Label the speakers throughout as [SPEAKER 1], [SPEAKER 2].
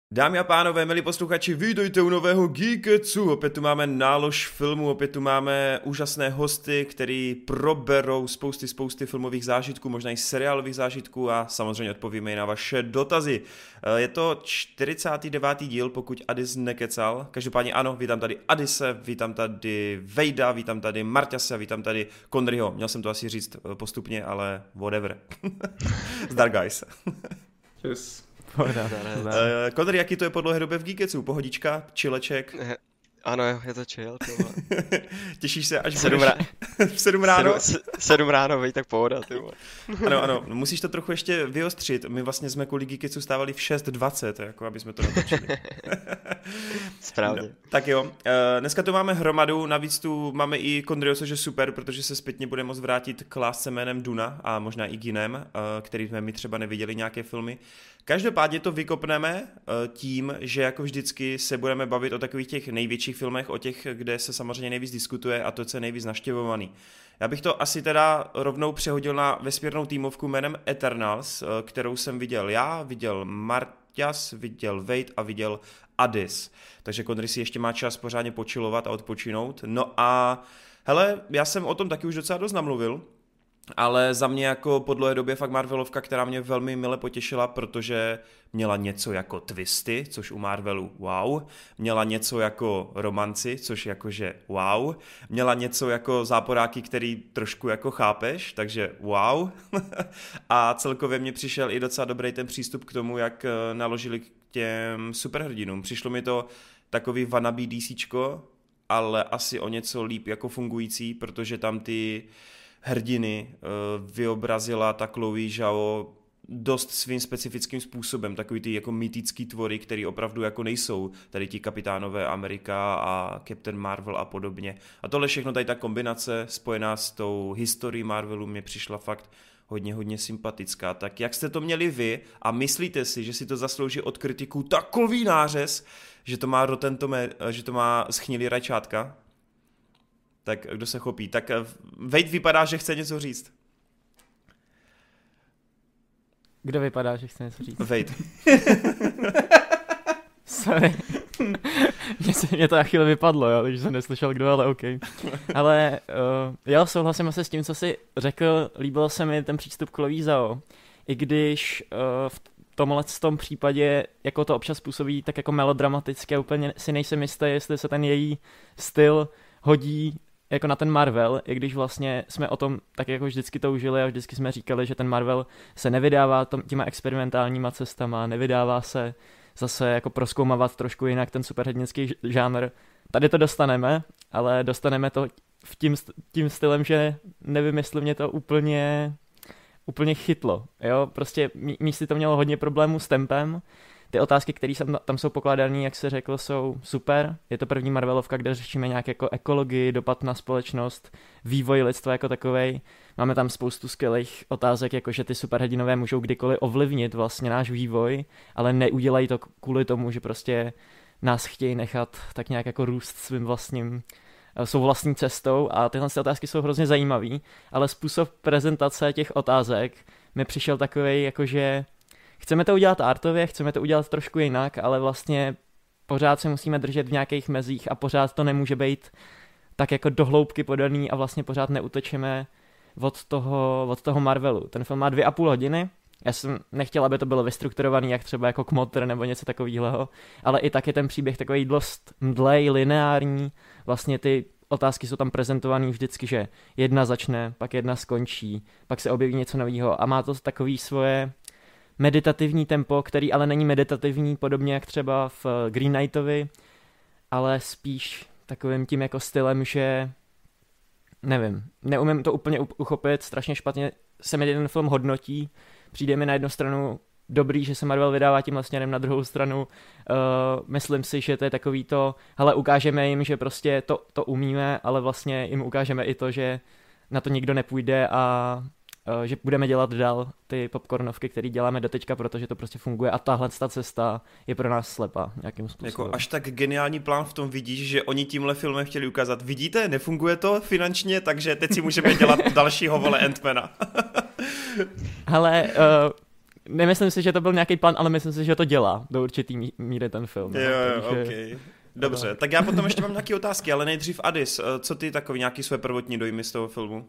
[SPEAKER 1] Dámy a pánové, milí posluchači, vítejte u nového Geeketsu. Opět tu máme nálož filmu, opět tu máme úžasné hosty, který proberou spousty filmových zážitků, možná i seriálových zážitků a samozřejmě odpovíme i na vaše dotazy. Je to 49. díl, pokud Adis nekecal. Každopádně ano, vítám tady Adise, vítám tady Vejda, vítám tady Marťase, vítám tady Konryho. Měl jsem to asi říct postupně, ale whatever. Zdar guys.
[SPEAKER 2] Yes.
[SPEAKER 1] Konry, jaký to je po dlouhé době v Geeketsu? Pohodička, čileček?
[SPEAKER 3] Ano, je to chill.
[SPEAKER 1] Těšíš se, až budeš v 7 ráno?
[SPEAKER 3] 7 ráno, vej, tak pohoda.
[SPEAKER 1] Ano, musíš to trochu ještě vyostřit. My vlastně jsme kvůli Geeketsu stávali v 6:20, jako aby jsme to natočili.
[SPEAKER 3] Správně.
[SPEAKER 1] No, tak jo, dneska tu máme hromadu, navíc tu máme i Konryho, což je super, protože se zpětně bude moct vrátit k lásce jménem Duna a možná i k jiném, který jsme my třeba neviděli nějaké filmy. Každopádně to vykopneme tím, že jako vždycky se budeme bavit o takových těch největších filmech, o těch, kde se samozřejmě nejvíc diskutuje a to, co je nejvíc naštěvovaný. Já bych to asi teda rovnou přehodil na vesmírnou týmovku jménem Eternals, kterou jsem viděl já, viděl Marťas, viděl Vejt a viděl Adis. Takže Konry si ještě má čas pořádně počilovat a odpočinout. No a hele, já jsem o tom taky už docela dost namluvil, ale za mě jako po dlouhé době fakt Marvelovka, která mě velmi mile potěšila, protože měla něco jako twisty, což u Marvelu wow, měla něco jako romanci, což jakože wow, měla něco jako záporáky, který trošku jako chápeš, takže wow. A celkově mě přišel i docela dobrý ten přístup k tomu, jak naložili k těm superhrdinům. Přišlo mi to takový wannabe DCčko, ale asi o něco líp jako fungující, protože tam ty hrdiny vyobrazila ta Chloe Zhao dost svým specifickým způsobem, takový ty jako mytický tvory, který opravdu jako nejsou tady ti kapitánové Amerika a Captain Marvel a podobně. A tohle všechno, tady ta kombinace spojená s tou historií Marvelu mě přišla fakt hodně sympatická. Tak jak jste to měli vy a myslíte si, že si to zaslouží od kritiků takový nářez, že to má že to má schnilý rajčátka? Tak kdo se chopí? Tak Vejt vypadá, že chce něco říct.
[SPEAKER 4] Kdo vypadá, že chce něco říct?
[SPEAKER 1] Vejt.
[SPEAKER 4] Sorry. Mě to na chvíli vypadlo, jo, takže jsem neslyšel kdo, ale OK. Ale já souhlasím asi s tím, co jsi řekl. Líbil se mi ten přístup k Chloe Zhao. I když v tomhle tom případě jako to občas působí tak jako melodramaticky, úplně si nejsem jistý, jestli se ten její styl hodí jako na ten Marvel, i když vlastně jsme o tom tak jako vždycky toužili a vždycky jsme říkali, že ten Marvel se nevydává těma experimentálníma cestama, nevydává se zase jako prozkoumávat trošku jinak ten superhrdinský žánr. Tady to dostaneme, ale dostaneme to tím stylem, že nevím, jestli mě to úplně chytlo. Jo? Prostě místy to mělo hodně problémů s tempem. Ty otázky, které tam jsou pokládané, jak se řekl, jsou super. Je to první Marvelovka, kde řešíme nějak jako ekologii, dopad na společnost, vývoj lidstva jako takovej. Máme tam spoustu skvělých otázek, jako že ty superhrdinové můžou kdykoliv ovlivnit vlastně náš vývoj, ale neudělají to kvůli tomu, že prostě nás chtějí nechat tak nějak jako růst svou vlastní cestou a tyhle otázky jsou hrozně zajímavý, ale způsob prezentace těch otázek mi přišel takovej, jakože chceme to udělat artově, chceme to udělat trošku jinak, ale vlastně pořád se musíme držet v nějakých mezích a pořád to nemůže být tak jako do hloubky podaný a vlastně pořád neutečeme od toho Marvelu. Ten film má 2,5 hodiny, já jsem nechtěl, aby to bylo vystrukturovaný jak třeba jako Kmotr nebo něco takového, ale i tak je ten příběh takový dost mdlej, lineární, vlastně ty otázky jsou tam prezentovaný vždycky, že jedna začne, pak jedna skončí, pak se objeví něco nového a má to takový svoje meditativní tempo, který ale není meditativní podobně jak třeba v Green Knightovi, ale spíš takovým tím jako stylem, že nevím, neumím to úplně uchopit, strašně špatně se mi ten film hodnotí, přijde mi na jednu stranu dobrý, že se Marvel vydává tímhle směrem, na druhou stranu myslím si, že to je takový to, hele, ukážeme jim, že prostě to umíme, ale vlastně jim ukážeme i to, že na to nikdo nepůjde a že budeme dělat dál ty popcornovky, které děláme doteďka, protože to prostě funguje a tahle ta cesta je pro nás slepá nějakým způsobem.
[SPEAKER 1] Jako až tak geniální plán v tom vidíš, že oni tímhle filmem chtěli ukázat, vidíte, nefunguje to finančně, takže teď si můžeme dělat dalšího vole Ant-Mana.
[SPEAKER 4] Hele, nemyslím si, že to byl nějaký plán, ale myslím si, že to dělá do určitý míry ten film.
[SPEAKER 1] Jo, okay. Dobře, tak já potom ještě mám nějaké otázky, ale nejdřív Adis, co ty takový nějaký své prvotní dojmy z toho filmu?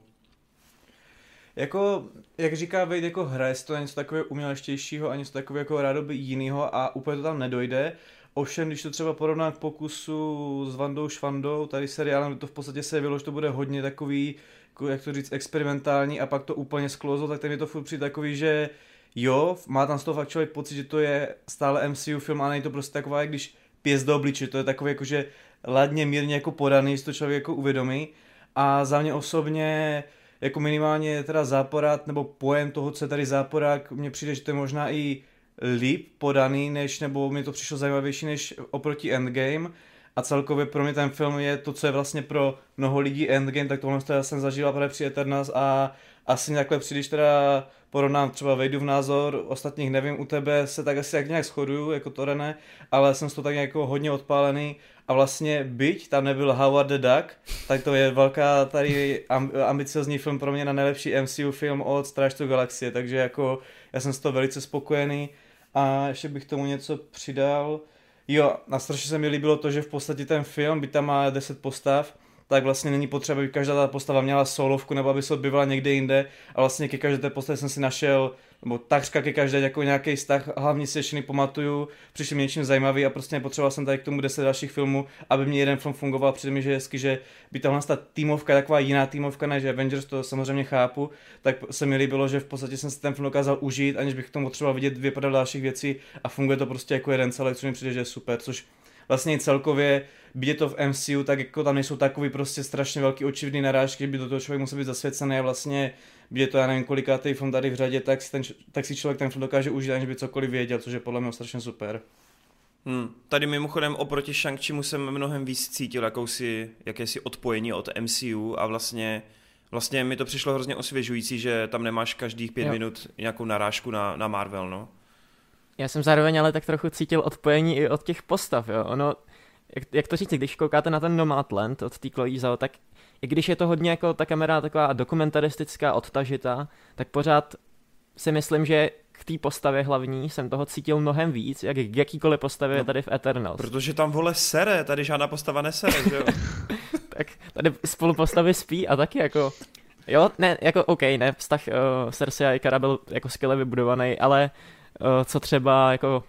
[SPEAKER 2] Jako, jak říká Vejt, jako hraje to něco takového uměleštějšího a něco takového jako rádoby jinýho a úplně to tam nedojde. Ovšem, když to třeba porovnám k pokusu s Vandou Švandou, tady seriálem, to v podstatě se jevilo, že to bude hodně takový, jak to říct, experimentální a pak to úplně sklouzlo, tak ten je to furt přijde takový, že jo, má tam z toho fakt člověk pocit, že to je stále MCU film, ale není to prostě taková, jak když pěst do obliče, to je takový jakože ladně, mírně jako podaný, že to člověk jako uvědomí. A za mě osobně jako minimálně teda záporák, nebo pojem toho, co je tady záporák, mně přijde, že to je možná i líp podaný, nebo mi to přišlo zajímavější než oproti Endgame. A celkově pro mě ten film je to, co je vlastně pro mnoho lidí Endgame, tak tohle já jsem zažila právě při Eternals a asi takhle když teda porovnám třeba Vejdův názor, ostatních nevím, u tebe se tak asi nějak shoduju, jako to René, ale jsem z toho tak nějak jako hodně odpálený a vlastně byť tam nebyl Howard the Duck, tak to je velká tady ambiciozní film pro mě na nejlepší MCU film od Strážců galaxie, takže jako já jsem z toho velice spokojený a ještě bych tomu něco přidal. Jo, a strašně se mi líbilo to, že v podstatě ten film, byť tam má 10 postav, tak vlastně není potřeba, aby každá ta postava měla solovku nebo aby se odbyvala někde jinde a vlastně ke každé té postavě jsem si našel, nebo takřka ke každé jako nějaký vztah, hlavně si ještě nepamatuju, přišli mi něčím zajímavý a prostě nepotřeboval jsem tady k tomu 10 dalších filmů, aby mě jeden film fungoval, přijde mi, že je hezky, že by tahle ta týmovka, taková jiná týmovka než Avengers, to samozřejmě chápu, tak se mi líbilo, že v podstatě jsem si ten film dokázal užít, aniž bych k tomu potřeboval vidět 2 dalších věcí a funguje to prostě jako jeden celek, což mi přijde, že je super, což vlastně celkově, byť je to v MCU, tak jako tam nejsou takový prostě strašně velký očividný narážky, by do toho člověk musel být zasvěcený a vlastně, byť je to já nevím kolikátý film tady v řadě, tak si člověk ten film dokáže užít, aniž by cokoliv věděl, což je podle mě strašně super.
[SPEAKER 1] Tady mimochodem oproti Shang-Chimu jsem mnohem víc cítil jakési odpojení od MCU a vlastně mi to přišlo hrozně osvěžující, že tam nemáš každých 5 minut nějakou narážku na Marvel, no.
[SPEAKER 4] Já jsem zároveň ale tak trochu cítil odpojení i od těch postav, jo. Ono, jak to říct, když koukáte na ten Nomadland od té Chloe Zhao, tak i když je to hodně jako ta kamera taková dokumentaristická, odtažitá, tak pořád si myslím, že k té postavě hlavní jsem toho cítil mnohem víc, jak k jakýkoliv postavě tady v Eternals.
[SPEAKER 1] Protože tam vole sere, tady žádná postava nesere, že jo?
[SPEAKER 4] Tak tady spolu postavy spí a taky jako, jo, ne, jako OK, ne, vztah Cersei a Ikara byl jako skvěle vybudovaný, ale co třeba jako,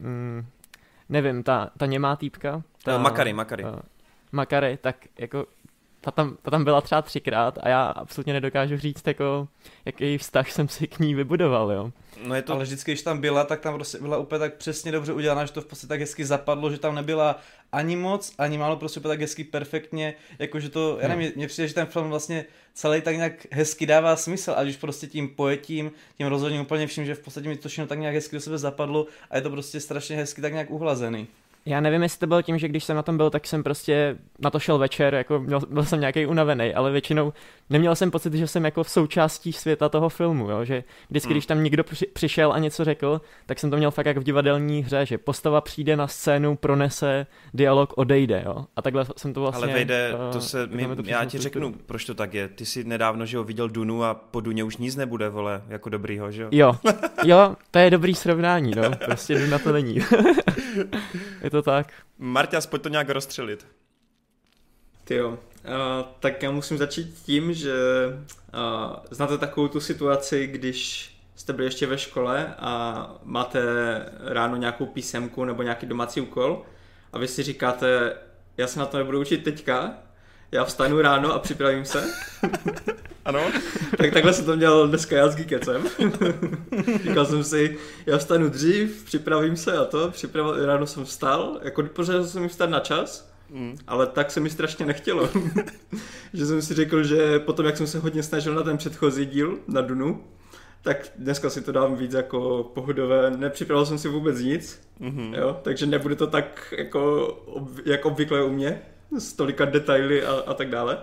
[SPEAKER 4] nevím, ta němá týpka.
[SPEAKER 1] Makari.
[SPEAKER 4] Makari, tak jako ta tam byla třeba 3krát a já absolutně nedokážu říct, jako, jaký vztah jsem si k ní vybudoval, jo.
[SPEAKER 2] No je to... Ale vždycky, když tam byla, tak tam prostě byla úplně tak přesně dobře udělaná, že to v podstatě tak hezky zapadlo, že tam nebyla ani moc, ani málo, prostě úplně tak hezky perfektně, jakože to, já nevím, mně přijde, že ten film vlastně celý tak nějak hezky dává smysl, ať už prostě tím pojetím, tím rozhodním úplně vším, že v podstatě mi to všechno tak nějak hezky do sebe zapadlo a je to prostě strašně hezky tak nějak uhlazený.
[SPEAKER 4] Já nevím, jestli to bylo tím, že když jsem na tom byl, tak jsem prostě na to šel večer, jako byl jsem nějaký unavený, ale většinou neměl jsem pocit, že jsem jako v součástí světa toho filmu, jo? Že vždycky, když tam někdo přišel a něco řekl, tak jsem to měl fakt jak v divadelní hře, že postava přijde na scénu, pronese dialog, odejde, jo? A takhle jsem to vlastně...
[SPEAKER 1] Ale Vejde, já ti řeknu, proč to tak je. Ty jsi nedávno, že jo, viděl Dunu a po Duně už nic nebude, vole, jako dobrýho, že jo? Jo, to je dobrý srovnání, no, prostě Duna to není. Je to tak.
[SPEAKER 3] Marťas, pojď to nějak rozstřelit.
[SPEAKER 2] Tyjo, tak já musím začít tím, že znáte takovou tu situaci, když jste byli ještě ve škole a máte ráno nějakou písemku nebo nějaký domácí úkol a vy si říkáte, já se na to nebudu učit teďka, já vstanu ráno a připravím se.
[SPEAKER 3] Ano.
[SPEAKER 2] Tak takhle jsem to měl dneska já s Geekecem. Říkal jsem si, já vstanu dřív, připravím se a to, ráno jsem vstal, jako pořád jsem mi vstat na čas, ale tak se mi strašně nechtělo. Že jsem si řekl, že potom, jak jsem se hodně snažil na ten předchozí díl, na Dunu, tak dneska si to dám víc jako pohodové, nepřipravil jsem si vůbec nic, jo, takže nebude to tak jako obvykle u mě, s tolika detaily a tak dále.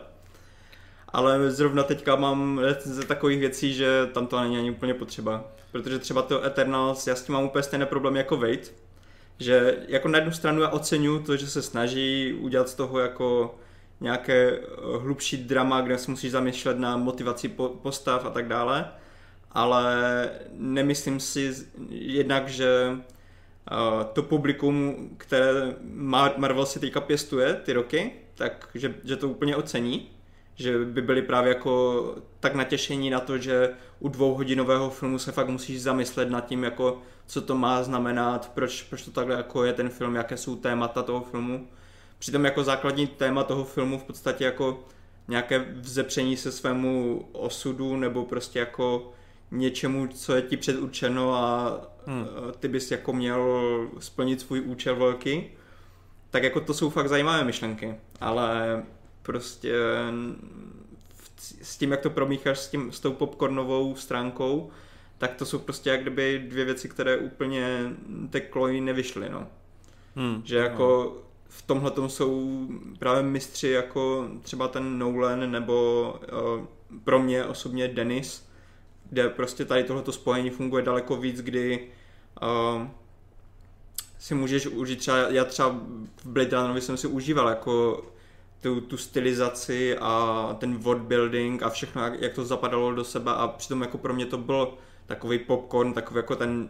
[SPEAKER 2] Ale zrovna teďka mám recenze takových věcí, že tam to není ani úplně potřeba. Protože třeba to Eternals, já s tím mám úplně stejné problémy jako Wade. Že jako na jednu stranu já oceňuji to, že se snaží udělat z toho jako nějaké hlubší drama, kde se musíš zamýšlet na motivaci postav a tak dále.
[SPEAKER 5] ale nemyslím si jednak, že to publikum, které Marvel si teďka pěstuje ty roky, tak že to úplně ocení, že by byli právě jako tak natěšení na to, že u 2hodinového filmu se fakt musíš zamyslet nad tím, jako co to má znamenat, proč to takhle jako je ten film, jaké jsou témata toho filmu. Přitom jako základní téma toho filmu v podstatě jako nějaké vzepření se svému osudu nebo prostě jako něčemu, co je ti předurčeno a ty bys jako měl splnit svůj účel velký. Tak jako to jsou fakt zajímavé myšlenky, ale prostě s tím, jak to promícháš s tou popcornovou stránkou, tak to jsou prostě jak kdyby dvě věci, které úplně té Chloe nevyšly, no. Že jako v tomhletom jsou právě mistři jako třeba ten Nolan nebo pro mě osobně Denis, kde prostě tady tohleto spojení funguje daleko víc, kdy si můžeš užít třeba, já třeba v Blade Runnerovi jsem si užíval jako tu stylizaci a ten world building a všechno, jak to zapadalo do sebe a přitom jako pro mě to byl takový popcorn, takový jako ten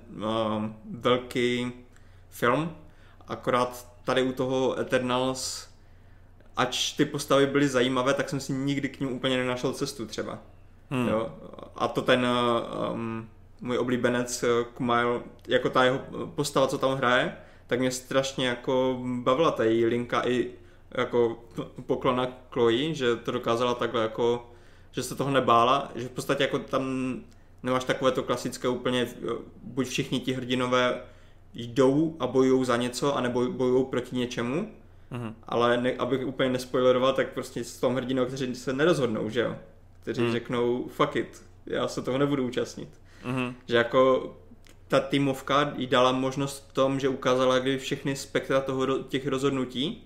[SPEAKER 5] velký film, akorát tady u toho Eternals, ač ty postavy byly zajímavé, tak jsem si nikdy k ním úplně nenašel cestu třeba. Jo? A to ten můj oblíbenec Kumail, jako ta jeho postava, co tam hraje, tak mě strašně jako bavila ta její linka i jako poklona Chloe, že to dokázala takhle jako, že se toho nebála, že v podstatě jako tam nemáš takové to klasické úplně, buď všichni ti hrdinové jdou a bojují za něco, anebo bojují proti něčemu, ale abych úplně nespoileroval, tak prostě s tom hrdinou, kteří se nerozhodnou, že jo, kteří řeknou fuck it, já se toho nebudu účastnit. Že jako ta týmovka jí dala možnost v tom, že ukázala kdy všechny spektra těch rozhodnutí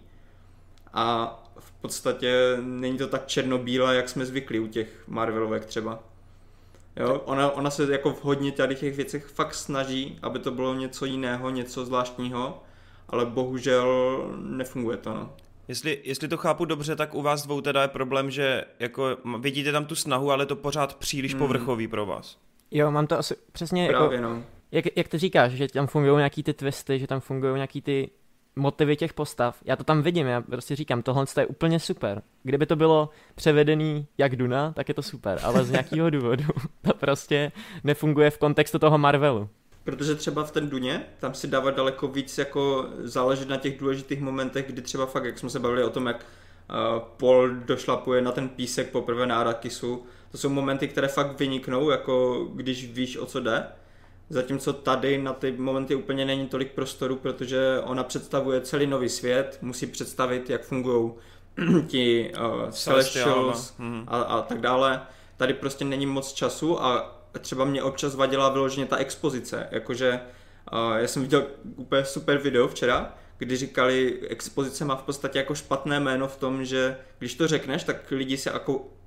[SPEAKER 5] a v podstatě není to tak černobílé, jak jsme zvyklí u těch Marvelovek třeba. Jo? Ona se jako v hodně tady těch věcech fakt snaží, aby to bylo něco jiného, něco zvláštního, ale bohužel nefunguje to, no.
[SPEAKER 1] Jestli to chápu dobře, tak u vás dvou teda je problém, že jako vidíte tam tu snahu, ale to pořád příliš povrchový pro vás.
[SPEAKER 4] Jo, mám to asi přesně
[SPEAKER 5] právě,
[SPEAKER 4] jako,
[SPEAKER 5] no.
[SPEAKER 4] jak ty říkáš, že tam fungují nějaký ty twisty, že tam fungují nějaký ty motivy těch postav. Já to tam vidím, já prostě říkám, tohle je úplně super. Kdyby to bylo převedený jak Duna, tak je to super, ale z nějakého důvodu to prostě nefunguje v kontextu toho Marvelu.
[SPEAKER 5] Protože třeba v ten Duně, tam si dává daleko víc jako záležet na těch důležitých momentech, kdy třeba fakt, jak jsme se bavili o tom, jak Paul došlapuje na ten písek poprvé na Arrakisu, to jsou momenty, které fakt vyniknou, jako když víš, o co jde. Zatímco tady na ty momenty úplně není tolik prostoru, protože ona představuje celý nový svět, musí představit, jak fungují ti Celestials a tak dále. Tady prostě není moc času a třeba mě občas vadila vyloženě ta expozice, jakože já jsem viděl úplně super video včera, kdy říkali, expozice má v podstatě jako špatné jméno v tom, že když to řekneš, tak lidi si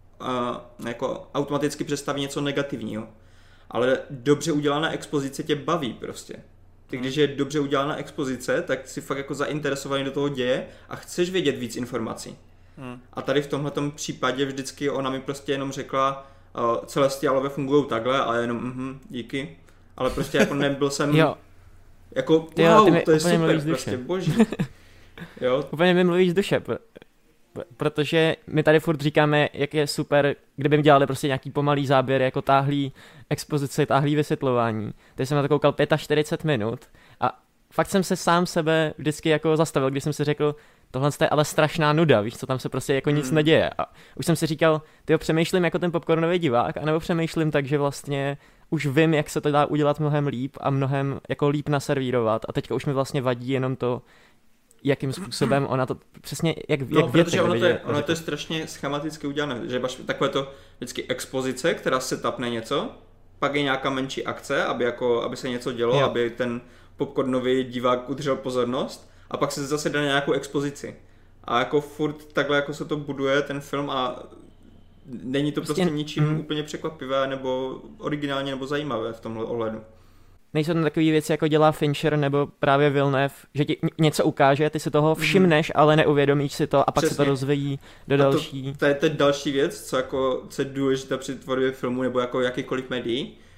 [SPEAKER 5] jako automaticky představí něco negativního. Ale dobře udělaná expozice tě baví prostě. Ty když je dobře udělaná expozice, tak si fakt jako zainteresovaný do toho děje a chceš vědět víc informací. A tady v tomhletom případě vždycky ona mi prostě jenom řekla, Celestiálové fungují takhle a jenom díky. Ale prostě jako nebyl jsem jako wow, to je super, prostě boží. Jo.
[SPEAKER 4] Úplně mi mluvíš z duše, protože my tady furt říkáme, jak je super, kdyby dělali prostě nějaký pomalý záběr, jako táhlý expozice, táhlý vysvětlování. Teď jsem na to koukal 45 minut a fakt jsem se sám sebe vždycky jako zastavil, když jsem si řekl, tohle je ale strašná nuda, víš co, tam se prostě jako nic neděje. A už jsem si říkal, přemýšlím jako ten popcornový divák, anebo přemýšlím tak, že vlastně už vím, jak se to dá udělat mnohem líp a mnohem jako líp naservírovat a teďka už mi vlastně vadí jenom to, jakým způsobem ona to přesně, jak
[SPEAKER 5] protože ono to je strašně schematicky udělané, že máš takové to vždycky expozice, která se tapne něco, pak je nějaká menší akce, aby se něco dělo, aby ten popcornový divák udržel pozornost a pak se zase dá na nějakou expozici. A jako furt takhle jako se to buduje ten film a není to prostě ničím úplně překvapivé nebo originálně nebo zajímavé v tomhle ohledu.
[SPEAKER 4] Nejsou tam takové věci, jako dělá Fincher nebo právě Villeneuve, že ti něco ukáže, ty si toho všimneš, ale neuvědomíš si to a pak se to rozvíjí do další.
[SPEAKER 5] To je další věc, co je důležité při tvorbě filmu nebo jako jakýkoliv médií,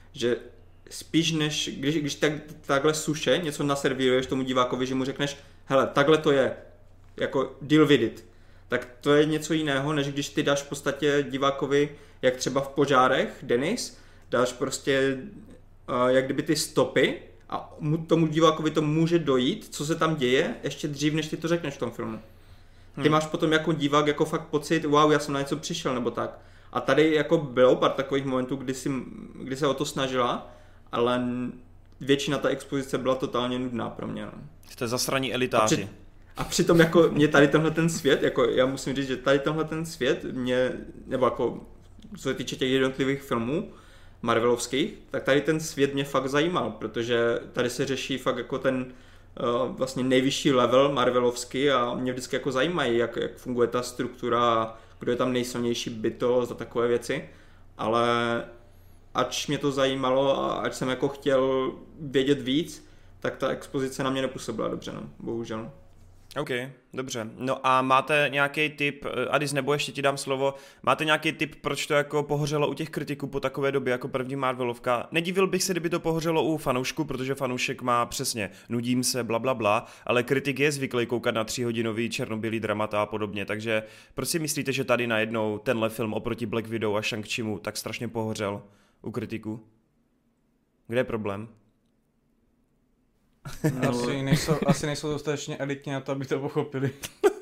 [SPEAKER 5] že spíš než, když takhle suše něco naservíruješ tomu divákovi, že mu řekneš, hele, takhle to je, jako deal with it, tak to je něco jiného, než když ty dáš v podstatě divákovi, jak třeba v Požárech, Denis, dáš prostě jak kdyby ty stopy a tomu divákovi to může dojít, co se tam děje, ještě dřív, než ty to řekneš v tom filmu. Ty máš potom jako divák jako fakt pocit, wow, já jsem na něco přišel, nebo tak. A tady jako bylo pár takových momentů, kdy se o to snažila, ale většina ta expozice byla totálně nudná pro mě.
[SPEAKER 1] Jste zasraní elitáři.
[SPEAKER 5] A přitom jako mě tady tenhle ten svět, jako já musím říct, že tady tenhle ten svět mě, nebo jako co se týče těch jednotlivých filmů marvelovských, tak tady ten svět mě fakt zajímal, protože tady se řeší fakt jako ten vlastně nejvyšší level marvelovský a mě vždycky jako zajímají, jak funguje ta struktura, kdo je tam nejsilnější bytost a takové věci, ale ač mě to zajímalo a ač jsem jako chtěl vědět víc, tak ta expozice na mě nepůsobila dobře, no, bohužel.
[SPEAKER 1] OK, dobře. No a máte nějaký tip, Adis, nebo ještě ti dám slovo, máte nějaký tip, proč to jako pohořelo u těch kritiků po takové době jako první Marvelovka? Nedivil bych se, kdyby to pohořelo u fanoušku, protože fanoušek má přesně nudím se, bla, ale kritik je zvyklý koukat na 3hodinový černobílý dramata a podobně, takže proč si myslíte, že tady najednou tenhle film oproti Black Widow a Shang-Chimu tak strašně pohořel u kritiků? Kde je problém?
[SPEAKER 2] Asi nejsou dostatečně elitní na to, aby to pochopili.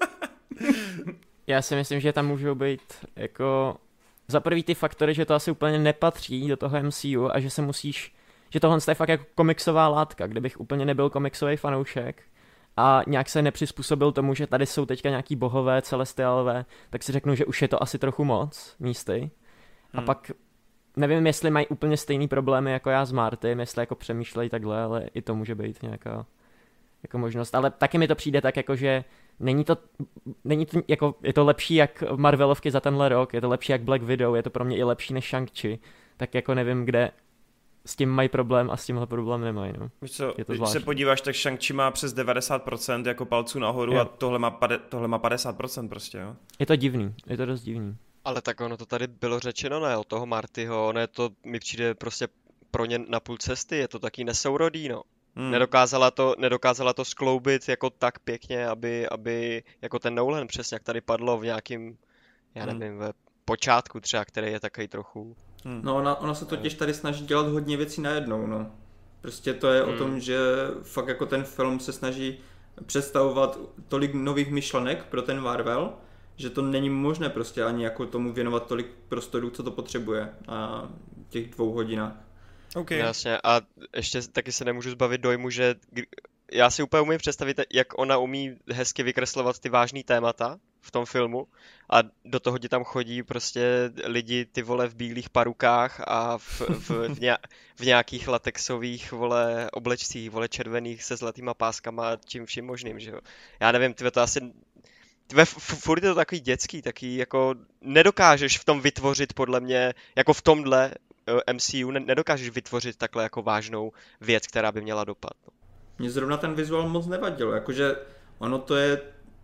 [SPEAKER 4] Já si myslím, že tam můžou být jako za prvý ty faktory, že to asi úplně nepatří do toho MCU a že se musíš, že tohle je fakt jako komiksová látka, kdybych úplně nebyl komiksový fanoušek a nějak se nepřizpůsobil tomu, že tady jsou teďka nějaký bohové, celestiálové, tak si řeknu, že už je to asi trochu moc místy. A pak nevím, jestli mají úplně stejný problémy jako já s Martym, jestli jako přemýšlejí takhle, ale i to může být nějaká jako možnost. Ale taky mi to přijde tak jako, že není to jako, je to lepší jak Marvelovky za tenhle rok, je to lepší jak Black Widow, je to pro mě i lepší než Shang-Chi, tak jako nevím, kde s tím mají problém a s tímhle problém nemají. No.
[SPEAKER 1] Víš co, když se podíváš, tak Shang-Chi má přes 90% jako palců nahoru jo. A tohle má 50% prostě, jo.
[SPEAKER 4] Je to divný, je to dost divný. Ale
[SPEAKER 6] tak ono to tady bylo řečeno, ne, od toho Martyho, ono je to, mi přijde prostě pro ně na půl cesty, je to taky nesourodý, no. Nedokázala to skloubit jako tak pěkně, aby jako ten Nolan přesně, jak tady padlo v nějakým, já nevím, ve počátku třeba, který je takový trochu...
[SPEAKER 5] No ona se totiž tady snaží dělat hodně věcí najednou, no. Prostě to je o tom, že fakt jako ten film se snaží představovat tolik nových myšlenek pro ten Marvel, že to není možné prostě ani jako tomu věnovat tolik prostoru, co to potřebuje na těch 2 hodinách.
[SPEAKER 6] Okay. Jasně, a ještě taky se nemůžu zbavit dojmu, že já si úplně umím představit, jak ona umí hezky vykreslovat ty vážný témata v tom filmu a do toho ti tam chodí prostě lidi ty vole v bílých parukách a v nějakých latexových vole oblečcích, vole červených se zlatýma páskama a čím vším možným, že jo. Já nevím, to asi... Furt je to takový dětský, taky jako nedokážeš v tom vytvořit podle mě, jako v tomhle MCU nedokážeš vytvořit takhle jako vážnou věc, která by měla dopad.
[SPEAKER 5] Mně zrovna ten vizuál moc nevadil, jakože ono to je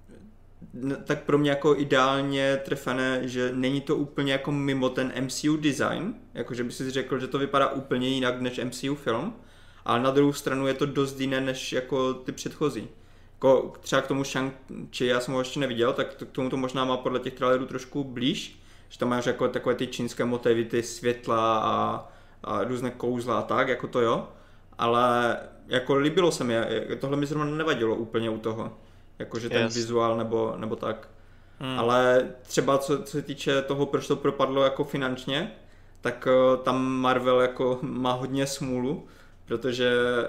[SPEAKER 5] tak pro mě jako ideálně trefené, že není to úplně jako mimo ten MCU design, jakože by si řekl, že to vypadá úplně jinak než MCU film, ale na druhou stranu je to dost jiné než jako ty předchozí. Jako třeba k tomu Shang-Chi, já jsem ho ještě neviděl, tak k tomu to možná má podle těch trailerů trošku blíž, že tam máš jako takové ty čínské motivy, ty světla a různé kouzla a tak, jako to jo, ale jako líbilo se mi, tohle mi zrovna nevadilo úplně u toho, jakože ten vizuál nebo tak, ale třeba co se týče toho, proč to propadlo jako finančně, tak tam Marvel jako má hodně smůlu, protože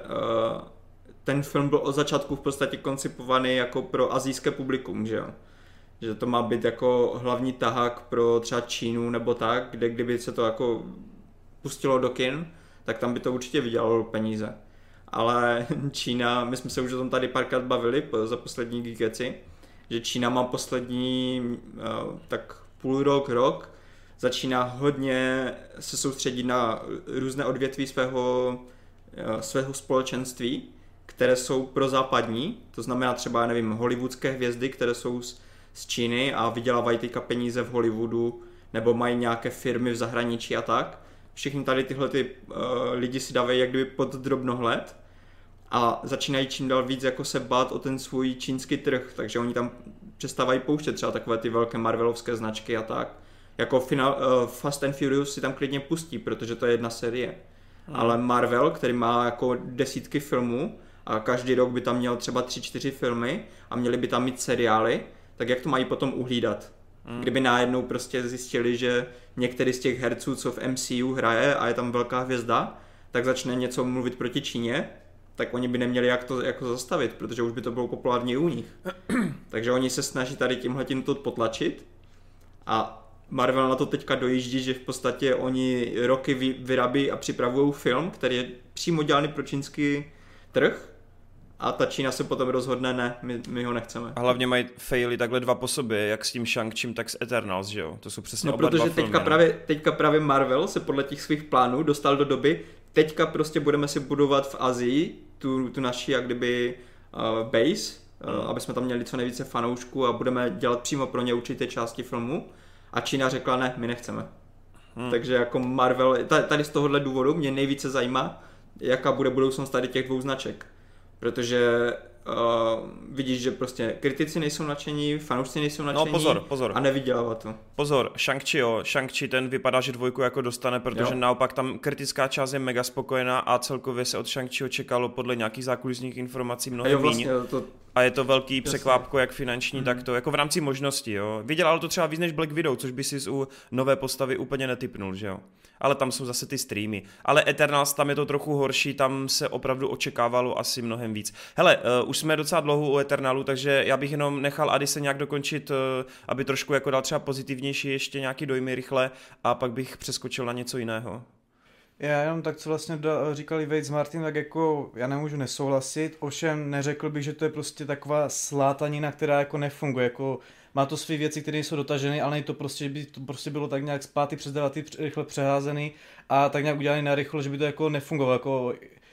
[SPEAKER 5] ten film byl od začátku v podstatě koncipovaný jako pro asijské publikum, že jo. Že to má být jako hlavní tahák pro třeba Čínu nebo tak, kde kdyby se to jako pustilo do kin, tak tam by to určitě vydělalo peníze. Ale Čína, my jsme se už o tom tady párkrát bavili za poslední Geekeci, že Čína má poslední tak půl rok, začíná hodně se soustředit na různé odvětví svého společenství, které jsou prozápadní, to znamená třeba, nevím, hollywoodské hvězdy, které jsou z Číny a vydělávají teďka peníze v Hollywoodu, nebo mají nějaké firmy v zahraničí a tak všichni tady tyhle lidi si dávají jak kdyby pod drobnohled a začínají čím dál víc jako se bát o ten svůj čínský trh, takže oni tam přestávají pouštět třeba takové ty velké Marvelovské značky a tak. Jako Fast and Furious si tam klidně pustí, protože to je jedna série. Ale Marvel, který má jako desítky filmů a každý rok by tam měl třeba 3-4 filmy a měli by tam mít seriály, tak jak to mají potom uhlídat? Kdyby najednou prostě zjistili, že některý z těch herců, co v MCU hraje a je tam velká hvězda, tak začne něco mluvit proti Číně, tak oni by neměli jak to jako zastavit, protože už by to bylo populární i u nich. Takže oni se snaží tady tímhletím to potlačit a Marvel na to teďka dojíždí, že v podstatě oni roky vyrábí a připravují film, který je přímo dělaný pro čínský trh a ta Čína se potom rozhodne, ne, my ho nechceme.
[SPEAKER 1] A hlavně mají faily takhle dva po sobě, jak s tím Shang-Chim, tak s Eternals, že jo? To jsou přesně oba
[SPEAKER 5] protože
[SPEAKER 1] dva filmy.
[SPEAKER 5] teďka právě Marvel se podle těch svých plánů dostal do doby, teďka prostě budeme si budovat v Asii tu naši jak kdyby base, aby jsme tam měli co nejvíce fanoušků a budeme dělat přímo pro ně určité části filmu. A Čína řekla ne, my nechceme. Takže jako Marvel, tady z tohohle důvodu mě nejvíce zajímá, jaká bude budoucnost tady těch dvou značek. Protože vidíš, že prostě kritici nejsou nadšení, fanoušci nejsou nadšení.
[SPEAKER 1] No pozor.
[SPEAKER 5] A nevydělává to.
[SPEAKER 1] Pozor, Shang-Chi ten vypadá, že 2 jako dostane, protože naopak tam kritická část je mega spokojená a celkově se od Shang-Chi očekalo podle nějakých zákulisních informací mnohem méně. A je to velký překvápko, jak finanční, tak to jako v rámci možností, jo. Vydělalo to třeba víc než Black Widow, což by si u nové postavy úplně netipnul, že jo. Ale tam jsou zase ty streamy. Ale Eternals, tam je to trochu horší, tam se opravdu očekávalo asi mnohem víc. Hele, už jsme docela dlouho u Eternalu, takže já bych jenom nechal Ady se nějak dokončit, aby trošku jako dal třeba pozitivnější ještě nějaký dojmy rychle a pak bych přeskočil na něco jiného.
[SPEAKER 2] Já jenom tak, co vlastně říkali Waits Martin, tak jako já nemůžu nesouhlasit, ovšem neřekl bych, že to je prostě taková slátanina, která jako nefunguje, jako má to své věci, které jsou dotaženy, ale to prostě, by to prostě bylo tak nějak zpátky přes devaty rychle přeházený a tak nějak udělaný narychlo, že by to jako nefungovalo, jako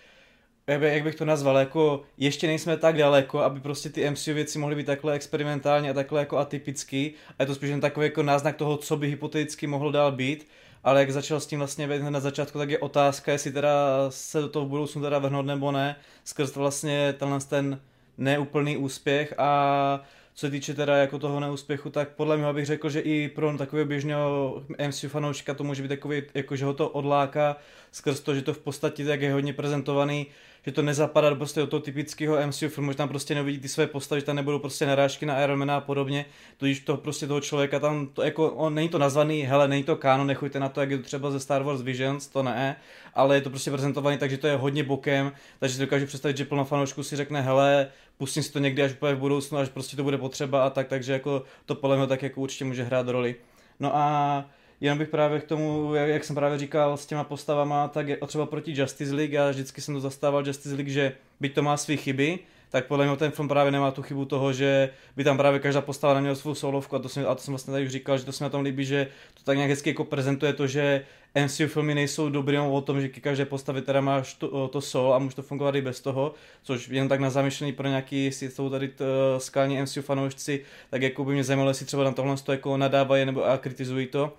[SPEAKER 2] jak bych to nazval, jako ještě nejsme tak daleko, aby prostě ty MCU věci mohly být takhle experimentální a takhle jako atypický a je to spíš jen takový jako náznak toho, co by hypoteticky mohlo dál být. Ale jak začal s tím vlastně na začátku, tak je otázka, jestli teda se do toho v budoucnu teda vrhnout nebo ne, skrz vlastně ten neúplný úspěch a co se týče teda jako toho neúspěchu, tak podle mě bych řekl, že i pro takového běžného MCU fanouška to může být takový, jako že ho to odláká skrz to, že to v podstatě tak je hodně prezentovaný, že to nezapadá prostě do toho typického MCU filmu, že tam prostě neuvidí ty své postavy, že tam nebudou prostě narážky na Ironmana a podobně, tudíž to prostě toho člověka tam, to jako, není to nazvaný, hele, není to kánon, nechoďte na to, jak je to třeba ze Star Wars Visions, to ne, ale je to prostě prezentovaný, takže to je hodně bokem, takže si dokážu představit, že plno fanoušků si řekne, hele, pustím si to někdy až úplně v budoucnu, až prostě to bude potřeba a tak, takže jako to podle mě tak jako určitě může hrát roli. No a jenom bych právě k tomu, jak jsem právě říkal s těma postavama, tak je třeba proti Justice League, já vždycky jsem to zastával Justice League, že byť to má svý chyby, tak podle mě ten film právě nemá tu chybu toho, že by tam právě každá postava neměla svou solovku a to jsem vlastně tady už říkal, že to se mi na tom líbí, že to tak nějak hezky jako prezentuje to, že MCU filmy nejsou dobrý o tom, že každé postavě teda máš to soul a může to fungovat i bez toho, což jen tak na zamýšlení pro nějaký, jestli jsou tady skalní MCU fanoušci, tak jako by mě zajímalo, jestli třeba na tohle jako nadávají nebo a kritizují to.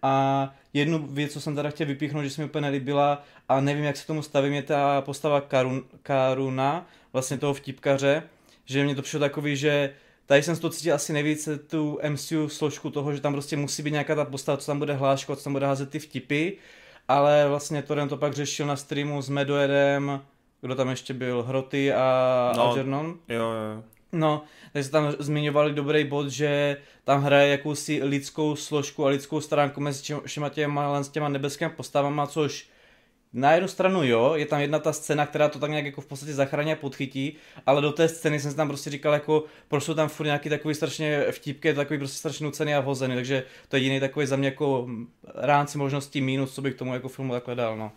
[SPEAKER 2] A jednu věc, co jsem teda chtěl vypíchnout, že se mi úplně nelíbila a nevím, jak se tomu stavím, je ta postava Karuna, vlastně toho vtipkaře, že mě to přišlo takový, že tady jsem to cítil asi nejvíce tu MCU složku toho, že tam prostě musí být nějaká ta postava, co tam bude hláškovat, co tam bude házet ty vtipy, ale vlastně Toren to pak řešil na streamu s Medoedem, kdo tam ještě byl, Hroty a Algernon.
[SPEAKER 1] Jo.
[SPEAKER 2] No, takže tam zmiňovali dobrý bod, že tam hraje jakousi lidskou složku a lidskou stránku mezi všema těma nebeskými postavama, což na jednu stranu jo, je tam jedna ta scéna, která to tak nějak jako v podstatě zachrání a podchytí, ale do té scény jsem si tam prostě říkal jako, proč jsou tam furt nějaký takový strašně vtipky, takový prostě strašně nucený a vhozený, takže to je jediný takový za mě jako rámci možností mínus, co bych k tomu jako filmu takhle dal, no.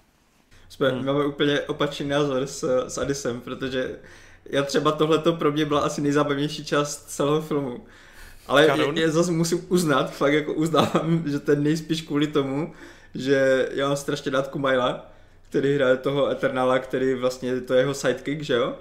[SPEAKER 5] Máme úplně opačný názor s Adisem, protože já třeba tohleto pro mě byla asi nejzábavnější část celého filmu. Ale já zase musím uznat, fakt jako uznávám, že ten nejspíš kvůli tomu, že já mám strašně rád Kumaila, který hraje toho Eternala, který vlastně to je jeho sidekick, že jo?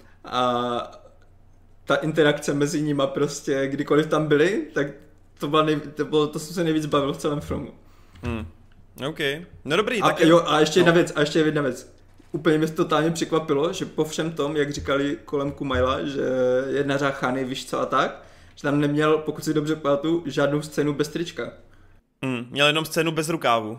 [SPEAKER 5] A ta interakce mezi nima prostě, kdykoliv tam byli, tak to jsem se nejvíc bavil v celém filmu.
[SPEAKER 1] OK. No dobrý,
[SPEAKER 5] A
[SPEAKER 1] tak
[SPEAKER 5] jo, a ještě jedna věc. Úplně mě to totálně překvapilo, že po všem tom, jak říkali kolem Kumaila, že jedna řáchány, víš co a tak, že tam neměl, pokud si dobře pamatuju, žádnou scénu bez trička.
[SPEAKER 1] Měl jenom scénu bez rukávu.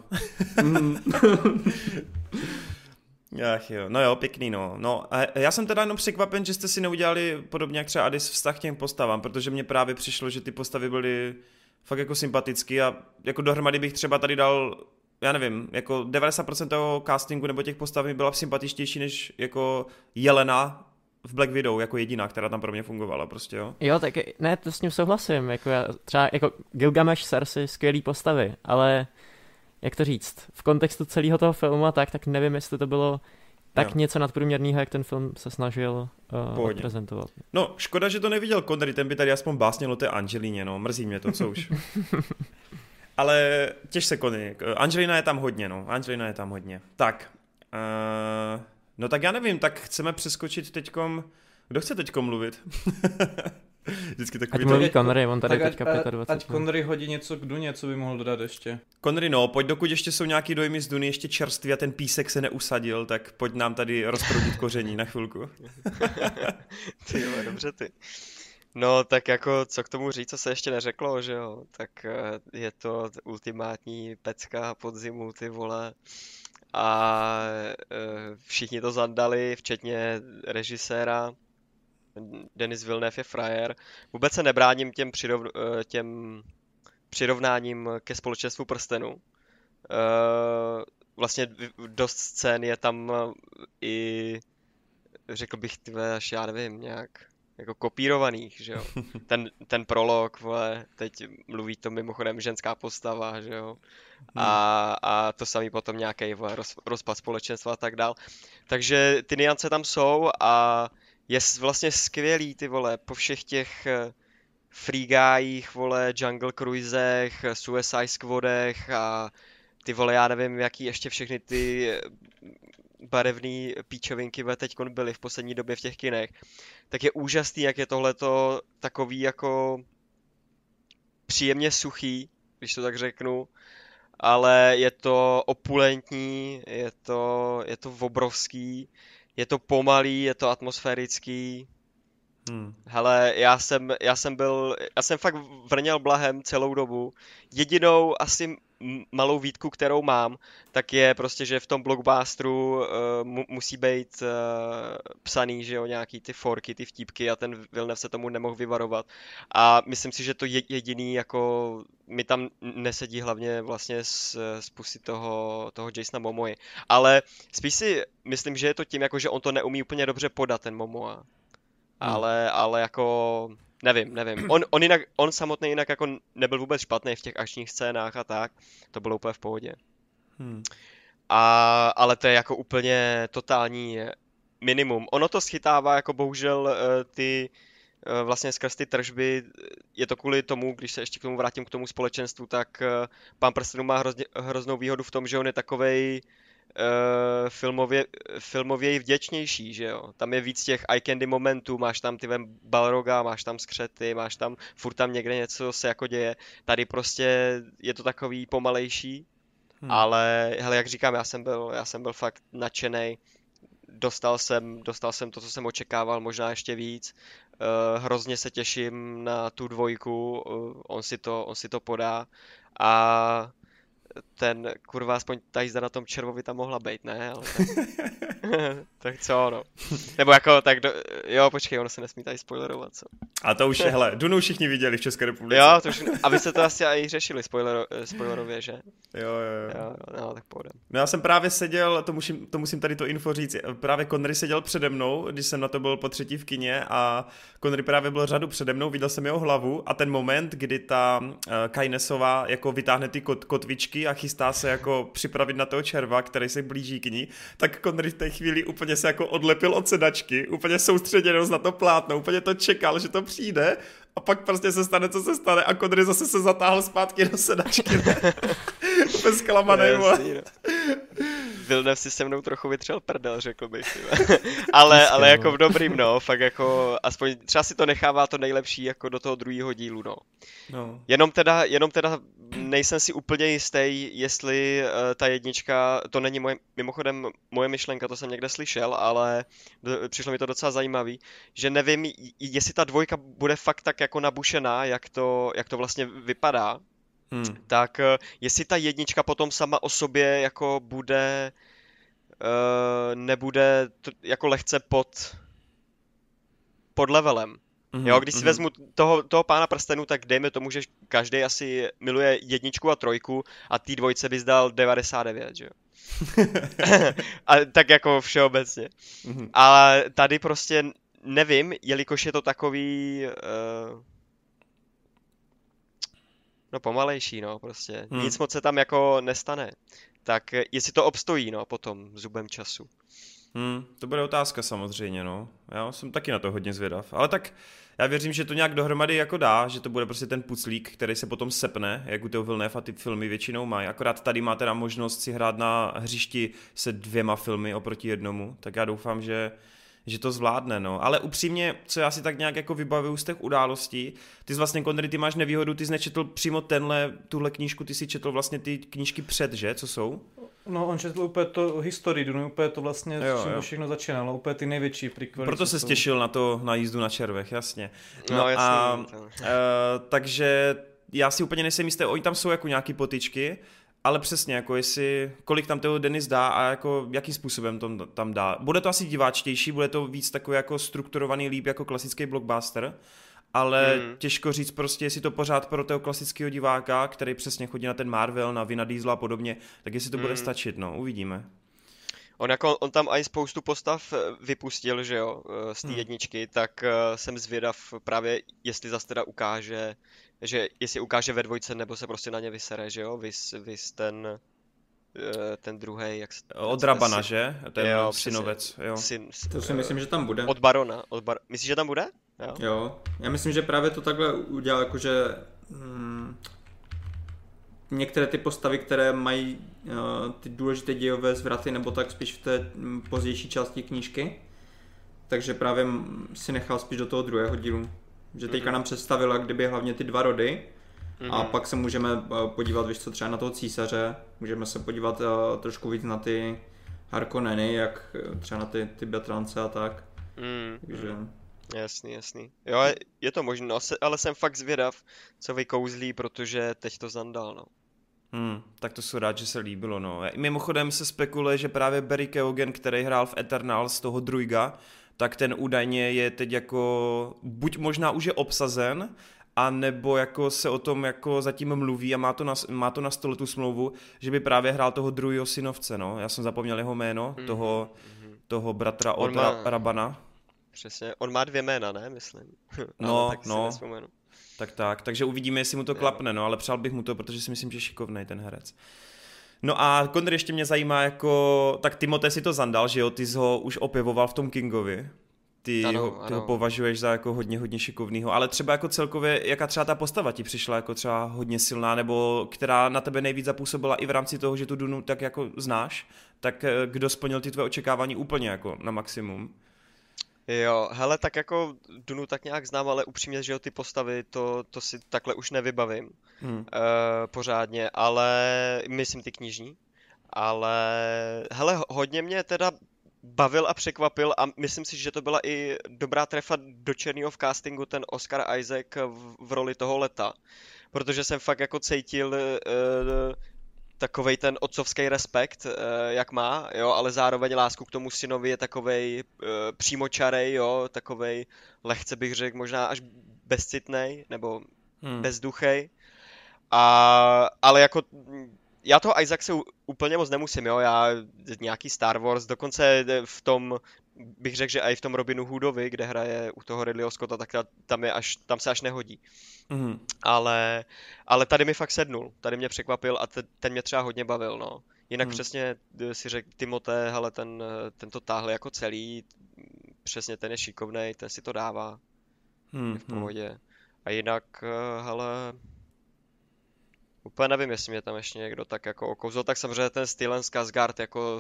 [SPEAKER 1] Ach jo, no jo, pěkný no. No a já jsem teda jenom překvapen, že jste si neudělali podobně jak třeba Adis vztah k těm postavám, protože mně právě přišlo, že ty postavy byly fakt jako sympatický a jako dohromady bych třeba tady dal, já nevím, jako 90% toho castingu nebo těch postav mi byla sympatičtější než jako Jelena v Black Widow jako jediná, která tam pro mě fungovala prostě, jo.
[SPEAKER 4] Jo, tak ne, to s ním souhlasím, jako já, třeba jako Gilgamesh, Cersei, skvělý postavy, ale jak to říct, v kontextu celého toho filmu a tak nevím, jestli to bylo tak něco nadprůměrného, jak ten film se snažil prezentovat.
[SPEAKER 1] No, škoda, že to neviděl Connery, ten by tady aspoň básněl o té Angelíně, no, mrzí mě to, co už. Ale těž se Connery, Angelina je tam hodně, no, Angelina je tam hodně. Tak, no tak já nevím, tak chceme přeskočit teďkom, kdo chce teďkom mluvit? Vždycky takový
[SPEAKER 4] ať mluví Connery, on tady
[SPEAKER 2] tak
[SPEAKER 4] teďka 25.
[SPEAKER 2] Ať Connery hodí něco k Duně, co by mohl dodat ještě.
[SPEAKER 1] Connery, no, pojď, dokud ještě jsou nějaký dojmy z Duny, ještě čerství a ten písek se neusadil, tak pojď nám tady rozproudit koření na chvilku.
[SPEAKER 6] Ty jo, dobře ty. No tak jako, co k tomu říct, co se ještě neřeklo, že jo, tak je to ultimátní pecka podzimu, ty vole. A všichni to zandali, včetně režiséra. Denis Villeneuve je frajer. Vůbec se nebráním těm přirovnáním ke Společenstvu prstenů. Vlastně dost scén je tam i, řekl bych, až já nevím, nějak jako kopírovaných, že jo. Ten prolog, vole, teď mluví to mimochodem ženská postava, že jo. A to samý potom nějaký rozpad společenstva a tak dál. Takže ty niance tam jsou a je vlastně skvělý, ty vole, po všech těch Free Guyích, vole, Jungle Cruisech, Suicide Squadech a ty vole, já nevím, jaký ještě všechny ty barevný píčovinky teďkon byly v poslední době v těch kinech, tak je úžasný, jak je tohleto takový jako příjemně suchý, když to tak řeknu, ale je to opulentní, je to obrovský, je to pomalý, je to atmosférický. Hele, já jsem fakt vrněl blahem celou dobu. Jedinou asi malou výtku, kterou mám, tak je prostě, že v tom blockbusteru musí být psaný, že jo, nějaký ty forky, ty vtípky a ten Villeneuve se tomu nemohl vyvarovat. A myslím si, že to jediný, jako mi tam nesedí hlavně vlastně z pusy toho Jasona Momoy. Ale spíš si myslím, že je to tím, jako, že on to neumí úplně dobře podat, ten Momoa. Ale jako nevím. On samotný jinak jako nebyl vůbec špatný v těch akčních scénách a tak. To bylo úplně v pohodě. Ale to je jako úplně totální minimum. Ono to schytává jako bohužel ty vlastně skrz ty tržby. Je to kvůli tomu, když se ještě k tomu vrátím k tomu společenstvu, tak Pán prstenů má hroznou výhodu v tom, že on je takovej filmově vděčnější, že jo. Tam je víc těch eye candy momentů, máš tam ty Balroga, máš tam skřety, máš tam, furt tam někde něco se jako děje. Tady prostě je to takový pomalejší, ale hele, jak říkám, já jsem byl fakt nadšenej. Dostal jsem to, co jsem očekával, možná ještě víc. Hrozně se těším na tu dvojku, on si to podá a ten, kurva, aspoň ta jízda na tom červovi tam mohla být, ne? Ale tak co, no. Nebo jako, tak jo, počkej, ono se nesmí tady spoilerovat, co?
[SPEAKER 1] A to už je, hele, Dunu všichni viděli v České republice.
[SPEAKER 6] Jo, to už, a vy jste to asi i řešili spoilerově, že?
[SPEAKER 1] Jo.
[SPEAKER 6] No, tak pohodem.
[SPEAKER 1] No já jsem právě seděl, to musím tady to info říct, právě Connery seděl přede mnou, když jsem na to byl po třetí v kině a Connery právě byl řadu přede mnou, viděl jsem jeho hlavu a ten moment, kdy ta Kainesová jako vytáhne ty kotvičky a chystá se jako připravit na toho červa, který se blíží k ní, tak Connery v té chvíli úplně se jako odlepil od sedačky, úplně soustředěnost na to plátno, úplně to čekal, že to přijde a pak prostě se stane, co se stane a Connery zase se zatáhl zpátky do sedačky. Úplně zklamanej.
[SPEAKER 6] Villeneuve si se mnou trochu vytřel prdel, řekl bych. ale jako v dobrým, no, fakt jako, aspoň třeba si to nechává to nejlepší jako do toho druhého dílu, no. Jenom teda nejsem si úplně jistý, jestli ta jednička, to není mimochodem moje myšlenka, to jsem někde slyšel, ale přišlo mi to docela zajímavý, že nevím, jestli ta dvojka bude fakt tak jako nabušená, jak to vlastně vypadá, tak jestli ta jednička potom sama o sobě jako bude, nebude jako lehce pod levelem. Jo, když si vezmu toho Pána prstenů, tak dejme tomu, že každý asi miluje jedničku a trojku a té dvojce bys dal 99, že jo? A tak jako všeobecně. Ale tady prostě nevím, jelikož je to takový no pomalejší, no prostě. Nic moc se tam jako nestane. Tak jestli to obstojí, no potom zubem času.
[SPEAKER 1] To bude otázka samozřejmě, no. Já jsem taky na to hodně zvědav. Ale tak já věřím, že to nějak dohromady jako dá, že to bude prostě ten puclík, který se potom sepne, jak u toho Villeneuve a ty filmy většinou mají. Akorát tady máte teda možnost si hrát na hřišti se 2 filmy oproti jednomu, tak já doufám, že to zvládne, no. Ale upřímně, co já si tak nějak jako vybavuju z těch událostí, ty jsi vlastně, Konry, ty máš nevýhodu, ty jsi nečetl přímo tuhle knížku, ty si četl vlastně ty knížky před, že? Co jsou?
[SPEAKER 2] No, on četl úplně to historii Duny, úplně to vlastně,
[SPEAKER 1] jo,
[SPEAKER 2] s čím to všechno začínalo, úplně ty největší prequely.
[SPEAKER 1] Proto se těšil na jízdu na červech, jasně.
[SPEAKER 6] No jasně.
[SPEAKER 1] Takže já si úplně nejsem jistý, oni tam jsou jako nějaký potyčky, ale přesně, jako kolik tam toho Denis dá a jako jakým způsobem to tam dá. Bude to asi diváčtější, bude to víc takový jako strukturovaný líp jako klasický blockbuster, ale těžko říct prostě, jestli to pořád pro toho klasického diváka, který přesně chodí na ten Marvel, na Vina Diesela a podobně, tak jestli to bude stačit, no, uvidíme.
[SPEAKER 6] On tam i spoustu postav vypustil, že jo, z té jedničky, tak jsem zvědav právě, jestli zase teda ukáže, že jestli ukáže ve dvojce, nebo se prostě na ně vysere, že jo, vys ten druhej, jak se...
[SPEAKER 1] Od Rabana, že? Ten synovec, jo.
[SPEAKER 5] To si myslím, že tam bude.
[SPEAKER 6] Od Barona. Myslíš, že tam bude?
[SPEAKER 5] Jo. Já myslím, že právě to takhle udělal, jakože některé ty postavy, které mají ty důležité dějové zvraty, nebo tak spíš v té pozdější části knížky, takže právě si nechal spíš do toho druhého dílu. Že teďka nám představila, kdyby hlavně ty 2 rody, a pak se můžeme podívat, víš co, třeba na toho císaře, můžeme se podívat trošku víc na ty Harkonneny, jak třeba na ty Betrance a tak. Takže...
[SPEAKER 6] Jasný. Jo, je to možné, ale jsem fakt zvědav, co vykouzlí, protože teď to zandal, no.
[SPEAKER 1] Tak to jsou rád, že se líbilo, no. Mimochodem se spekuluje, že právě Barry Keoghan, který hrál v Eternals toho Druiga, tak ten údajně je teď jako, buď možná už je obsazen, a nebo jako se o tom jako zatím mluví a má to na stole tu smlouvu, že by právě hrál toho druhého synovce, no. Já jsem zapomněl jeho jméno, toho bratra od Rabana.
[SPEAKER 6] Přesně, on má 2 jména, ne, myslím.
[SPEAKER 1] No. Takže uvidíme, jestli mu to klapne, no, ale přál bych mu to, protože si myslím, že je šikovnej ten herec. No a Konry, ještě mě zajímá, jako, tak Timothée si to zandal, že jo, ty jsi ho už opěvoval v tom Kingovi. Ty ho považuješ za jako hodně šikovnýho, ale třeba jako celkově, jaká třeba ta postava ti přišla jako třeba hodně silná, nebo která na tebe nejvíc zapůsobila i v rámci toho, že tu Dunu tak jako znáš, tak kdo splnil ty tvoje očekávání úplně jako na maximum?
[SPEAKER 6] Jo, hele, tak jako Dunu tak nějak znám, ale upřímně, že jo, ty postavy, to si takhle už nevybavím pořádně, ale myslím ty knižní, ale hele, hodně mě teda bavil a překvapil a myslím si, že to byla i dobrá trefa do černýho v castingu ten Oscar Isaac v roli toho Leta, protože jsem fakt jako cítil takovej ten otcovský respekt, jak má, jo, ale zároveň lásku k tomu synovi je takovej přímočarej, jo, takovej lehce bych řekl možná až bezcitnej, nebo bezduchej, ale jako já toho Isaac úplně moc nemusím, jo, já nějaký Star Wars, dokonce v tom, bych řekl, že i v tom Robinu Hoodovi, kde hraje u toho Ridleyho Scotta, tak tam se až nehodí. Ale tady mi fakt sednul, tady mě překvapil a ten mě třeba hodně bavil, no. Jinak přesně si řekl Timothée, hele, ten to táhl jako celý, přesně ten je šikovnej, ten si to dává, je v pohodě. A jinak, hele, Úplně nevím, jestli mě tam ještě někdo tak jako okouzl, tak samozřejmě ten Stellan Skarsgård jako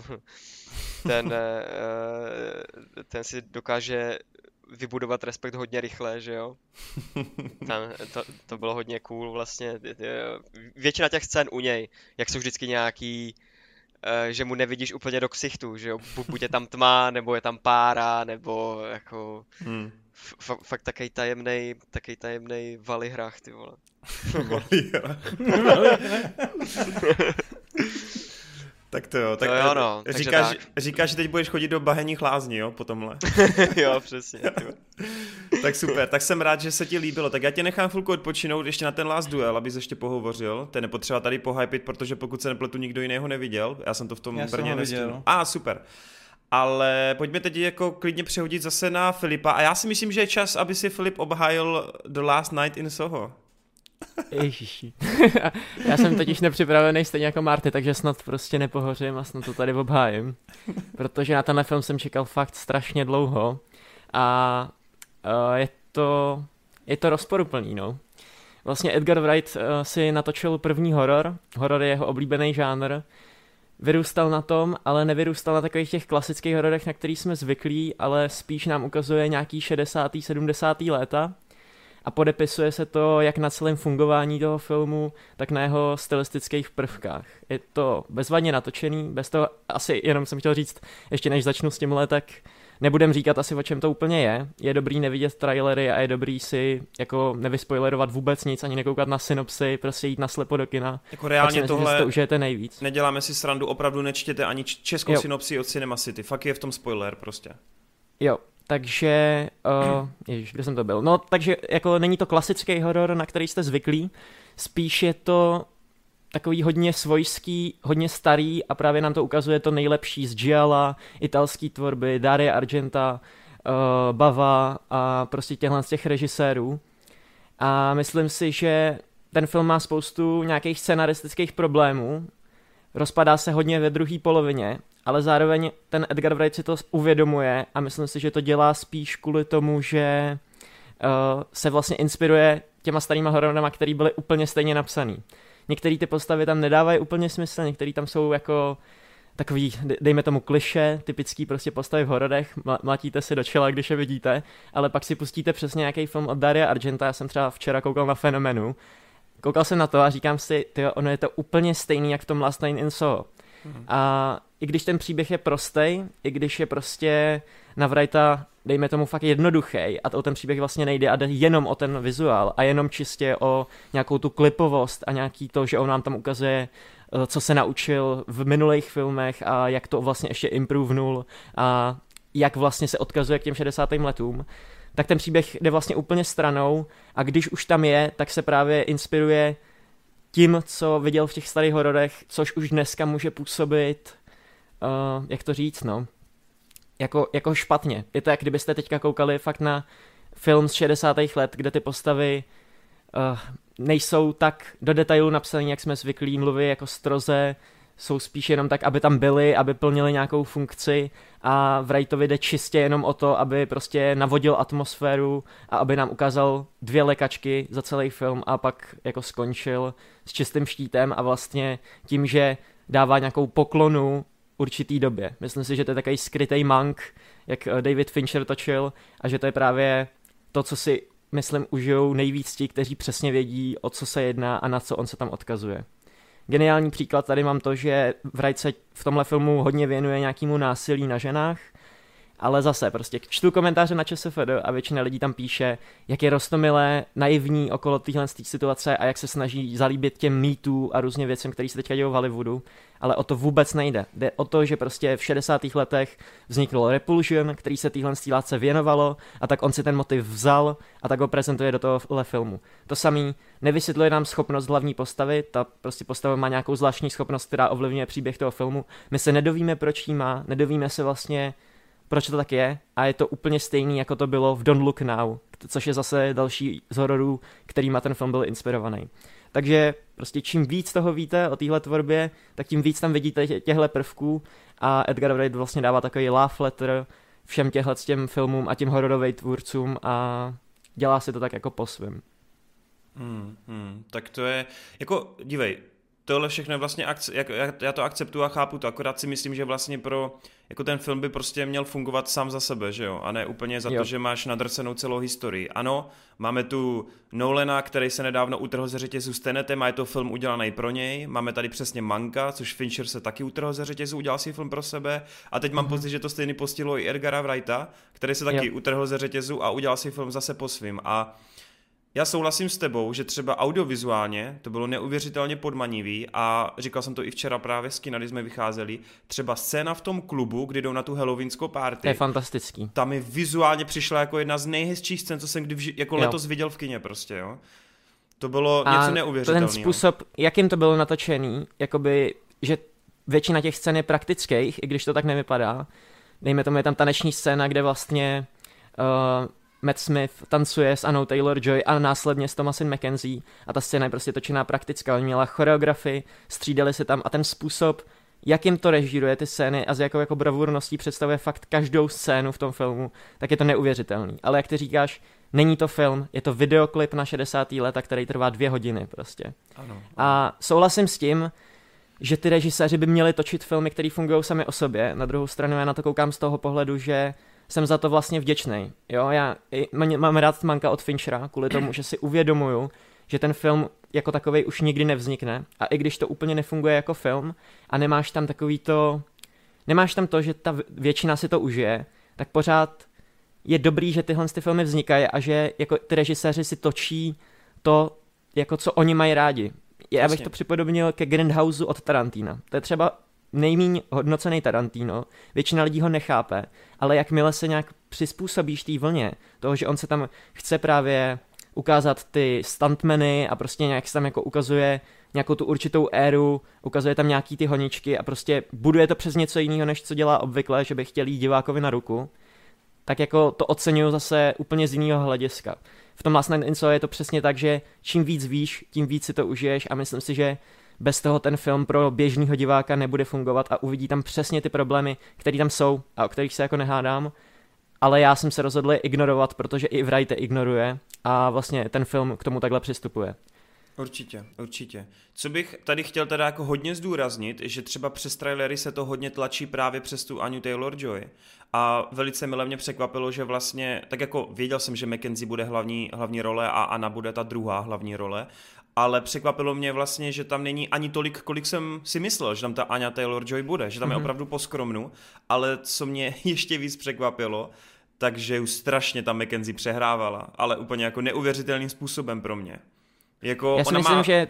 [SPEAKER 6] ten si dokáže vybudovat respekt hodně rychle, že jo. Tam, to bylo hodně cool vlastně. Většina těch scén u něj, jak jsou vždycky nějaký, že mu nevidíš úplně do ksichtu, že jo. Buď je tam tma, nebo je tam pára, nebo jako fakt takový tajemnej valihrach, ty vole.
[SPEAKER 1] Valihrach. Tak to jo, tak,
[SPEAKER 6] jo, no,
[SPEAKER 1] říkáš, že teď budeš chodit do bahenních lázní, jo, po tomhle.
[SPEAKER 6] Jo, přesně.
[SPEAKER 1] Tak super, tak jsem rád, že se ti líbilo. Tak já tě nechám chvilku odpočinout ještě na ten Last Duel, abys ještě pohovořil. To je nepotřeba tady pohypit, protože pokud se nepletu, nikdo jiného neviděl. Já jsem to v tom Brně nestihl. Super. Ale pojďme teď jako klidně přehodit zase na Filipa. A já si myslím, že je čas, aby si Filip obhájil The Last Night in Soho.
[SPEAKER 4] Ježiši. Já jsem totiž nepřipravený stejně jako Marty, takže snad prostě nepohořím a snad to tady obhájím. Protože na tenhle film jsem čekal fakt strašně dlouho a je to rozporuplný, no. Vlastně Edgar Wright si natočil první horor. Horor je jeho oblíbený žánr. Vyrůstal na tom, ale nevyrůstal na takových těch klasických hororech, na který jsme zvyklí, ale spíš nám ukazuje nějaký 60. 70. léta. A podepisuje se to jak na celém fungování toho filmu, tak na jeho stylistických prvkách. Je to bezvadně natočený, bez toho asi jenom jsem chtěl říct, ještě než začnu s tímhle, tak nebudem říkat asi o čem to úplně je. Je dobrý nevidět trailery a je dobrý si jako nevyspoilerovat vůbec nic, ani nekoukat na synopsy, prostě jít naslepo do kina.
[SPEAKER 1] Jako reálně tohle
[SPEAKER 4] to užijete nejvíc.
[SPEAKER 1] Neděláme si srandu, opravdu nečtěte ani českou synopsi od Cinema City, fakt je v tom spoiler prostě.
[SPEAKER 4] Jo. Takže, ježiš, kde jsem to byl? No, takže jako není to klasický horor, na který jste zvyklí, spíš je to takový hodně svojský, hodně starý a právě nám to ukazuje to nejlepší z Gialla, italský tvorby, Daria Argenta, Bava a prostě těchhle z těch režisérů. A myslím si, že ten film má spoustu nějakých scenaristických problémů, rozpadá se hodně ve druhé polovině, ale zároveň ten Edgar Wright si to uvědomuje a myslím si, že to dělá spíš kvůli tomu, že se vlastně inspiruje těma starýma hororama, který byly úplně stejně napsaný. Některé ty postavy tam nedávají úplně smysl, některé tam jsou jako takový, dejme tomu kliše, typický prostě postavy v hororech, mlátíte si do čela, když je vidíte, ale pak si pustíte přesně nějaký film od Daria Argenta, já jsem třeba včera koukal na Fenomenu, koukal jsem na to a říkám si, tyjo, ono je to úplně stejný, jak v tom Last Night in Soho. A i když ten příběh je prostej, i když je prostě na Wrighta, dejme tomu fakt jednoduchý a o ten příběh vlastně nejde a jde jenom o ten vizuál a jenom čistě o nějakou tu klipovost a nějaký to, že on nám tam ukazuje, co se naučil v minulých filmech a jak to vlastně ještě improvenul a jak vlastně se odkazuje k těm 60. letům, tak ten příběh jde vlastně úplně stranou a když už tam je, tak se právě inspiruje tím, co viděl v těch starých hororech, což už dneska může působit, jak to říct, no, jako špatně. Je to, jak kdybyste teďka koukali fakt na film z 60. let, kde ty postavy nejsou tak do detailu napsaný, jak jsme zvyklí, mluví jako stroze, jsou spíš jenom tak, aby tam byli, aby plnili nějakou funkci a Wrightovi jde čistě jenom o to, aby prostě navodil atmosféru a aby nám ukázal 2 lékačky za celý film a pak jako skončil s čistým štítem a vlastně tím, že dává nějakou poklonu určitý době. Myslím si, že to je takový skrytej monk, jak David Fincher točil a že to je právě to, co si myslím užijou nejvíc ti, kteří přesně vědí, o co se jedná a na co on se tam odkazuje. Geniální příklad tady mám to, že Wright se v tomhle filmu hodně věnuje nějakému násilí na ženách, ale zase prostě čtu komentáře na ČSFD a většina lidí tam píše, jak je roztomilé, naivní okolo téhle situace a jak se snaží zalíbit těm mýtů a různě věcem, které se teďka dějou v Hollywoodu, ale o to vůbec nejde. Jde o to, že prostě v 60. letech vzniklo Repulsion, který se téhle látce věnovalo a tak on si ten motiv vzal a tak ho prezentuje do tohohle filmu. To samý nevysvětluje nám schopnost hlavní postavy, ta prostě postava má nějakou zvláštní schopnost, která ovlivňuje příběh toho filmu. My se nedovíme, proč jí má, nedovíme se vlastně, proč to tak je a je to úplně stejný, jako to bylo v Don't Look Now, což je zase další z hororů, kterýma ten film byl inspirovaný. Takže prostě čím víc toho víte o téhle tvorbě, tak tím víc tam vidíte těchto prvků a Edgar Wright vlastně dává takový love letter všem těm filmům a těm hororovým tvůrcům a dělá si to tak jako po svým.
[SPEAKER 1] Tak to je, jako, dívej, tohle všechno je vlastně, já to akceptuju a chápu to, akorát si myslím, že vlastně pro, jako ten film by prostě měl fungovat sám za sebe, že jo, a ne úplně za to, že máš nadrcenou celou historii. Ano, máme tu Nolana, který se nedávno utrhl ze řetězu s Tenetem a je to film udělaný pro něj, máme tady přesně Manka, což Fincher se taky utrhl ze řetězu, udělal si film pro sebe a teď mám pocit, že to stejný postihlo i Edgara Wrighta, který se taky utrhl ze řetězu a udělal si film zase po svým. A já souhlasím s tebou, že třeba audiovizuálně to bylo neuvěřitelně podmanivý a říkal jsem to i včera právě z kina, když jsme vycházeli, třeba scéna v tom klubu, kdy jdou na tu halloweenskou party.
[SPEAKER 4] To je fantastický.
[SPEAKER 1] Ta mi vizuálně přišla jako jedna z nejhezčích scén, co jsem kdy jako letos viděl v kině prostě, jo. To bylo něco neuvěřitelného.
[SPEAKER 4] Ten způsob, jakým to bylo natočený, jakoby, že většina těch scén je praktických, i když to tak nevypadá. Dejme tomu, je tam taneční scéna, kde vlastně Matt Smith tancuje s Annou Taylor-Joy a následně s Thomasin McKenzie a ta scéna je prostě točená praktická. Oni měla choreografii, střídali se tam a ten způsob, jakým to režíruje ty scény a s jakou jako bravurností představuje fakt každou scénu v tom filmu, tak je to neuvěřitelný. Ale jak ty říkáš, není to film, je to videoklip na 60. léta, který trvá 2 hodiny prostě.
[SPEAKER 1] Ano.
[SPEAKER 4] A souhlasím s tím, že ty režiséři by měli točit filmy, které fungují sami o sobě. Na druhou stranu já na to koukám z toho pohledu, že jsem za to vlastně vděčnej. Jo, já mám rád Manka od Finchera, kvůli tomu, že si uvědomuju, že ten film jako takovej už nikdy nevznikne a i když to úplně nefunguje jako film a nemáš tam to, že ta většina si to užije, tak pořád je dobrý, že tyhle filmy vznikají a že jako ty režiséři si točí to, jako co oni mají rádi. Já bych to připodobnil ke Grindhouseu od Tarantina. To je třeba nejméně hodnocený Tarantino, většina lidí ho nechápe, ale jakmile se nějak přizpůsobíš té vlně, toho, že on se tam chce právě ukázat ty stuntmeny a prostě nějak se tam jako ukazuje nějakou tu určitou éru, ukazuje tam nějaký ty honičky a prostě buduje to přes něco jiného, než co dělá obvykle, že by chtěl jít divákovi na ruku, tak jako to oceňuju zase úplně z jiného hlediska. V tom Last Night in Soho je to přesně tak, že čím víc víš, tím víc si to užiješ a myslím si, že bez toho ten film pro běžného diváka nebude fungovat a uvidí tam přesně ty problémy, které tam jsou a o kterých se jako nehádám, ale já jsem se rozhodl je ignorovat, protože i Wright je ignoruje a vlastně ten film k tomu takhle přistupuje.
[SPEAKER 1] Určitě. Co bych tady chtěl teda jako hodně zdůraznit, že třeba přes trailery se to hodně tlačí právě přes tu Annu Taylor-Joy a velice mile mě překvapilo, že vlastně, tak jako věděl jsem, že McKenzie bude hlavní role a Anna bude ta druhá hlavní role, ale překvapilo mě vlastně, že tam není ani tolik, kolik jsem si myslel, že tam ta Anya Taylor-Joy bude, že tam je opravdu poskromnu, ale co mě ještě víc překvapilo, takže už strašně tam McKenzie přehrávala, ale úplně jako neuvěřitelným způsobem pro mě. Jako
[SPEAKER 4] já si myslím, že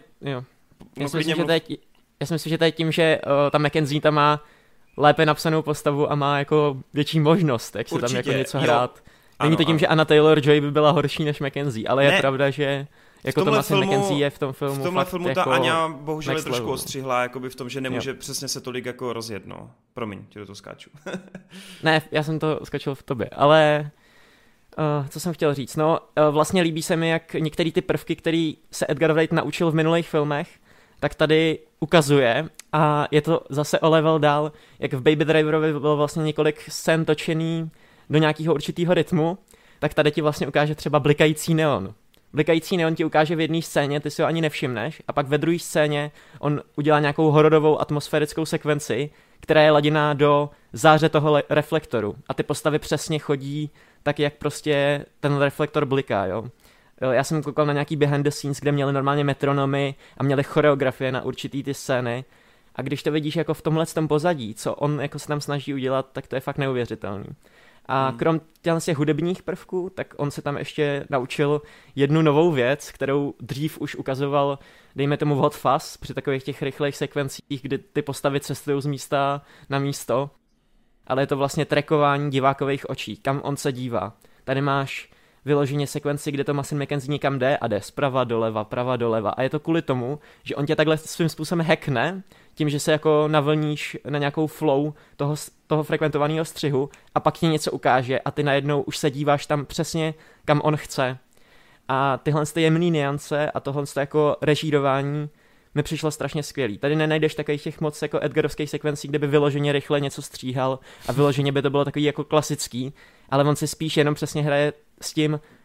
[SPEAKER 4] to je tím, že ta McKenzie tam má lépe napsanou postavu a má jako větší možnost, jak se tam jako něco hrát. Není to tím, že Anna Taylor-Joy by byla horší než McKenzie, ale je pravda, že jako Thomasin McKenzie je v tom filmu.
[SPEAKER 1] V tomhle
[SPEAKER 4] fakt
[SPEAKER 1] filmu
[SPEAKER 4] jako
[SPEAKER 1] ta Aňa bohužel je trošku
[SPEAKER 4] level.
[SPEAKER 1] ostřihlá, jakoby v tom, že nemůže přesně se tolik jako rozjet, no. Promiň, ti do toho skáču.
[SPEAKER 4] Ne, já jsem to skočil v tobě, ale co jsem chtěl říct, vlastně líbí se mi, jak některé ty prvky, které se Edgar Wright naučil v minulých filmech, tak tady ukazuje a je to zase o level dál, jak v Baby Driverovi bylo vlastně několik scén točený do nějakého určitého rytmu, tak tady ti vlastně ukáže třeba blikající neon. Blikající neon ti ukáže v jedné scéně, ty si ho ani nevšimneš, a pak ve druhé scéně on udělá nějakou hororovou atmosférickou sekvenci, která je laděná do záře toho reflektoru a ty postavy přesně chodí tak, jak prostě ten reflektor bliká, jo. Já jsem koukal na nějaký behind the scenes, kde měli normálně metronomy a měli choreografie na určitý ty scény a když to vidíš jako v tomhle tom pozadí, co on jako se tam snaží udělat, tak to je fakt neuvěřitelný. A krom těch hudebních prvků, tak on se tam ještě naučil jednu novou věc, kterou dřív už ukazoval, dejme tomu v Hot Fuzz, při takových těch rychlých sekvencích, kdy ty postavy cestují z místa na místo, ale je to vlastně trackování divákových očí, kam on se dívá. Tady máš vyloženě sekvenci, kde Thomasin McKenzie někam jde a jde zprava doleva a je to kvůli tomu, že on tě takhle svým způsobem hackne, tím, že se jako navlníš na nějakou flow toho frekventovaného střihu a pak ti něco ukáže a ty najednou už se díváš tam přesně, kam on chce. A tyhle jemný nuance a tohle jako režírování mi přišlo strašně skvělý. Tady nenajdeš takových těch moc jako Edgarovských sekvencí, kde by vyloženě rychle něco stříhal a vyloženě by to bylo takový jako klasický, ale on si spíš jenom přesně hraje s tím,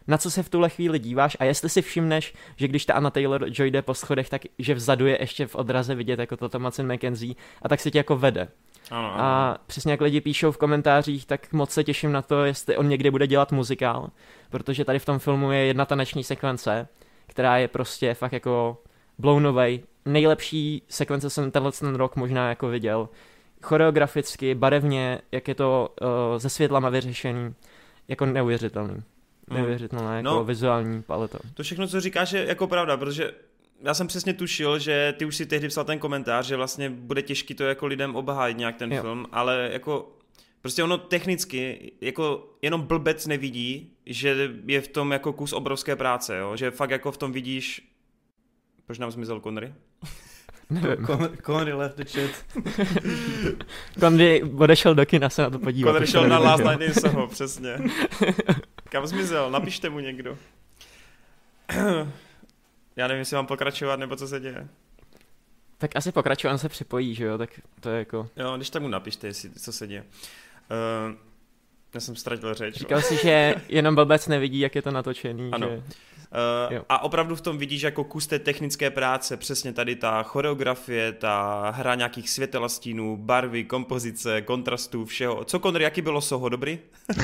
[SPEAKER 4] na co se v tuhle chvíli díváš a jestli si všimneš, že když ta Anna Taylor-Joy jde po schodech, tak že vzadu je ještě v odraze vidět jako to Thomasin McKenzie a tak se tě jako vede.
[SPEAKER 1] Ano.
[SPEAKER 4] A přesně jak lidi píšou v komentářích, tak moc se těším na to, jestli on někdy bude dělat muzikál, protože tady v tom filmu je jedna taneční sekvence, která je prostě fakt jako blown away. Nejlepší sekvence jsem ten rok možná jako viděl. Choreograficky, barevně, jak je to se světlama vyřešený, jako neuvěřitelný. Neuvěřitelná jako vizuální paleta.
[SPEAKER 1] To všechno, co říkáš, je jako pravda, protože já jsem přesně tušil, že ty už si tehdy psal ten komentář, že vlastně bude těžký to jako lidem obhájit nějak ten film, ale jako prostě ono technicky, jako jenom blbec nevidí, že je v tom jako kus obrovské práce, jo? Že fakt jako v tom vidíš. Proč nám zmizel Connery?
[SPEAKER 2] Nevím. Connery left the chat.
[SPEAKER 4] Connery odešel do kina se na to podívat.
[SPEAKER 1] Connery šel na Last Night in Soho, přesně. Kam zmizel? Napište mu někdo. Já nevím, jestli mám pokračovat, nebo co se děje.
[SPEAKER 4] Tak asi pokračuje, on se připojí, že jo, tak to je jako...
[SPEAKER 1] Jo, když tak mu napište, co se děje. Já jsem ztratil řeč.
[SPEAKER 4] Říkal jsi, že jenom blbec nevidí, jak je to natočený,
[SPEAKER 1] ano.
[SPEAKER 4] Že...
[SPEAKER 1] A opravdu v tom vidíš jako kus té technické práce, přesně tady ta choreografie, ta hra nějakých světel a stínů, barvy, kompozice, kontrastů, všeho. Co Connery, jaký bylo Soho, dobrý?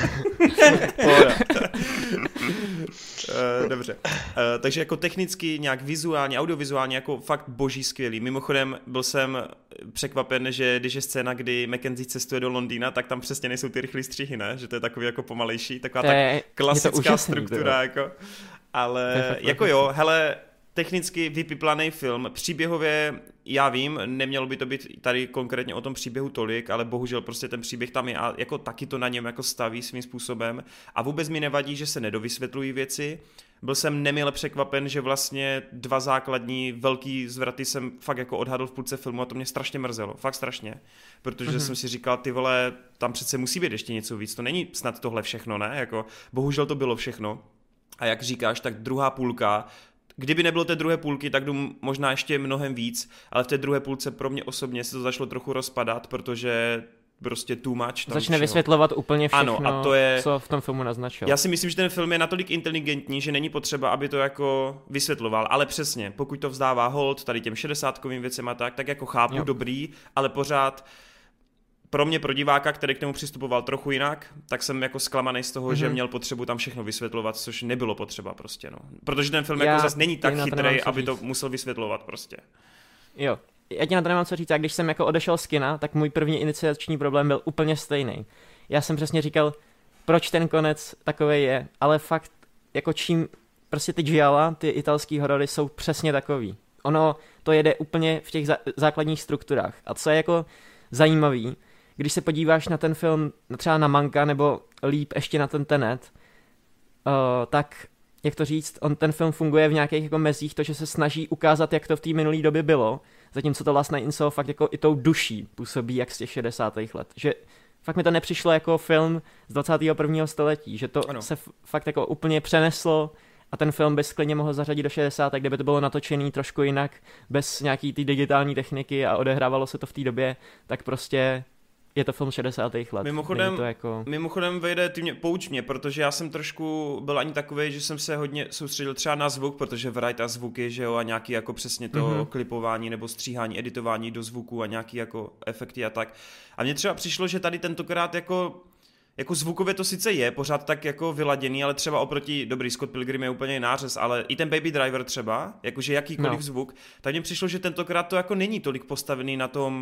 [SPEAKER 1] Dobře. Takže jako technicky, nějak vizuálně, audiovizuálně, jako fakt boží skvělý. Mimochodem byl jsem překvapen, že když je scéna, kdy Mackenzie cestuje do Londýna, tak tam přesně nejsou ty rychlý střihy, ne? Že to je takový jako pomalejší, taková ta klasická struktura, jako. Ale jako jo, hele, technicky vypiplaný film, příběhově, já vím, nemělo by to být tady konkrétně o tom příběhu tolik, ale bohužel prostě ten příběh tam je a jako taky to na něm jako staví svým způsobem a vůbec mi nevadí, že se nedovysvětlují věci. Byl jsem nemile překvapen, že vlastně 2 základní velký zvraty jsem fakt jako odhadl v půlce filmu a to mě strašně mrzelo, fakt strašně, protože jsem si říkal, ty vole, tam přece musí být ještě něco víc, to není snad tohle všechno, ne, jako bohužel to bylo všechno. A jak říkáš, tak druhá půlka, kdyby nebylo té druhé půlky, tak jdu možná ještě mnohem víc, ale v té druhé půlce pro mě osobně se to začalo trochu rozpadat, protože prostě too much.
[SPEAKER 4] Začne vysvětlovat úplně všechno,
[SPEAKER 1] ano, a to je...
[SPEAKER 4] co v tom filmu naznačil.
[SPEAKER 1] Já si myslím, že ten film je natolik inteligentní, že není potřeba, aby to jako vysvětloval, ale přesně, pokud to vzdává hold tady těm 60kovým věcem a tak jako chápu, dobrý, ale pořád pro mě, pro diváka, který k tomu přistupoval trochu jinak, tak jsem jako zklamaný z toho, že měl potřebu tam všechno vysvětlovat, což nebylo potřeba prostě, no. Protože ten film jako zase není tak chytrej, aby to musel vysvětlovat prostě.
[SPEAKER 4] Jo, já ti na to nemám co říct, a když jsem jako odešel z kina, tak můj první iniciační problém byl úplně stejný. Já jsem přesně říkal, proč ten konec takovej je, ale fakt, jako čím, prostě ty giallo, ty italský horory jsou přesně takový. Ono to jede úplně v těch základních strukturách. A co je jako zajímavý, když se podíváš na ten film, třeba na Manka, nebo líp ještě na ten Tenet, tak, jak to říct, ten film funguje v nějakých jako mezích, to, že se snaží ukázat, jak to v té minulé době bylo, zatímco to Last Night in Soho fakt jako i tou duší působí, jak z těch 60. let. Že fakt mi to nepřišlo jako film z 21. století, že to se fakt jako úplně přeneslo a ten film by klidně mohl zařadit do 60. kde by to bylo natočený trošku jinak, bez nějaký té digitální techniky a odehrávalo se to v té době, tak prostě je to film 60. let.
[SPEAKER 1] Mimochodem Vejde, pouč mě, protože já jsem trošku byl ani takovej, že jsem se hodně soustředil třeba na zvuk, protože variety zvuky, že jo, a nějaký jako přesně to klipování nebo stříhání, editování do zvuku a nějaký jako efekty a tak. A mně třeba přišlo, že tady tentokrát jako zvukově to sice je pořád tak jako vyladěný, ale třeba oproti, dobrý, Scott Pilgrim je úplně nářez, ale i ten Baby Driver třeba, jakože jakýkoliv zvuk, tak mně přišlo, že tentokrát to jako není tolik postavený na tom.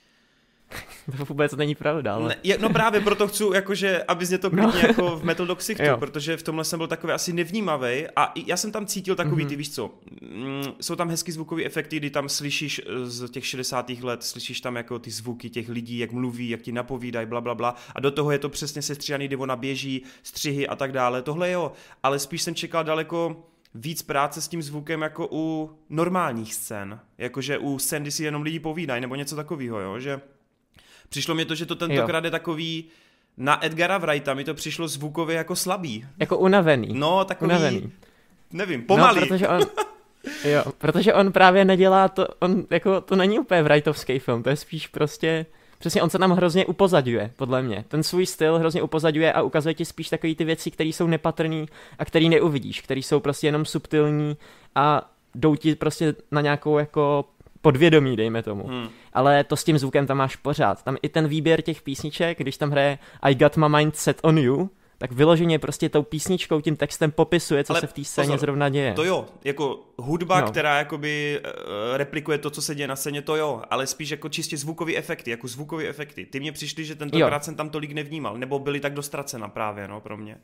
[SPEAKER 4] To vůbec není pravda, ale...
[SPEAKER 1] No právě proto chci, jakože, aby mě to klidně jako v Metal Dog Sichtu, protože v tomhle jsem byl takový asi nevnímavej a já jsem tam cítil takový, ty víš co, jsou tam hezký zvukový efekty, kdy tam slyšíš z těch 60. let, slyšíš tam jako ty zvuky těch lidí, jak mluví, jak ti napovídají, blablabla a do toho je to přesně sestříhaný, kdy ona běží, střihy a tak dále, tohle jo, ale spíš jsem čekal daleko víc práce s tím zvukem jako u normálních scén, jakože u scén, kdy si jenom lidi povídají nebo něco takového, jo, že přišlo mi to, že to tentokrát je takový, na Edgara Wrighta mi to přišlo zvukově jako slabý.
[SPEAKER 4] Jako unavený.
[SPEAKER 1] No, takový, unavený. Nevím, pomalý.
[SPEAKER 4] No, protože on právě nedělá to, on jako, to není úplně Wrightovský film, to je spíš prostě přesně on se tam hrozně upozadňuje, podle mě. Ten svůj styl hrozně upozadňuje a ukazuje ti spíš takový ty věci, které jsou nepatrný a které neuvidíš, které jsou prostě jenom subtilní a jdou ti prostě na nějakou jako podvědomí, dejme tomu. Ale to s tím zvukem tam máš pořád. Tam i ten výběr těch písniček, když tam hraje I Got My Mind Set On You, tak vyloženě prostě tou písničkou, tím textem popisuje, co se v té scéně zrovna děje.
[SPEAKER 1] To jo, jako hudba, která jakoby replikuje to, co se děje na scéně, to jo, ale spíš jako čistě zvukové efekty, jako zvukové efekty. Ty mně přišli, že tentokrát jsem tam tolik nevnímal, nebo byly tak dostracena právě, no, pro mě.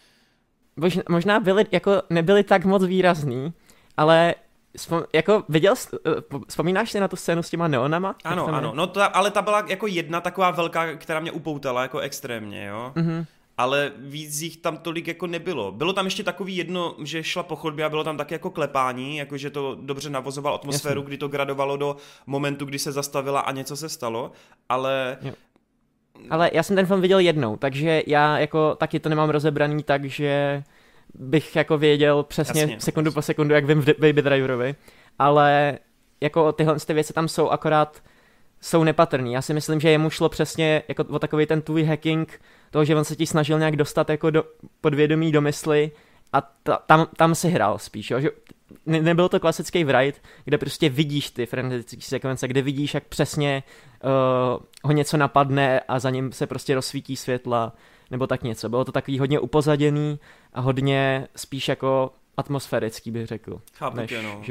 [SPEAKER 4] Možná nebyly tak moc výrazný, ale jako vzpomínáš si na tu scénu s těma neonama?
[SPEAKER 1] Ano, no ale ta byla jako jedna taková velká, která mě upoutala jako extrémně, jo. Ale víc jich tam tolik jako nebylo. Bylo tam ještě takový jedno, že šla po chodbě a bylo tam taky jako klepání, jakože to dobře navozovalo atmosféru, kdy to gradovalo do momentu, kdy se zastavila a něco se stalo, ale...
[SPEAKER 4] Jo. Ale já jsem ten film viděl jednou, takže já jako taky to nemám rozebraný, takže bych jako věděl přesně sekundu po sekundu, jak vím v Baby Driverovi, ale jako tyhle ty věci tam jsou, akorát jsou nepatrný. Já si myslím, že jemu šlo přesně jako o takový ten tvůj hacking toho, že on se ti snažil nějak dostat jako do podvědomí, do mysli a tam si hrál spíš, jo? Že nebyl to klasický write, kde prostě vidíš ty frenetické sekvence, kde vidíš, jak přesně ho něco napadne a za ním se prostě rozsvítí světla, nebo tak něco. Bylo to takový hodně upozaděný a hodně spíš jako atmosférický, bych řekl.
[SPEAKER 1] Chápu tě, no.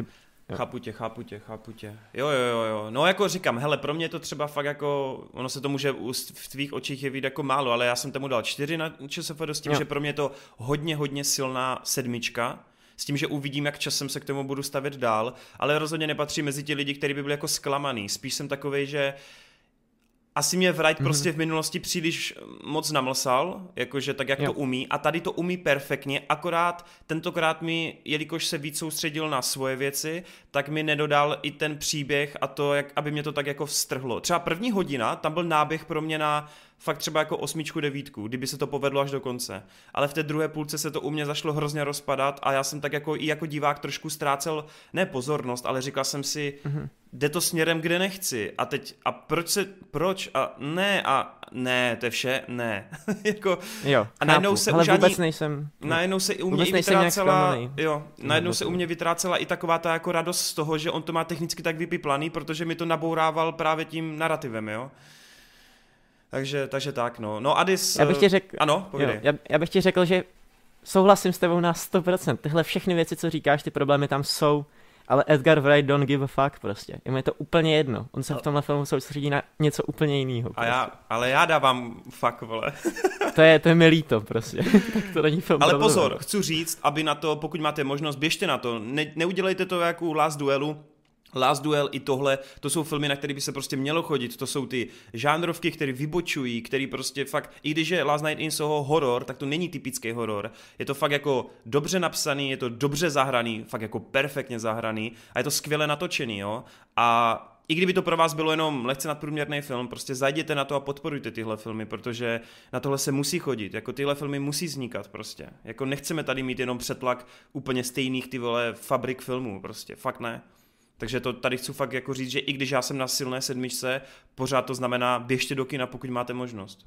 [SPEAKER 1] Chápu tě. Jo. No jako říkám, hele, pro mě je to třeba fakt jako, ono se to může v tvých očích jevit jako málo, ale já jsem tomu dal 4 na ČSFD s tím, že pro mě je to hodně silná 7, s tím, že uvidím, jak časem se k tomu budu stavět dál, ale rozhodně nepatří mezi ti lidi, kteří by byli jako zklamaný. Spíš jsem takovej, že asi mě Wright prostě v minulosti příliš moc namlsal, jakože tak, jak to umí. A tady to umí perfektně, akorát tentokrát mi, jelikož se víc soustředil na svoje věci, tak mi nedodal i ten příběh a to, aby mě to tak jako vstrhlo. Třeba první hodina, tam byl náběh pro mě na fakt třeba jako 8, 9, kdyby se to povedlo až do konce. Ale v té druhé půlce se to u mě zašlo hrozně rozpadat a já jsem tak jako i jako divák trošku ztrácel, ne pozornost, ale říkal jsem si, jde to směrem, kde nechci. A teď, a proč? A ne, to je vše, ne. jako,
[SPEAKER 4] jo,
[SPEAKER 1] a najednou se už
[SPEAKER 4] vůbec nejsem.
[SPEAKER 1] Najednou se u mě i vytrácela, najednou se u mě vytrácela i taková ta jako radost z toho, že on to má technicky tak vypiplaný, protože mi to nabourával právě tím narrativem, jo. Takže tak, no. No Addis...
[SPEAKER 4] Já bych ti řekl...
[SPEAKER 1] Ano, povídej.
[SPEAKER 4] Já bych ti řekl, že souhlasím s tebou na 100%. Tyhle všechny věci, co říkáš, ty problémy tam jsou, ale Edgar Wright don't give a fuck prostě. Jemu je to úplně jedno. On se v tomhle filmu soustředí na něco úplně jiného. Prostě.
[SPEAKER 1] Ale já dávám fuck, vole.
[SPEAKER 4] to je mi líto, prostě. Tak to není film.
[SPEAKER 1] Ale pozor, chci říct, aby na to, pokud máte možnost, běžte na to. Neudělejte to jako u Last Duelu. Last Duel i tohle, to jsou filmy, na které by se prostě mělo chodit, to jsou ty žánrovky, které vybočují, které prostě fakt, i když je Last Night in Soho horor, tak to není typický horor, je to fakt jako dobře napsaný, je to dobře zahraný, fakt jako perfektně zahraný a je to skvěle natočený, jo, a i kdyby to pro vás bylo jenom lehce nadprůměrný film, prostě zajděte na to a podporujte tyhle filmy, protože na tohle se musí chodit, jako tyhle filmy musí vznikat prostě, jako nechceme tady mít jenom přetlak úplně stejných ty vole fabrik filmů, prostě, fakt ne. Takže to tady chci fakt jako říct, že i když já jsem na silné 7, pořád to znamená běžte do kina, pokud máte možnost.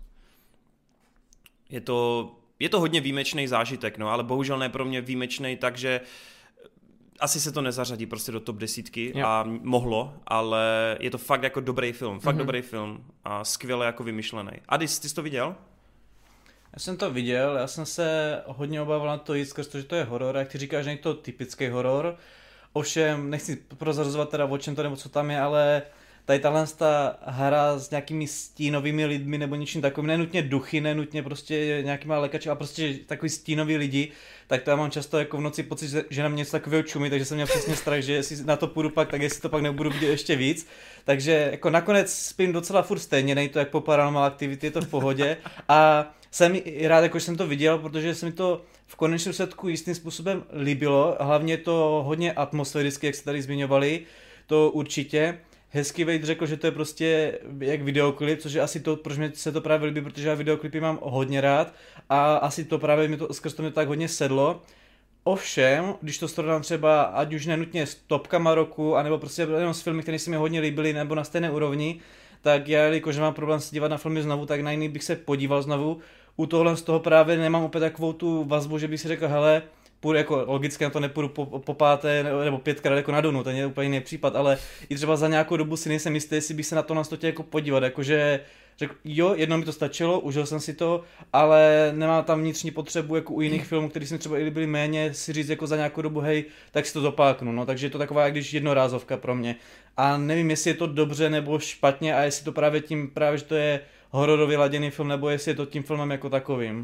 [SPEAKER 1] Je to hodně výjimečný zážitek, no, ale bohužel ne pro mě výjimečný, takže asi se to nezařadí prostě do top 10 a mohlo, ale je to fakt jako dobrý film, dobrý film a skvěle jako vymyšlený. Adis, ty jsi to viděl?
[SPEAKER 2] Já jsem to viděl, já jsem se hodně obával na to jít skrz to, že to je horor, jak ty říkáš, že není to typický horor. Ovšem, nechci prozrazovat teda o čem to nebo co tam je, ale tady tahle hra s nějakými stínovými lidmi nebo něčím takovým, nenutně duchy, nenutně prostě nějakýma lékači, ale prostě takový stínoví lidi, tak to já mám často jako v noci pocit, že na mě něco takového čumí, takže jsem měl přesně strach, že jestli na to půjdu pak, tak jestli to pak nebudu vidět ještě víc. Takže jako nakonec spím docela furt stejně, nejde to jak po Paranormal Activity, je to v pohodě a jsem i rád, jako jsem to viděl, protože se mi to v konečném důsledku jistým způsobem líbilo, hlavně to hodně atmosféricky, jak se tady zmiňovali, to určitě. Hezky Wade řekl, že to je prostě jak videoklip, což je asi to, proč mě se to právě líbí, protože já videoklipy mám hodně rád a asi to právě mi to skrz to mě tak hodně sedlo. Ovšem, když to srovnám třeba, ať už nenutně s topkama roku, anebo prostě jenom s filmy, které se mi hodně líbily, nebo na stejné úrovni, tak já, jelikož mám problém se dívat na filmy znovu, tak na jiný bych se podíval znovu. U tohle z toho právě nemám úplně takovou tu vazbu, že bych si řekl, hele, půjdu jako, logicky na to nepůjdu po páté nebo 5krát jako na Dunu, to je úplně jiný případ, ale i třeba za nějakou dobu si nejsem jistý, jestli bych se na to chtěl jako podívat, jakože řekl, jo, jednou mi to stačilo, užil jsem si to, ale nemám tam vnitřní potřebu jako u jiných filmů, který si třeba i líbily méně, si říct jako za nějakou dobu, hej, tak si to dopáknu, no, takže je to taková, jak když jednorázovka pro mě. A nevím, jestli je to dobře nebo špatně a jestli to právě tím, že to je hororově laděný film, nebo jestli je to tím filmem jako takovým.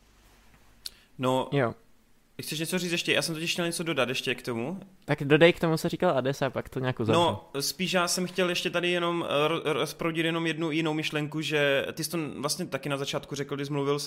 [SPEAKER 1] No,
[SPEAKER 4] Jo.
[SPEAKER 1] Chceš něco říct ještě? Já jsem totiž chtěl něco dodat ještě k tomu.
[SPEAKER 4] Tak dodej k tomu, co říkal Ades, a pak to nějak uzavřu.
[SPEAKER 1] No, spíš já jsem chtěl ještě tady jenom rozproudit jenom jednu jinou myšlenku, že ty jsi to vlastně taky na začátku řekl, když mluvil.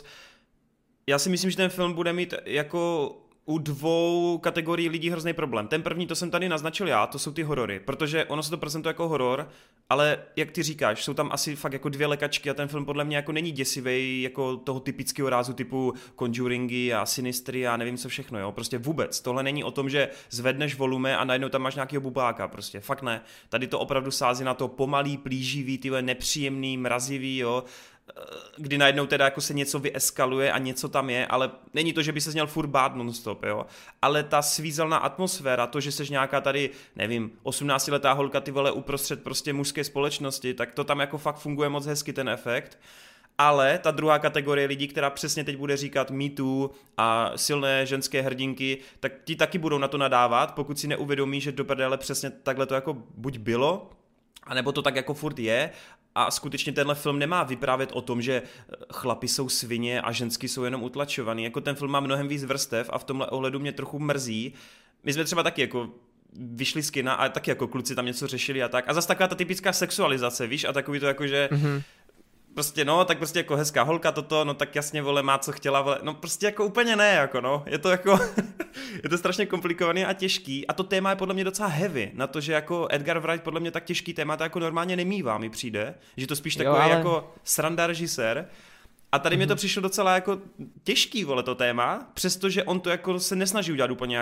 [SPEAKER 1] Já si myslím, že ten film bude mít jako u dvou kategorií lidí hrozný problém. Ten první, to jsem tady naznačil já, to jsou ty horory, protože ono se to prezentuje jako horor, ale jak ty říkáš, jsou tam asi fakt jako 2 lekačky a ten film podle mě jako není děsivý jako toho typického rázu typu Conjuringy a Sinistry a nevím co všechno, jo, prostě vůbec. Tohle není o tom, že zvedneš volume a najednou tam máš nějakého bubáka, prostě fakt ne. Tady to opravdu sází na to pomalý, plíživý, tyhle nepříjemný, mrazivý, jo, kdy najednou teda jako se něco vyeskaluje a něco tam je, ale není to, že by se měl furt bát non-stop, jo. Ale ta svízelná atmosféra, to, že seš nějaká tady, nevím, 18letá holka, ty vole, uprostřed prostě mužské společnosti, tak to tam jako fakt funguje moc hezky ten efekt. Ale ta druhá kategorie lidí, která přesně teď bude říkat Me Too a silné ženské hrdinky, tak ti taky budou na to nadávat, pokud si neuvědomí, že do prdele přesně takhle to jako buď bylo, anebo to tak jako furt je. A skutečně tenhle film nemá vyprávět o tom, že chlapi jsou svině a ženský jsou jenom utlačovaný. Jako ten film má mnohem víc vrstev a v tomhle ohledu mě trochu mrzí. My jsme třeba taky jako vyšli z kina a taky jako kluci tam něco řešili a tak. A zase taková ta typická sexualizace, víš? A takový to jako, že prostě no, tak prostě jako hezká holka toto, no tak jasně, vole, má co chtěla, vole. No prostě jako úplně ne, jako no. Je to jako, je to strašně komplikovaný a těžký a to téma je podle mě docela heavy. Na to, že jako Edgar Wright podle mě tak těžký téma to jako normálně nemívá, mi přijde. Že to spíš takový ale jako sranda režisér. A tady mi to přišlo docela jako těžký, vole, to téma, přestože on to jako se nesnaží udělat úplně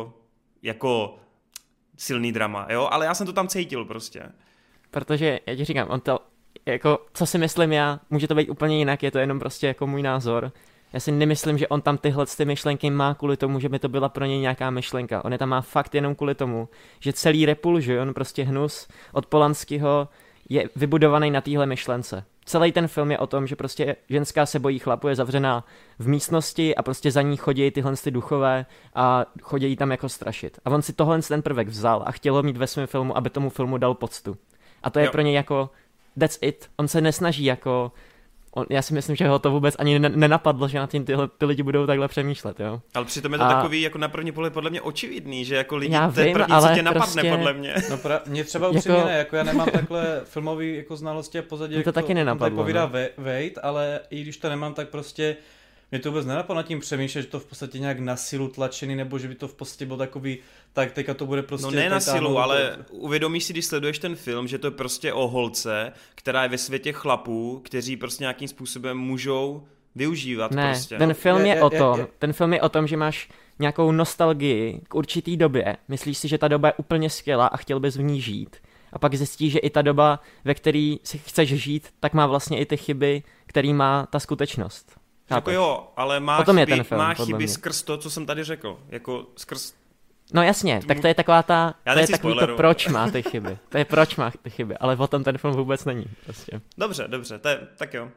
[SPEAKER 1] jako silný drama, jo, ale já jsem to tam cítil prostě.
[SPEAKER 4] Protože, já ti říkám, on to, jako, co si myslím já, může to být úplně jinak, je to jenom prostě jako můj názor. Já si nemyslím, že on tam tyhle ty myšlenky má kvůli tomu, že by to byla pro něj nějaká myšlenka. On je tam má fakt jenom kvůli tomu, že celý Repulsion, prostě hnus od Polanského je vybudovaný na téhle myšlence. Celý ten film je o tom, že prostě ženská se bojí chlapu, je zavřená v místnosti a prostě za ní chodí tyhle ty duchové a chodí jí tam jako strašit. A on si tohle ten prvek vzal a chtěl ho mít ve svém filmu, aby tomu filmu dal poctu. A to je pro něj jako that's it. On se nesnaží jako já si myslím, že ho to vůbec ani nenapadlo, že na tím ty lidi budou takhle přemýšlet, jo.
[SPEAKER 1] Ale přitom je to takový jako na první pohled podle mě očividný, že jako lidi,
[SPEAKER 4] to je
[SPEAKER 1] první, co tě napadne prostě podle mě.
[SPEAKER 2] No mě třeba upřímně jako, jako já nemám takhle filmový jako znalosti a pozadí, jak
[SPEAKER 4] to taky nenapadlo,
[SPEAKER 2] povídá Wade, ale i když to nemám, tak prostě mě to vůbec nenapadlo nad tím přemýšlet, že to v podstatě nějak na silu tlačený, nebo že by to v podstatě bylo takový, tak teďka to bude prostě...
[SPEAKER 1] No ne na silu, ale uvědomíš si, když sleduješ ten film, že to je prostě o holce, která je ve světě chlapů, kteří prostě nějakým způsobem můžou využívat
[SPEAKER 4] ne,
[SPEAKER 1] prostě.
[SPEAKER 4] Ten film ten film je o tom, že máš nějakou nostalgii k určitý době, myslíš si, že ta doba je úplně skvělá a chtěl bys v ní žít. A pak zjistíš, že i ta doba, ve které si chceš žít, tak má vlastně i ty chyby, který má ta skutečnost.
[SPEAKER 1] Jako jo, ale má chyby skrz to, co jsem tady řekl. Jako skrz...
[SPEAKER 4] No jasně, tak to je taková ta... To je takový to, proč má ty chyby. To je proč má ty chyby, ale o tom ten film vůbec není. Prostě.
[SPEAKER 1] Dobře, tak jo.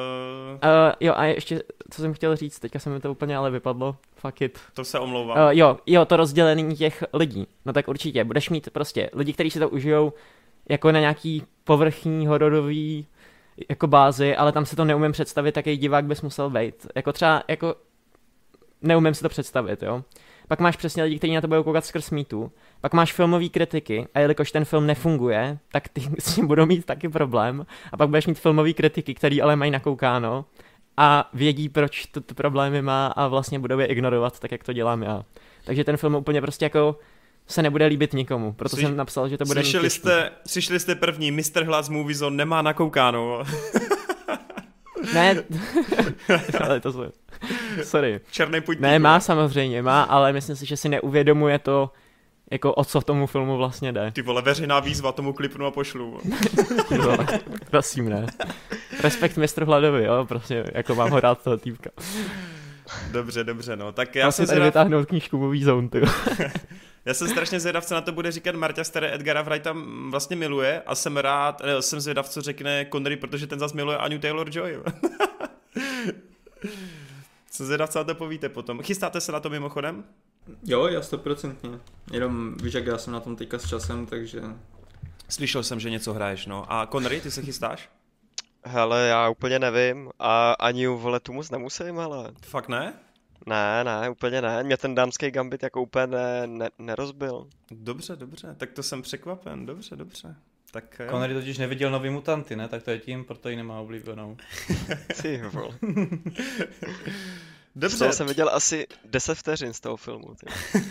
[SPEAKER 4] Jo a ještě, co jsem chtěl říct, teďka se mi to úplně ale vypadlo. Fuck it.
[SPEAKER 1] To se omlouvám.
[SPEAKER 4] Jo, to rozdělení těch lidí. No tak určitě, budeš mít prostě lidi, kteří si to užijou jako na nějaký povrchní, hororový jako bázi, ale tam si to neumím představit, jaký divák bys musel být. Jako třeba, jako neumím si to představit, jo. Pak máš přesně lidi, kteří na to budou koukat skrz mýtu. Pak máš filmový kritiky a jelikož ten film nefunguje, tak ty s tím budou mít taky problém. A pak budeš mít filmový kritiky, který ale mají nakoukáno a vědí, proč ty problémy má a vlastně budou je ignorovat, tak jak to dělám já. Takže ten film úplně prostě jako se nebude líbit nikomu, proto jsem napsal, že to bude
[SPEAKER 1] Slyšeli jste první, Mr. Hlas Movie Zone nemá nakoukáno.
[SPEAKER 4] Ne, ale to sorry.
[SPEAKER 1] Černý pojď.
[SPEAKER 4] Ne, má samozřejmě, ale myslím si, že si neuvědomuje to, jako o co tomu filmu vlastně jde.
[SPEAKER 1] Ty vole, veřejná výzva, tomu klipnu a pošlu.
[SPEAKER 4] Ty vole, prosím, ne. Respekt mistru Hladovi, jo, prostě, jako mám ho rád toho týpka.
[SPEAKER 1] Dobře, no. Tak já
[SPEAKER 4] Já
[SPEAKER 1] jsem
[SPEAKER 4] jsem tady vytáhnout knížku Movie Zone, ty.
[SPEAKER 1] Já jsem strašně zvědav, co na to bude říkat Marta, které Edgara Wrighta vlastně miluje a jsem zvědav, co řekne Connery, protože ten zas miluje Anu Taylor-Joy. Jsem zvědav, co na to povíte potom. Chystáte se na to mimochodem?
[SPEAKER 5] Jo, já 100%. Jenom víš, jak já jsem na tom teďka s časem, takže...
[SPEAKER 1] Slyšel jsem, že něco hraješ, no. A Connery, ty se chystáš?
[SPEAKER 6] Hele, já úplně nevím a ani vole tu moc nemusím, ale...
[SPEAKER 1] Fakt ne?
[SPEAKER 6] Ne, úplně ne. Mě ten dámský gambit jako úplně nerozbil.
[SPEAKER 1] Dobře, tak to jsem překvapen, dobře. Tak jo.
[SPEAKER 2] Connery totiž neviděl Nový mutanty, ne? Tak to je tím, proto ji nemá oblíbenou.
[SPEAKER 6] Ty vole.
[SPEAKER 1] Dobře.
[SPEAKER 6] Z toho jsem viděl asi 10 vteřin z toho filmu. Ty.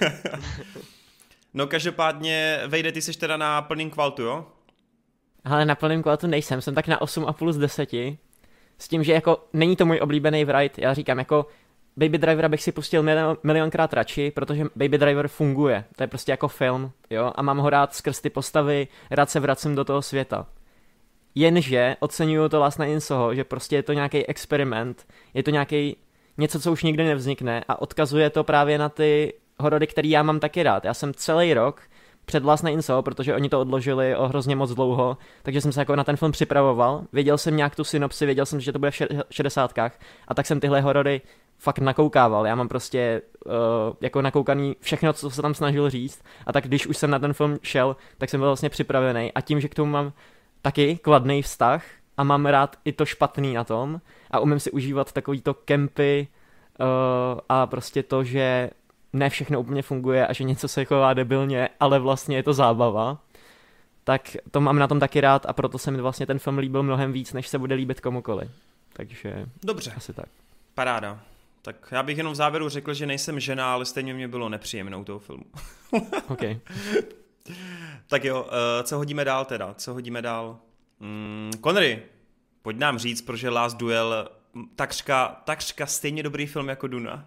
[SPEAKER 1] No každopádně, Vejde, ty jsi teda na plným kvaltu, jo?
[SPEAKER 4] Ale na plném kolatu nejsem, jsem tak na 8,5 z 10. S tím, že jako není to můj oblíbený Wright, já říkám jako Baby Drivera bych si pustil milionkrát radši, protože Baby Driver funguje, to je prostě jako film, jo, a mám ho rád skrz ty postavy, rád se vracím do toho světa. Jenže oceňuju to Last Night in Soho, že prostě je to nějaký experiment, je to nějaký něco, co už nikdy nevznikne a odkazuje to právě na ty horory, který já mám taky rád. Já jsem celý rok před Last Night in Soho, protože oni to odložili o hrozně moc dlouho, takže jsem se jako na ten film připravoval, věděl jsem nějak tu synopsi, věděl jsem, že to bude v 60kách a tak jsem tyhle horory fakt nakoukával. Já mám prostě jako nakoukaný všechno, co se tam snažil říct a tak když už jsem na ten film šel, tak jsem byl vlastně připravený a tím, že k tomu mám taky kladný vztah a mám rád i to špatný na tom a umím si užívat takovýto kempy a prostě to, že ne všechno úplně funguje a že něco se chová debilně, ale vlastně je to zábava, tak to mám na tom taky rád a proto se mi vlastně ten film líbil mnohem víc, než se bude líbit komukoli. Takže
[SPEAKER 1] dobře.
[SPEAKER 4] Asi tak.
[SPEAKER 1] Paráda. Tak já bych jenom v závěru řekl, že nejsem žena, ale stejně mě bylo nepříjemnou toho filmu.
[SPEAKER 4] OK.
[SPEAKER 1] Tak jo, co hodíme dál teda? Connery, pojď nám říct, protože Last Duel takřka stejně dobrý film jako Duna.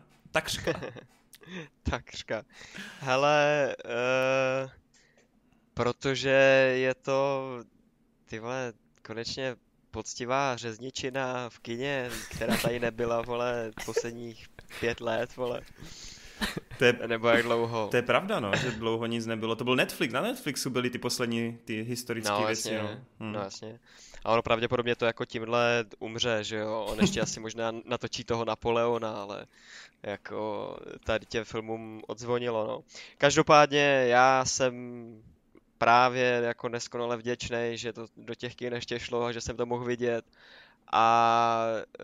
[SPEAKER 6] Takřka. Hele, protože je to, ty vole, konečně poctivá řezničina v kině, která tady nebyla, vole, posledních 5 let, vole. Nebo jak dlouho.
[SPEAKER 1] To je pravda, no, že dlouho nic nebylo. To byl Netflix, na Netflixu byly ty poslední, ty historické věci, no.
[SPEAKER 6] No jasně. A ono pravděpodobně to jako tímhle umře, že jo. On ještě asi možná natočí toho Napoleona, ale jako tady těm filmům odzvonilo, no. Každopádně já jsem právě jako neskonale vděčnej, že to do těch kin ještě šlo a že jsem to mohl vidět. A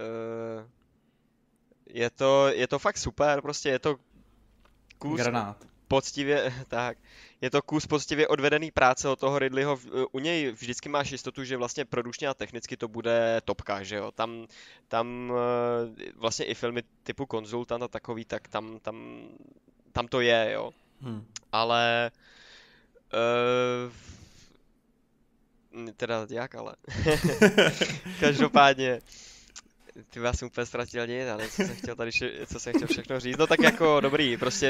[SPEAKER 6] je to fakt super, prostě je to kus poctivě, tak, je to kus poctivě odvedený práce od toho Ridleyho. U něj vždycky máš jistotu, že vlastně produčně a technicky to bude topka, že jo. Tam vlastně i filmy typu Konzultant a takový, tak tam to je, jo. Ale teda jak ale. Každopádně ty já jsem úplně ztratil nic, ale co jsem chtěl všechno říct. No tak jako dobrý, prostě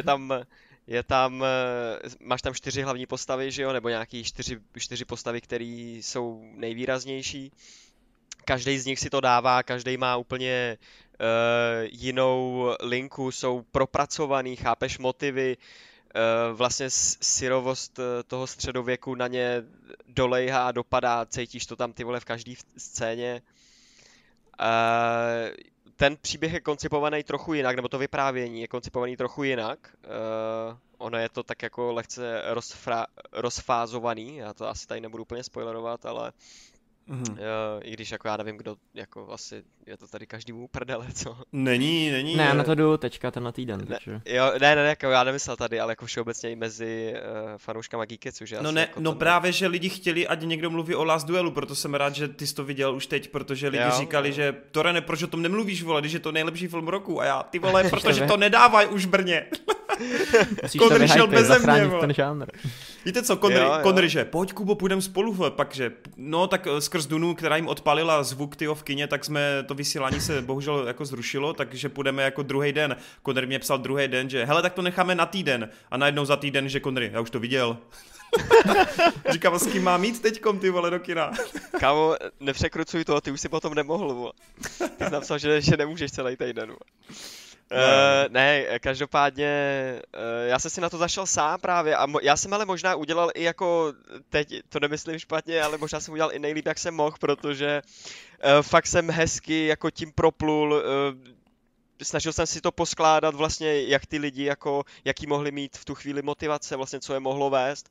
[SPEAKER 6] máš tam 4 hlavní postavy, že jo, nebo nějaký 4 postavy, které jsou nejvýraznější. Každý z nich si to dává, každý má úplně jinou linku, jsou propracovaný, chápeš motivy, vlastně syrovost toho středověku na ně dolejhá a dopadá, cítíš to tam ty vole v každé scéně. Ten příběh je koncipovaný trochu jinak, nebo to vyprávění je koncipovaný trochu jinak. Ono je to tak jako lehce rozfázovaný, já to asi tady nebudu úplně spoilerovat, ale i když jako já nevím, kdo, jako asi je to tady každému prdele, co?
[SPEAKER 1] Není.
[SPEAKER 4] Ne, já na to jdu teďka tenhle týden, takže...
[SPEAKER 6] Ne, jako já nemyslel tady, ale jako všeobecně i mezi fanouškama Geeketsu, že?
[SPEAKER 1] No právě, že lidi chtěli, ať někdo mluví o Last Duelu, proto jsem rád, že ty jsi to viděl už teď, protože lidi říkali, že Torene, proč o tom nemluvíš, vole, když je to nejlepší film roku a já, ty vole, protože to nedávají už v Brně.
[SPEAKER 4] Musíš
[SPEAKER 1] Connery
[SPEAKER 4] to
[SPEAKER 1] šel
[SPEAKER 4] vyhypit,
[SPEAKER 1] beze mě,
[SPEAKER 4] zachránit
[SPEAKER 1] vole.
[SPEAKER 4] ten žánr.
[SPEAKER 1] Víte co,
[SPEAKER 6] Jo.
[SPEAKER 1] Connery, že pojď Kubo, půjdem spolu, pakže. No tak skrz Dunu, která jim odpalila zvuk tyjo v kině, tak jsme, to vysílání se bohužel jako zrušilo, takže půjdeme jako druhý den. Connery mě psal druhý den, že hele, tak to necháme na týden. A najednou za týden, že Connery, já už to viděl. Říkám, s kým mám jít teďkom, ty vole, do kina.
[SPEAKER 6] Kámo, nepřekrucuj to, ty už si potom nemohl, vole. Ty jsi napsal, že nemůžeš celý týden, vole. Ne, každopádně já jsem si na to zašel sám právě a já jsem ale možná udělal i jako, teď to nemyslím špatně, ale možná jsem udělal i nejlíp, jak jsem mohl, protože fakt jsem hezky jako tím proplul, snažil jsem si to poskládat vlastně, jak ty lidi jako, jaký mohli mít v tu chvíli motivace, vlastně co je mohlo vést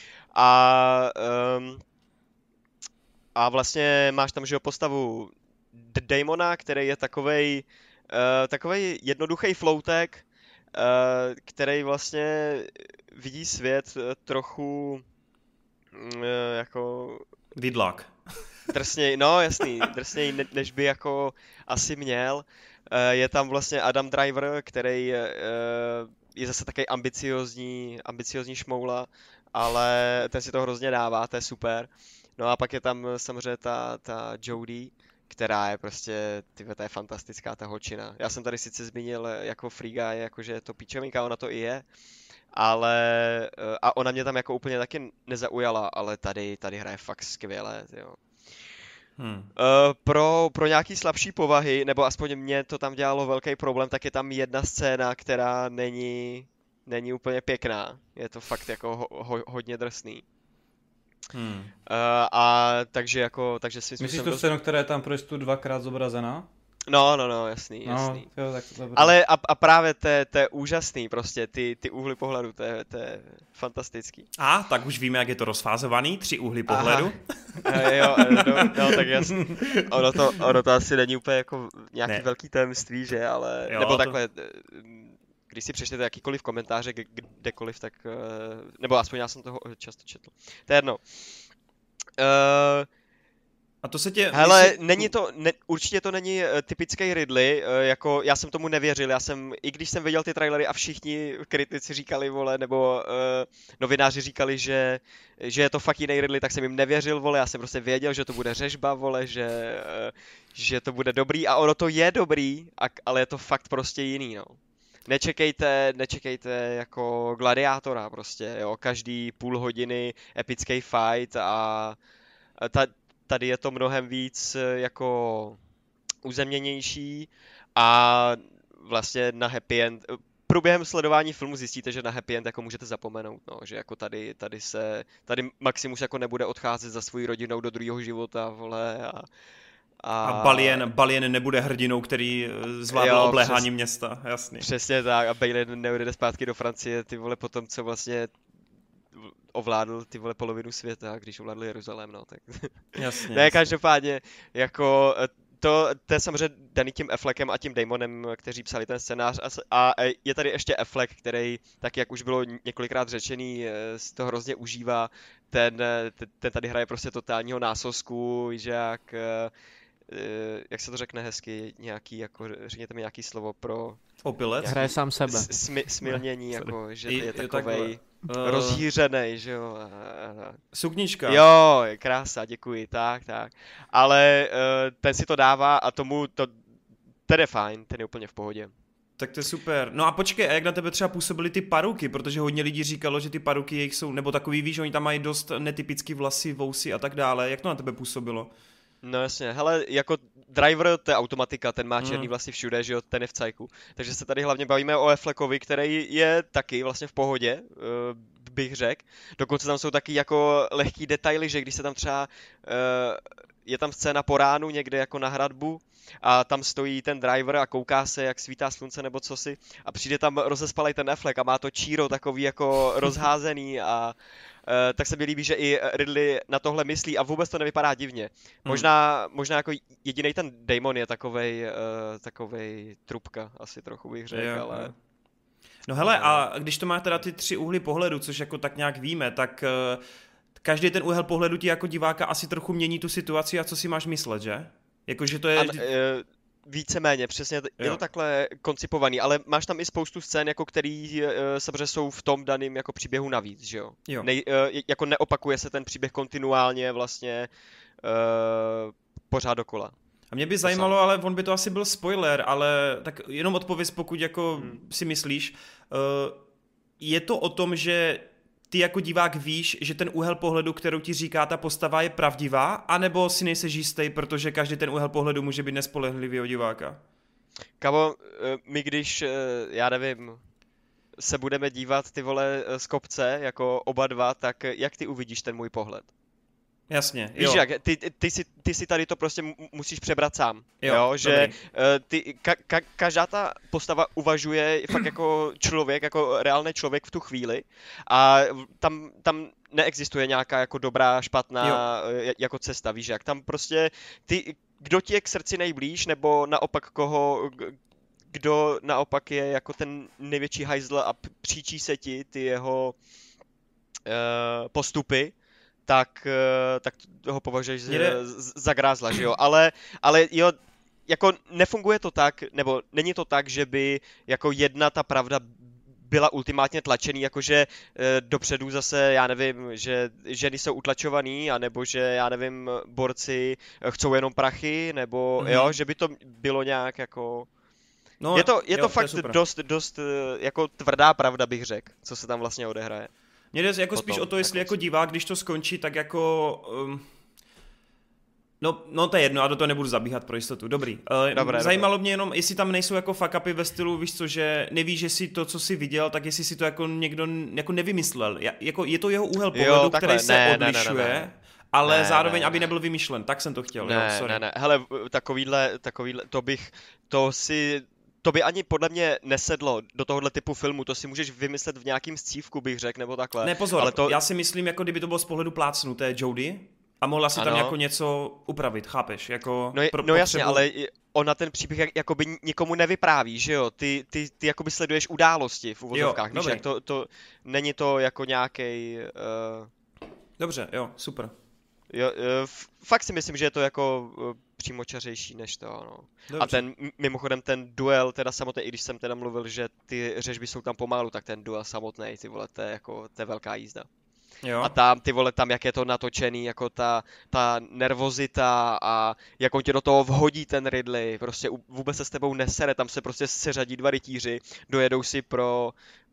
[SPEAKER 6] a vlastně máš tam, že jo, postavu Damona, který je takovej jednoduchý floutek, který vlastně vidí svět trochu jako
[SPEAKER 1] Vidlák.
[SPEAKER 6] drsněji, no jasný, drsněji než by jako asi měl. Je tam vlastně Adam Driver, který je zase takový ambiciozní šmoula, ale ten si to hrozně dává, to je super. No a pak je tam samozřejmě ta Jodie, která je prostě, to je fantastická ta holčina. Já jsem tady sice zmínil jako Free Guy, jakože je to píčovinka, ona to i je, ale a ona mě tam jako úplně taky nezaujala, ale tady hraje fakt skvěle, jo. Pro nějaký slabší povahy, nebo aspoň mě to tam dělalo velký problém, tak je tam jedna scéna, která není úplně pěkná. Je to fakt jako hodně drsný. Takže si
[SPEAKER 2] myslíš tu scénu, která je tam pro jistotu dvakrát zobrazená?
[SPEAKER 6] No, jasný.
[SPEAKER 2] Jo, tak to dobrý.
[SPEAKER 6] Ale a právě to je úžasný prostě, ty úhly pohledu, to je fantastický.
[SPEAKER 1] Tak už víme, jak je to rozfázovaný, 3 úhly pohledu.
[SPEAKER 6] Jo, no, tak jasný. Ono to asi není úplně jako nějaký velký tajemství, že, ale,
[SPEAKER 1] jo,
[SPEAKER 6] nebo takhle, když si přečtete jakýkoliv komentáře kdekoliv, tak, nebo aspoň já jsem toho často četl. To je jedno.
[SPEAKER 1] A to se tě...
[SPEAKER 6] Hele, určitě to není typický Ridley, jako já jsem tomu nevěřil, i když jsem viděl ty trailery a všichni kritici říkali, vole, nebo novináři říkali, že je to fakt jiný Ridley, tak jsem jim nevěřil, vole, já jsem prostě věděl, že to bude řežba, vole, že to bude dobrý a ono to je dobrý, ale je to fakt prostě jiný, no. Nečekejte jako gladiátora prostě, jo, každý půl hodiny epický fight a tady je to mnohem víc jako uzemněnější a vlastně na happy end, průběhem sledování filmu zjistíte, že na happy end jako můžete zapomenout, no, že jako tady Maximus jako nebude odcházet za svou rodinou do druhého života, vole,
[SPEAKER 1] a Balien nebude hrdinou, který zvládl obléhání města, jasný.
[SPEAKER 6] Přesně tak, a Balien neodjede zpátky do Francie, ty vole, potom, co vlastně ovládl ty vole polovinu světa, když ovládl Jeruzalém, no, tak.
[SPEAKER 1] Jasně.
[SPEAKER 6] Ne, každopádně, jako to je samozřejmě daný tím Affleckem a tím Damonem, kteří psali ten scénář a je tady ještě Affleck, který, tak jak už bylo několikrát řečený, si to hrozně užívá, ten tady hraje prostě totálního násosku, že jak se to řekne hezky, nějaký, jako, řekněte mi nějaký slovo pro...
[SPEAKER 1] Opilec?
[SPEAKER 4] Hraje sám sebe.
[SPEAKER 6] Smilnění, jako, že je takovej rozhýřenej, že jo.
[SPEAKER 1] Suknička.
[SPEAKER 6] Jo, krása, děkuji, tak. Ale ten si to dává a ten je fajn, ten je úplně v pohodě.
[SPEAKER 1] Tak to je super. No a počkej, a jak na tebe třeba působily ty paruky, protože hodně lidí říkalo, že ty paruky jejich jsou, nebo takový, víš, oni tam mají dost netypický vlasy, vousy a tak dále. Jak to na tebe působilo?
[SPEAKER 6] No jasně, hele, jako Driver, to je automatika, ten má černý vlasy všude, že jo, ten je v cajku. Takže se tady hlavně bavíme o Affleckovi, který je taky vlastně v pohodě, bych řekl. Dokonce tam jsou taky jako lehký detaily, že když se tam třeba, je tam scéna po ránu někde jako na hradbu a tam stojí ten Driver a kouká se, jak svítá slunce nebo cosi a přijde tam rozespalej ten Affleck a má to číro takový jako rozházený a tak se mi líbí, že i Ridley na tohle myslí a vůbec to nevypadá divně. Možná jako jedinej ten Damon je takovej trubka, asi trochu bych řekl, ale...
[SPEAKER 1] No hele, a když to má teda ty 3 úhly pohledu, což jako tak nějak víme, tak každý ten úhel pohledu ti jako diváka asi trochu mění tu situaci a co si máš myslet, že? Jakože to je...
[SPEAKER 6] víceméně, přesně, je to takhle koncipovaný, ale máš tam i spoustu scén, jako který samozřejmě jsou v tom daném jako příběhu navíc, že jo? Jako neopakuje se ten příběh kontinuálně vlastně pořád dokola.
[SPEAKER 1] A mě by zajímalo, ale on by to asi byl spoiler, ale tak jenom odpověz, pokud jako si myslíš, je to o tom, že ty jako divák víš, že ten úhel pohledu, kterou ti říká ta postava, je pravdivá, anebo si nejseš jistý, protože každý ten úhel pohledu může být nespolehlivýho diváka?
[SPEAKER 6] Kamo, my když, já nevím, se budeme dívat ty vole z kopce, jako oba dva, tak jak ty uvidíš ten můj pohled?
[SPEAKER 1] Jasně,
[SPEAKER 6] víš
[SPEAKER 1] jo.
[SPEAKER 6] Jak, ty si tady to prostě musíš přebrat sám, jo že každá ta postava uvažuje fakt jako člověk, jako reálný člověk v tu chvíli a tam neexistuje nějaká jako dobrá, špatná jako cesta, víš jak, tam prostě kdo ti je k srdci nejblíž, nebo naopak kdo naopak je jako ten největší hajzl a příčí se ti ty jeho postupy, tak ho považuješ za grázla, že jo, ale jo, jako nefunguje to tak, nebo není to tak, že by jako jedna ta pravda byla ultimátně tlačený, jakože dopředu zase, já nevím, že ženy jsou utlačovaný, anebo že, já nevím, borci chcou jenom prachy, nebo jo, že by to bylo nějak jako... No, je to fakt dost jako tvrdá pravda, bych řekl, co se tam vlastně odehraje.
[SPEAKER 1] Mně jde jako spíš o to, jestli jako divák, když to skončí, tak jako... No to je jedno, a do toho nebudu zabíhat pro jistotu. Dobrý. Zajímalo mě jenom, jestli tam nejsou jako fuck upy ve stylu, víš co, že nevíš, že si to, co jsi viděl, tak jestli si to jako někdo jako nevymyslel. Jako je to jeho úhel pohledu, který se odlišuje, ale zároveň, aby nebyl vymyšlen. Tak jsem to chtěl.
[SPEAKER 6] Ne. Hele, takovýhle, to by ani podle mě nesedlo do tohohle typu filmu, to si můžeš vymyslet v nějakým scívku, bych řekl, nebo takhle.
[SPEAKER 1] Ne, pozor, ale já si myslím, jako kdyby to bylo z pohledu plácnuté Jodie a mohla si tam jako něco upravit, chápeš? Jako
[SPEAKER 6] jasně, ale ona ten příběh jakoby nikomu nevypráví, že jo? Ty jakoby sleduješ události v uvozovkách, víš, jak to není to jako nějakej...
[SPEAKER 1] Dobře, jo, super.
[SPEAKER 6] Jo, fakt si myslím, že je to jako přímočařejší než to, no. Dobře. A mimochodem ten duel teda samotný, i když jsem teda mluvil, že ty řežby jsou tam pomalu, tak ten duel samotný, ty vole, to je velká jízda. Jo. A tam, ty vole, tam jak je to natočený, jako ta nervozita a jak on tě do toho vhodí ten Ridley, prostě vůbec se s tebou nesere, tam se prostě seřadí dva rytíři, dojedou si pro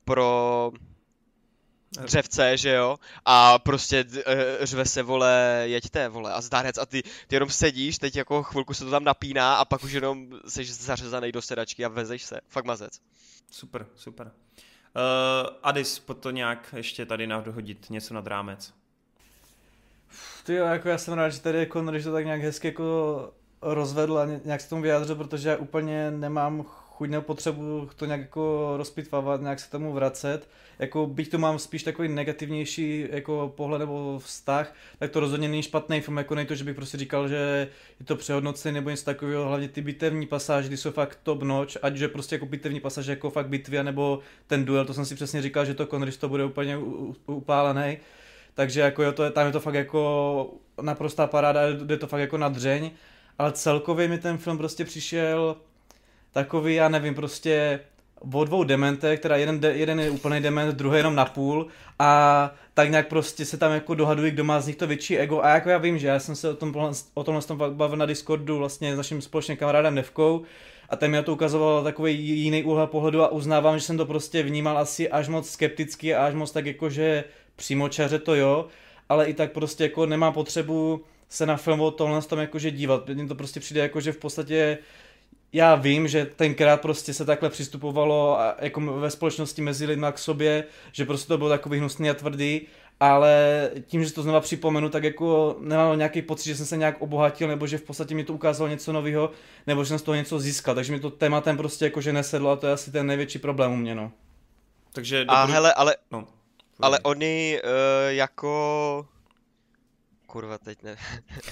[SPEAKER 6] dřevce, že jo, a prostě řve se, vole, jeďte, vole, a zdárec, a ty jenom sedíš, teď jako chvilku se to tam napíná a pak už jenom seš zařezanej do sedačky a vezeš se, fakt mazec.
[SPEAKER 1] Super. Adis, pod to nějak ještě tady nadhodit něco nad rámec.
[SPEAKER 2] Tyjo, jako já jsem rád, že tady Connery to tak nějak hezky jako rozvedl a nějak se tomu vyjádřil, protože já úplně nemám chuť nebo potřebu to nějak jako rozpitvávat, nějak se tomu vracet. Jako byť to mám spíš takový negativnější jako pohled nebo vztah, tak to rozhodně není špatný film, jako nej to, že bych prostě říkal, že je to přehodnocený nebo něco takového, hlavně ty bitevní pasáže, ty jsou fakt top notch, ať že prostě jako bitevní pasáže jako fakt bitvy, nebo ten duel, to jsem si přesně říkal, že to Connery to bude úplně upálený. Takže jako tam je to fakt jako naprostá paráda, jde to fakt jako na dřeň, ale celkově mi ten film prostě přišel takový, já nevím, prostě o dvou dementech, teda jeden je úplný dement, druhý jenom napůl a tak nějak prostě se tam jako dohadují, kdo má z nich to větší ego a jako já vím, že já jsem se o tomhle bavil na Discordu vlastně s naším společným kamarádem Nevkou a ten mi to ukazoval takový jiný úhel pohledu a uznávám, že jsem to prostě vnímal asi až moc skepticky a až moc tak jako, že přímočaře to jo, ale i tak prostě jako nemá potřebu se na film o tomhle tom jakože dívat, mně to prostě přijde jako, že v podstatě já vím, že tenkrát prostě se takhle přistupovalo a jako ve společnosti mezi lidmi k sobě, že prostě to bylo takový hnusný a tvrdý, ale tím, že to znova připomenu, tak jako nemám nějaký pocit, že jsem se nějak obohatil, nebo že v podstatě mi to ukázalo něco nového, nebo že jsem z toho něco získal, takže mi to tématem prostě jakože nesedlo a to je asi ten největší problém u mě, no.
[SPEAKER 1] Takže
[SPEAKER 6] hele, ale oni jako kurva, teď ne.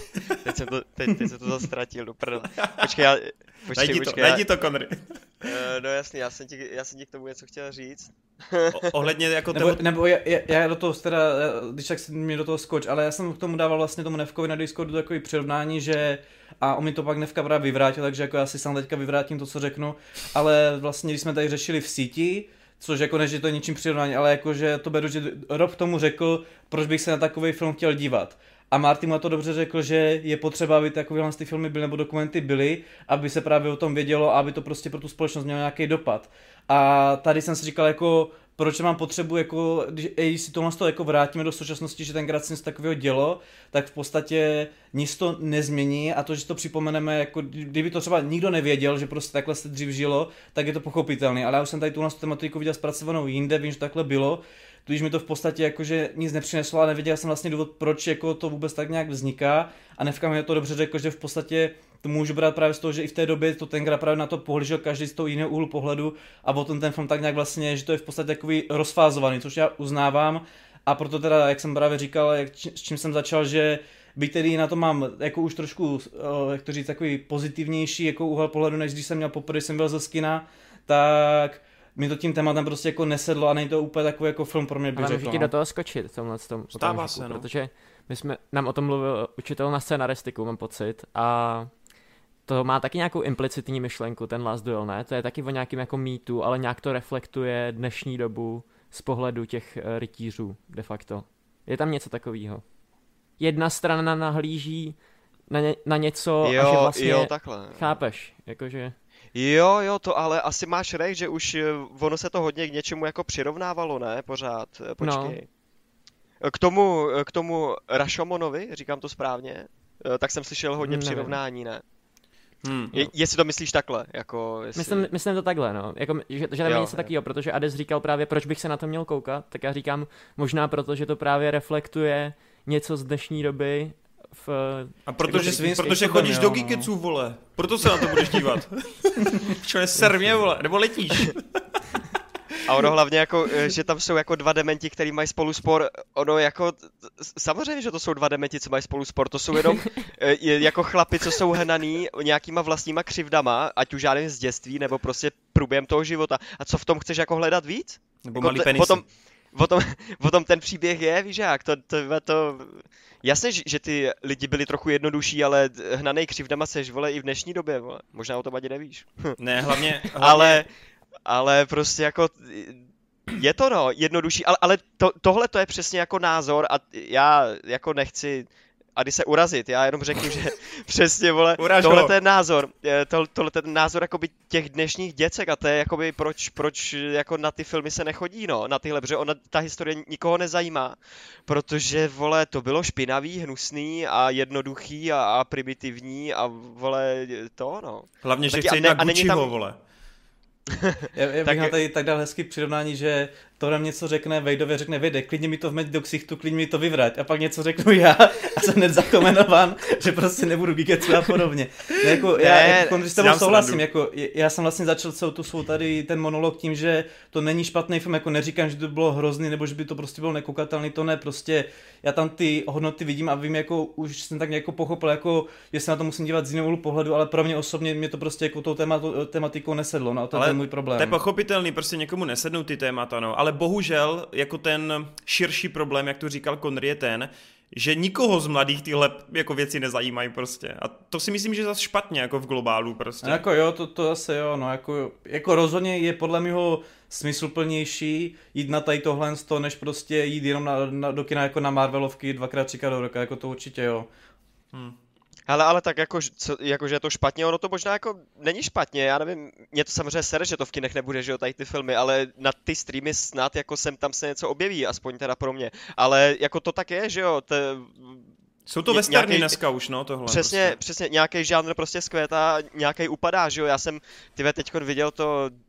[SPEAKER 6] teď jsem to zastratil, do prdele. Počkej,
[SPEAKER 1] Najdi to, Connery.
[SPEAKER 6] No jasný, já jsem ti k tomu něco chtěl říct.
[SPEAKER 1] Ohledně jako
[SPEAKER 2] nebo já do toho teda, když tak si mě do toho skoč, ale já jsem k tomu dával vlastně tomu Nevkovi na Discordu takový přirovnání, že a on mi to pak Nevka právě vyvrátil, takže jako já si sám teďka vyvrátím to, co řeknu, ale vlastně když jsme tady řešili v síti, což jako ne, že to je ničím přirovnání, ale jako že to beru, že Rob tomu řekl, proč bych se na takový film chtěl dívat. A Martin mu to dobře řekl, že je potřeba, aby takovéhle ty filmy byly nebo dokumenty byly, aby se právě o tom vědělo a aby to prostě pro tu společnost mělo nějaký dopad. A tady jsem si říkal jako, proč mám potřebu, jako, když si tohle jako vrátíme do současnosti, že tenkrát se něco takového dělo, tak v podstatě nic to nezmění a to, že to připomeneme, jako, kdyby to třeba nikdo nevěděl, že prostě takhle se dřív žilo, tak je to pochopitelné. Ale já už jsem tady tuhle tematiku viděl zpracovanou jinde, vím, že takhle bylo, tudíž mi to v podstatě jakože nic nepřineslo a nevěděl jsem vlastně důvod, proč jako to vůbec tak nějak vzniká. A Nevka mi to dobře řekl, že v podstatě to můžu brát právě z toho, že i v té době to tenkrát právě na to pohlížel každý z toho jiného úhlu pohledu a potom ten film tak nějak vlastně, že to je v podstatě takový rozfázovaný, což já uznávám a proto teda, jak jsem právě říkal, s čím jsem začal, že byť tedy na to mám jako už trošku, jak to říct, takový pozitivnější jako úhel pohledu, než když jsem měl poprvé, jsem byl ze kina, tak mi to tím tématem prostě jako nesedlo a není to úplně takový jako film pro mě, bych řekl.
[SPEAKER 4] Ale můžu ti do toho skočit v tomhle tom
[SPEAKER 1] Stává se, no.
[SPEAKER 4] Protože nám o tom mluvil učitel na scenaristiku, mám pocit, a to má taky nějakou implicitní myšlenku, ten Last Duel, ne? To je taky o nějakým jako mýtu, ale nějak to reflektuje dnešní dobu z pohledu těch rytířů, de facto. Je tam něco takového. Jedna strana nahlíží na něco
[SPEAKER 6] jo,
[SPEAKER 4] a že vlastně,
[SPEAKER 6] jo, takhle.
[SPEAKER 4] chápeš, jakože...
[SPEAKER 6] Jo, to ale asi máš rejch, že už ono se to hodně k něčemu jako přirovnávalo, ne? Pořád, počkej. No. K tomu Rashomonovi, říkám to správně, tak jsem slyšel hodně přirovnání, ne? Jestli to myslíš takhle, jako... Jestli...
[SPEAKER 4] Myslím to takhle, no. Jako, že tam je něco takového, protože Ades říkal právě, proč bych se na to měl koukat, tak já říkám možná proto, že to právě reflektuje něco z dnešní doby
[SPEAKER 1] a protože chodíš do Geeketsu, vole. Proto se na to budeš dívat. Čo je sermě, vole, nebo letíš.
[SPEAKER 6] A ono hlavně jako, že tam jsou jako dva dementi, který mají spolu spor, ono jako, samozřejmě, že to jsou dva dementi, co mají spolu spor, to jsou jenom jako chlapi, co jsou hnaný nějakýma vlastníma křivdama, ať už žádným z dětství, nebo prostě průběhem toho života. A co v tom chceš jako hledat víc?
[SPEAKER 1] Nebo
[SPEAKER 6] jako
[SPEAKER 1] malý penisy.
[SPEAKER 6] Potom ten příběh je, víš jak, to... Jasně, že ty lidi byli trochu jednodušší, ale hnanej křivdama seš, vole, i v dnešní době, vole. Možná o tom ani nevíš.
[SPEAKER 1] Ne, hlavně...
[SPEAKER 6] Ale prostě jako je to no, jednodušší, ale tohle to je přesně jako názor a já jako nechci Ady se urazit, já jenom řeknu, že přesně, vole, tohle ten názor, tohle ten názor jakoby těch dnešních děcek a to je jakoby proč jako na ty filmy se nechodí, no, na tyhle, protože ta historie nikoho nezajímá, protože, vole, to bylo špinavý, hnusný a jednoduchý a primitivní a, vole, to, no.
[SPEAKER 1] Hlavně, že chce jít na Gucciho, vole.
[SPEAKER 2] Já bych na tady tak dal hezký přirovnání, že to nám něco řekne, Vejdově řekne Vejde, klidně mi to vmeď do ksichtu, klidně mi to vyvrať a pak něco řeknu já a jsem hned zakomenovan, že prostě nebudu Geeketsu a podobně. No, jako, já s tebou souhlasím, jako, já jsem vlastně začal celou tu svou tady ten monolog tím, že to není špatný film, jako neříkám, že to bylo hrozný, nebo že by to prostě bylo nekoukatelný, to ne, prostě já tam ty hodnoty vidím a vím, jako už jsem tak nějak pochopil, jako, že se na to musím dívat z jiného úhlu pohledu, ale pro mě osobně mě to prostě jako tou tematikou nesedlo, no, to je můj problém.
[SPEAKER 1] To je pochopitelný, prostě někomu nesednou ty témata, no, ale bohužel jako ten širší problém, jak to říkal Connery, je ten, že nikoho z mladých tyhle jako věci nezajímají prostě. A to si myslím, že je zase špatně jako v globálu prostě.
[SPEAKER 2] No jako jo, to zase jo, no jako rozhodně je podle mého smysluplnější jít na tady tohle z toho, než prostě jít jenom do kina jako na Marvelovky 2x3 do roka, jako to určitě jo.
[SPEAKER 6] Ale tak jako, že je to špatně, ono to možná jako není špatně, já nevím, mě to samozřejmě sere, že to v kinech nebude, že jo, tady ty filmy, ale na ty streamy snad jako tam se něco objeví, aspoň teda pro mě, ale jako to tak je, že jo,
[SPEAKER 1] jsou to westerny dneska už, no, tohle.
[SPEAKER 6] Přesně, nějaký žánr prostě zkvétá, nějaký upadá, že jo, já jsem, teďkon viděl to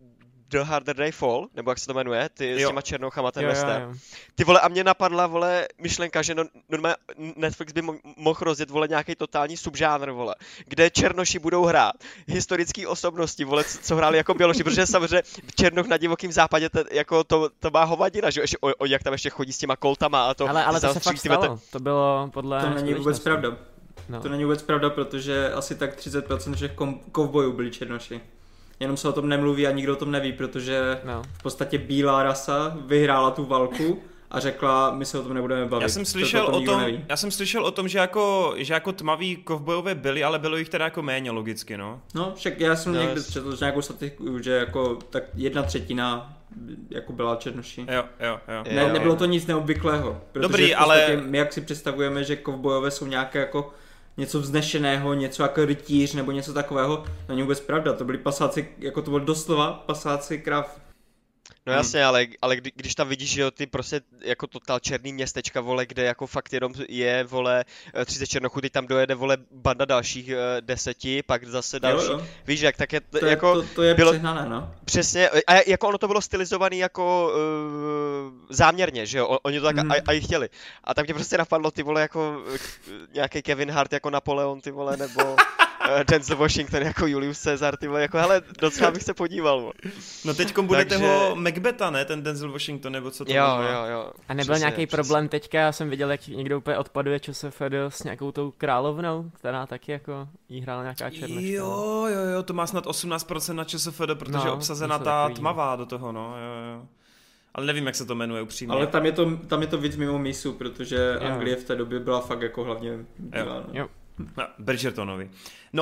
[SPEAKER 6] The Harder They Fall, nebo jak se to jmenuje, ty s
[SPEAKER 1] Jo.
[SPEAKER 6] těma černochama, ten
[SPEAKER 4] Jo, jo,
[SPEAKER 6] western.
[SPEAKER 4] jo.
[SPEAKER 6] Ty vole, a mě napadla, vole, myšlenka, že normálně Netflix by mohl rozjet, vole, nějaký totální subžánr, vole, kde černoši budou hrát historické osobnosti, vole, co hráli jako běloši, protože samozřejmě Černoch na divokém západě, jako to má hovadina, že jak tam ještě chodí s těma koltama a to.
[SPEAKER 4] Ale to se fakt stalo, to bylo podle
[SPEAKER 5] To není vůbec
[SPEAKER 4] skutečnosti.
[SPEAKER 5] pravda.
[SPEAKER 4] No.
[SPEAKER 5] To není vůbec pravda, protože asi tak 30% všech kovbojů byli černoši. Jenom se o tom nemluví a nikdo o tom neví, protože
[SPEAKER 4] No.
[SPEAKER 5] v podstatě bílá rasa vyhrála tu válku a řekla, my se o tom nebudeme bavit.
[SPEAKER 1] Já jsem slyšel o tom, že jako tmaví kovbojové byli, ale bylo jich teda jako méně logicky, no.
[SPEAKER 5] No, však já jsem
[SPEAKER 6] No,
[SPEAKER 5] někde četl nějakou statistiku, že jako tak 1/3 jako byla černoši.
[SPEAKER 1] Jo.
[SPEAKER 5] Nebylo to nic neobvyklého. Protože
[SPEAKER 1] Dobrý,
[SPEAKER 5] v podstatě
[SPEAKER 1] ale
[SPEAKER 5] my jak si představujeme, že kovbojové jsou nějaké jako něco vznešeného, něco jako rytíř nebo něco takového, to není vůbec pravda, to byli pasáci, jako to bylo doslova pasáci krav.
[SPEAKER 6] No jasně, ale když tam vidíš, že jo, ty prostě jako totál černý městečka, vole, kde jako fakt jenom je, vole, 30 černochů, teď tam dojede, vole, banda dalších 10, pak zase další,
[SPEAKER 5] Jo.
[SPEAKER 6] víš jak, tak je,
[SPEAKER 5] To
[SPEAKER 6] jako,
[SPEAKER 5] je
[SPEAKER 6] bylo-
[SPEAKER 5] přehnané, no.
[SPEAKER 6] přesně, a jako ono to bylo stylizovaný jako záměrně, že jo, oni to tak i chtěli. A tam mě prostě napadlo, ty vole, jako nějaký Kevin Hart jako Napoleon, ty vole, nebo Denzel Washington jako Julius Caesar, ty vole, jako hele, docela bych se podíval, vole.
[SPEAKER 1] No teďkom bude
[SPEAKER 6] Takže-
[SPEAKER 1] toho Macbeta, ne? Ten Denzel Washington, nebo co to
[SPEAKER 6] Jo.
[SPEAKER 4] A nebyl
[SPEAKER 6] Přesně,
[SPEAKER 4] nějaký
[SPEAKER 6] přesně.
[SPEAKER 4] problém teďka, já jsem viděl, jak někdo úplně odpaduje ČSFD s nějakou tou královnou, která taky jako jí hrála nějaká černoška.
[SPEAKER 1] Jo, to má snad 18% na ČSFD, protože je
[SPEAKER 4] No,
[SPEAKER 1] obsazena
[SPEAKER 4] něco
[SPEAKER 1] ta
[SPEAKER 4] takovýho.
[SPEAKER 1] tmavá do toho, no, jo. Ale nevím, jak se to jmenuje upřímně.
[SPEAKER 5] Ale tam je to víc mimo mísu, protože
[SPEAKER 4] Jo.
[SPEAKER 5] Anglie v té době byla fakt jako hlavně bílá, no.
[SPEAKER 4] Jo.
[SPEAKER 1] No, Bridgertonovi.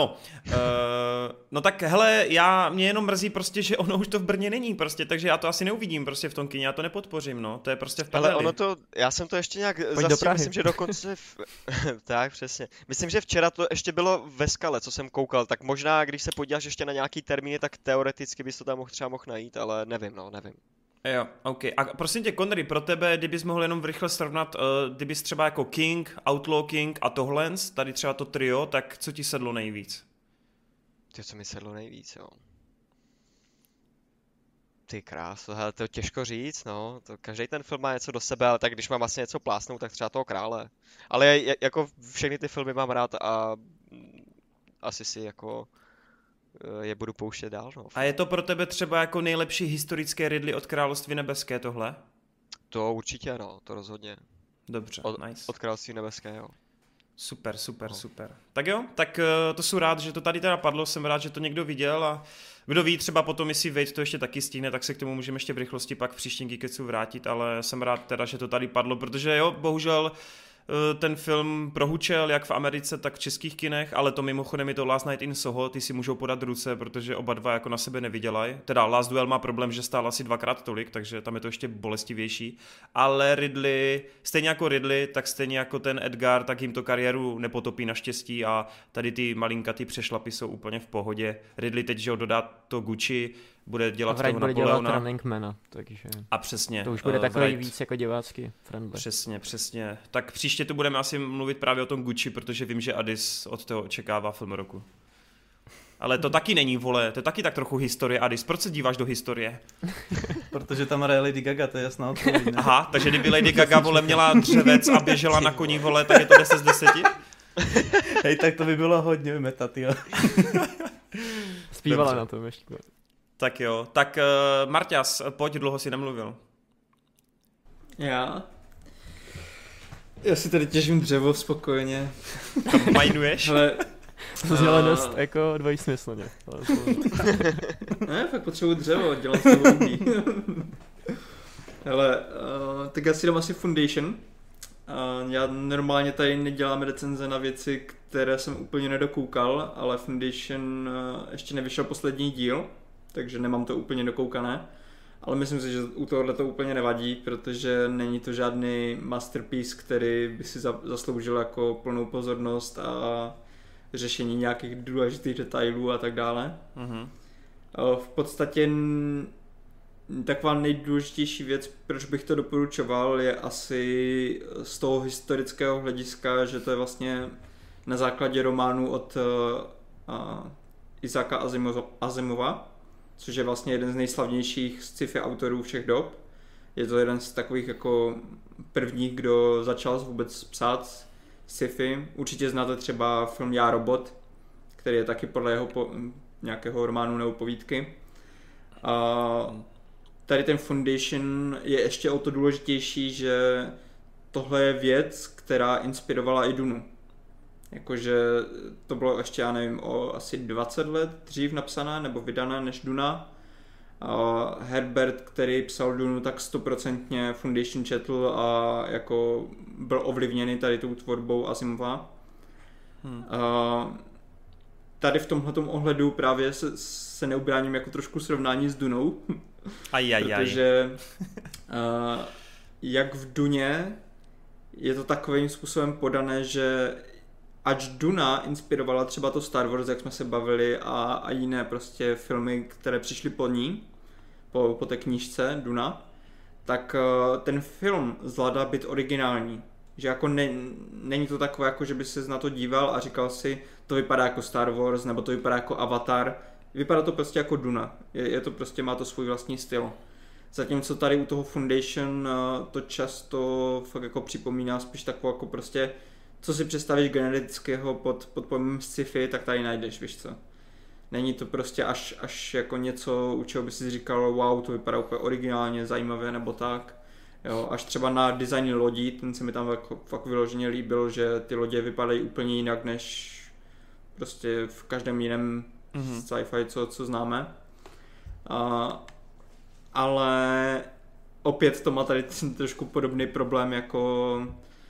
[SPEAKER 1] No tak hele, mě jenom mrzí prostě, že ono už to v Brně není prostě, takže já to asi neuvidím prostě v tom kině, já to nepodpořím, no, to je prostě v
[SPEAKER 6] Ale
[SPEAKER 1] prdeli.
[SPEAKER 6] ono to, já jsem to ještě nějak
[SPEAKER 4] do
[SPEAKER 6] zastil,
[SPEAKER 4] Prahy.
[SPEAKER 6] myslím, že dokonce, tak přesně, myslím, že včera to ještě bylo ve Skale, co jsem koukal, tak možná, když se podíváš ještě na nějaký termíny, tak teoreticky bys to tam třeba mohl najít, ale nevím.
[SPEAKER 1] Jo, ok. A prosím tě, Connery, pro tebe, kdybys mohl jenom rychle srovnat, kdybys třeba jako King, Outlaw King a tohle, tady třeba to trio, tak co ti sedlo nejvíc?
[SPEAKER 6] Ty, co mi sedlo nejvíc, jo. Ty kráso, hele, to je těžko říct, no, to každý ten film má něco do sebe, ale tak když mám vlastně něco plásnout, tak třeba toho Krále. Ale jako všechny ty filmy mám rád a asi si jako je budu pouštět dál, no.
[SPEAKER 1] A je to pro tebe třeba jako nejlepší historické Ridley od Království nebeské tohle?
[SPEAKER 6] To určitě, no, to rozhodně.
[SPEAKER 1] Dobře, nice.
[SPEAKER 6] Od Království nebeské, jo.
[SPEAKER 1] Super. Tak jo, tak to jsem rád, že to tady teda padlo, jsem rád, že to někdo viděl a kdo ví, třeba potom, jestli Wade to ještě taky stihne, tak se k tomu můžeme ještě v rychlosti pak v příštím Geeketsu vrátit, ale jsem rád teda, že to tady padlo, protože jo, bohužel ten film prohučel jak v Americe, tak v českých kinech, ale to mimochodem je to Last Night in Soho, ty si můžou podat ruce, protože oba dva jako na sebe nevydělají. Teda Last Duel má problém, že stál asi 2x tolik, takže tam je to ještě bolestivější. Ale Ridley, stejně jako Ridley, tak stejně jako ten Edgar, tak jim to kariéru nepotopí naštěstí a tady ty malinkatý přešlapy jsou úplně v pohodě. Ridley teď, že ho dodá to Gucci, bude dělat
[SPEAKER 4] Vrať
[SPEAKER 1] toho
[SPEAKER 4] bude dělat
[SPEAKER 1] Napoleona.
[SPEAKER 4] Running Mana, takže
[SPEAKER 1] A přesně.
[SPEAKER 4] to už bude takový
[SPEAKER 1] Wright.
[SPEAKER 4] víc jako divácky friendly.
[SPEAKER 1] Přesně. Tak příště tu budeme asi mluvit právě o tom Gucci, protože vím, že Addis od toho očekává film roku. Ale to taky není, vole, to je taky tak trochu historie, Addis. Proč se díváš do historie?
[SPEAKER 2] Protože tam hraje Lady Gaga, to je jasná odpověď, ne?
[SPEAKER 1] Aha, takže kdyby Lady Gaga, vole, měla dřevec a běžela na koni, vole, tak je to 10 z 10?
[SPEAKER 2] Hej, tak to by bylo hodně meta, tyjo.
[SPEAKER 4] Zpívala
[SPEAKER 1] Dobře.
[SPEAKER 4] na tom ještě.
[SPEAKER 1] Tak jo, tak Marťas, pojď, dlouho si nemluvil.
[SPEAKER 5] Já si tady těžím dřevo spokojeně.
[SPEAKER 1] Tam majnuješ?
[SPEAKER 5] Hele,
[SPEAKER 4] To znělo dost jako dvojsmyslně.
[SPEAKER 5] ne, fakt potřebuji dřevo, dělat to hudbí. Hele, tak já si dám asi Foundation. Já normálně tady nedělám recenze na věci, které jsem úplně nedokoukal, ale Foundation ještě nevyšel poslední díl, takže nemám to úplně dokoukané. Ale myslím si, že u tohohle to úplně nevadí, protože není to žádný masterpiece, který by si zasloužil jako plnou pozornost a řešení nějakých důležitých detailů a tak dále.
[SPEAKER 1] Mhm.
[SPEAKER 5] V podstatě taková nejdůležitější věc, proč bych to doporučoval, je asi z toho historického hlediska, že to je vlastně na základě románu od Isaaca Asimova, což je vlastně jeden z nejslavnějších sci-fi autorů všech dob. Je to jeden z takových jako prvních, kdo začal vůbec psát sci-fi. Určitě znáte třeba film Já, Robot, který je taky podle jeho nějakého románu nebo povídky. A tady ten Foundation je ještě o to důležitější, že tohle je věc, která inspirovala i Dunu. Jakože to bylo ještě, já nevím, o asi 20 let dřív napsané nebo vydané než Duna. A Herbert, který psal Dunu, tak 100% Foundation četl a jako byl ovlivněný tady tou tvorbou Asimova. Tady v tomhletom ohledu právě se neubráním jako trošku srovnání s Dunou. Protože jak v Duně je to takovým způsobem podané, že ač Duna inspirovala třeba to Star Wars, jak jsme se bavili, a jiné prostě filmy, které přišly po ní, po té knížce Duna, tak ten film zvládá být originální. Že jako není to takové, jako že by se na to díval a říkal si, to vypadá jako Star Wars, nebo to vypadá jako Avatar. Vypadá to prostě jako Duna. Je to prostě, má to svůj vlastní styl. Zatímco tady u toho Foundation to často fakt jako připomíná spíš takovou jako prostě, co si představíš generického pod pojmem sci-fi, tak tady najdeš, víš co. Není to prostě až jako něco, u čeho by si říkal, wow, to vypadá úplně originálně, zajímavě nebo tak. Jo, až třeba na design lodí, ten se mi tam fakt vyloženě líbil, že ty lodě vypadají úplně jinak než prostě v každém jiném sci-fi, co známe. Ale opět to má tady trošku podobný problém jako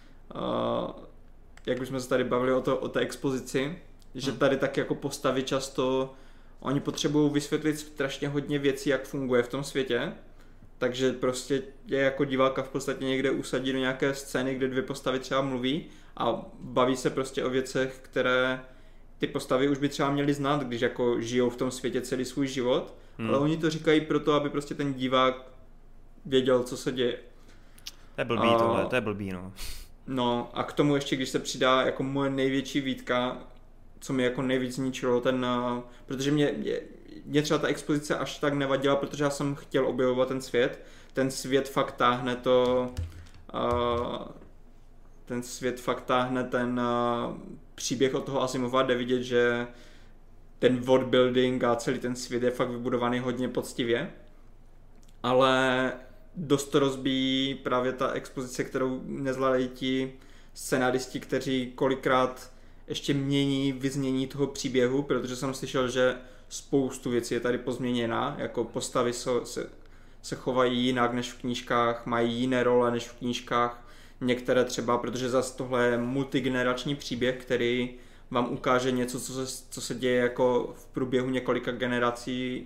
[SPEAKER 5] jak už jsme se tady bavili o té expozici, že tady tak jako postavy často oni potřebují vysvětlit strašně hodně věcí, jak funguje v tom světě, takže prostě je jako diváka v podstatě někde usadí do nějaké scény, kde dvě postavy třeba mluví a baví se prostě o věcech, které ty postavy už by třeba měly znát, když jako žijou v tom světě celý svůj život, ale oni to říkají proto, aby prostě ten divák věděl, co se děje.
[SPEAKER 1] To je blbý tohle, to je blbý, no.
[SPEAKER 5] No a k tomu ještě, když se přidá jako moje největší výtka, co mi jako nejvíc zničilo, protože mě třeba ta expozice až tak nevadila, protože já jsem chtěl objevovat ten svět fakt táhne ten příběh od toho Asimova, jde vidět, že ten world building a celý ten svět je fakt vybudovaný hodně poctivě, ale dost to rozbíjí právě ta expozice, kterou nezvládají ti scenáristi, kteří kolikrát ještě mění vyznění toho příběhu, protože jsem slyšel, že spoustu věcí je tady pozměněná, jako postavy se chovají jinak než v knížkách, mají jiné role než v knížkách, některé třeba, protože zase tohle je multigenerační příběh, který vám ukáže něco, co se děje jako v průběhu několika generací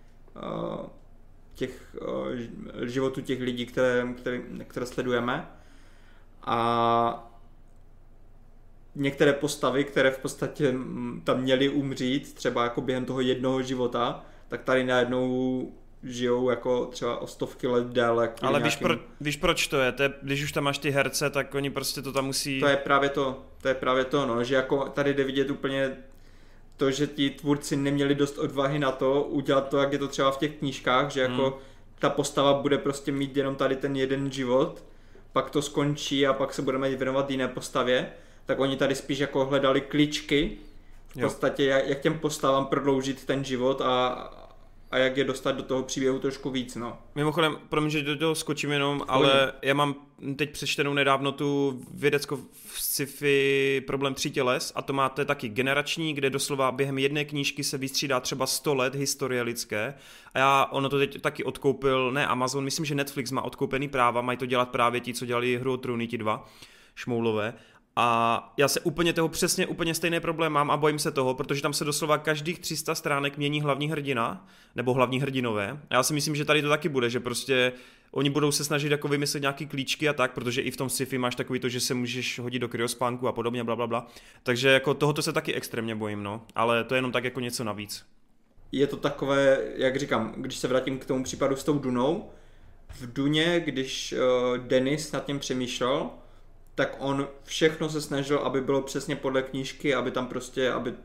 [SPEAKER 5] životů těch lidí, které sledujeme. A některé postavy, které v podstatě tam měly umřít, třeba jako během toho jednoho života, tak tady najednou žijou jako třeba o stovky let déle.
[SPEAKER 1] Ale víš proč to je? Když už tam máš ty herce, tak oni prostě to tam musí...
[SPEAKER 5] To je právě to, no, že jako tady jde vidět úplně to, že ti tvůrci neměli dost odvahy na to udělat to, jak je to třeba v těch knížkách, že jako ta postava bude prostě mít jenom tady ten jeden život, pak to skončí a pak se budeme věnovat jiné postavě, tak oni tady spíš jako hledali kličky v podstatě, jak těm postavám prodloužit ten život a jak je dostat do toho příběhu trošku víc, no.
[SPEAKER 1] Mimochodem, promiň, že do toho skočím jenom, ale já mám teď přečtenou nedávno tu vědeckou sci-fi Problém 3 těles a to máte taky generační, kde doslova během jedné knížky se vystřídá třeba 100 let historie lidské a ono to teď taky odkoupil, ne Amazon, myslím, že Netflix má odkoupený práva, mají to dělat právě ti, co dělali Hru o trůny, ti dva šmoulové. A já se úplně stejný problém mám a bojím se toho, protože tam se doslova každých 300 stránek mění hlavní hrdina, nebo hlavní hrdinové. A já si myslím, že tady to taky bude, že prostě oni budou se snažit jako vymyslet nějaký klíčky a tak, protože i v tom sci-fi máš takový to, že se můžeš hodit do kryospánku a podobně, blablabla. Takže jako tohoto se taky extrémně bojím, no. Ale to je jenom tak jako něco navíc.
[SPEAKER 5] Je to takové, jak říkám, když se vrátím k tomu případu s tou Dunou, v Duně, když Denis nad tím přemýšlel, tak on všechno se snažil, aby bylo přesně podle knížky, aby tam prostě, aby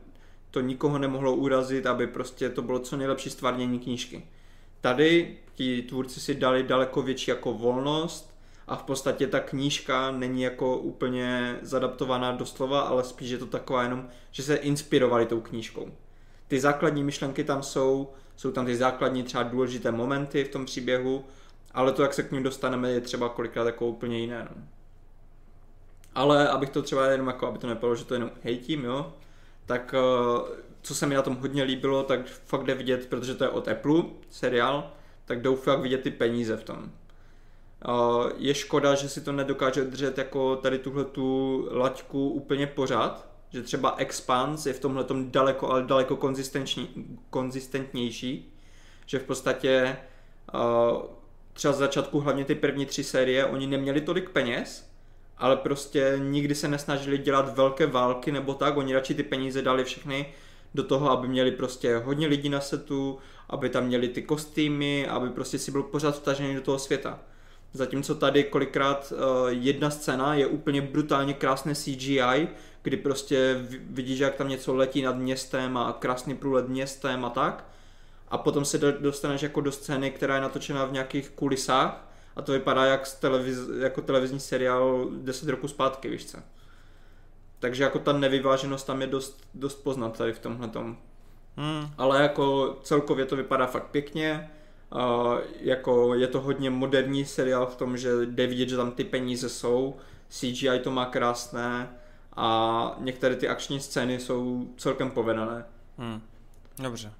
[SPEAKER 5] to nikoho nemohlo urazit, aby prostě to bylo co nejlepší stvárnění knížky. Tady ti tvůrci si dali daleko větší jako volnost a v podstatě ta knížka není jako úplně zadaptovaná doslova, ale spíš je to taková jenom, že se inspirovali tou knížkou. Ty základní myšlenky tam jsou tam ty základní třeba důležité momenty v tom příběhu, ale to, jak se k ním dostaneme, je třeba kolikrát jako úplně jiné. No. Ale abych to třeba jenom jako, aby to nepadlo, že to jenom hejtím, jo, tak co se mi na tom hodně líbilo, tak fakt jde vidět, protože to je od Apple seriál, tak jdou fakt vidět ty peníze v tom. Je škoda, že si to nedokáže držet jako tady tuhletu laťku úplně pořád, že třeba Expanse je v tomhletom daleko, ale daleko konzistentnější, že v podstatě třeba z začátku hlavně ty první 3 série, oni neměli tolik peněz, ale prostě nikdy se nesnažili dělat velké války nebo tak, oni radši ty peníze dali všechny do toho, aby měli prostě hodně lidí na setu, aby tam měli ty kostýmy, aby prostě si byl pořád vtažený do toho světa. Zatímco tady kolikrát jedna scéna je úplně brutálně krásné CGI, kdy prostě vidíš, jak tam něco letí nad městem a krásný průlet městem a tak. A potom se dostaneš jako do scény, která je natočena v nějakých kulisách a to vypadá jako televizní seriál 10 roků zpátky, víš co. Takže jako ta nevyváženost tam je dost poznat tady v tomhletom. Ale jako celkově to vypadá fakt pěkně. Jako je to hodně moderní seriál v tom, že jde vidět, že tam ty peníze jsou, CGI to má krásné a některé ty akční scény jsou celkem povedené.
[SPEAKER 1] Dobře.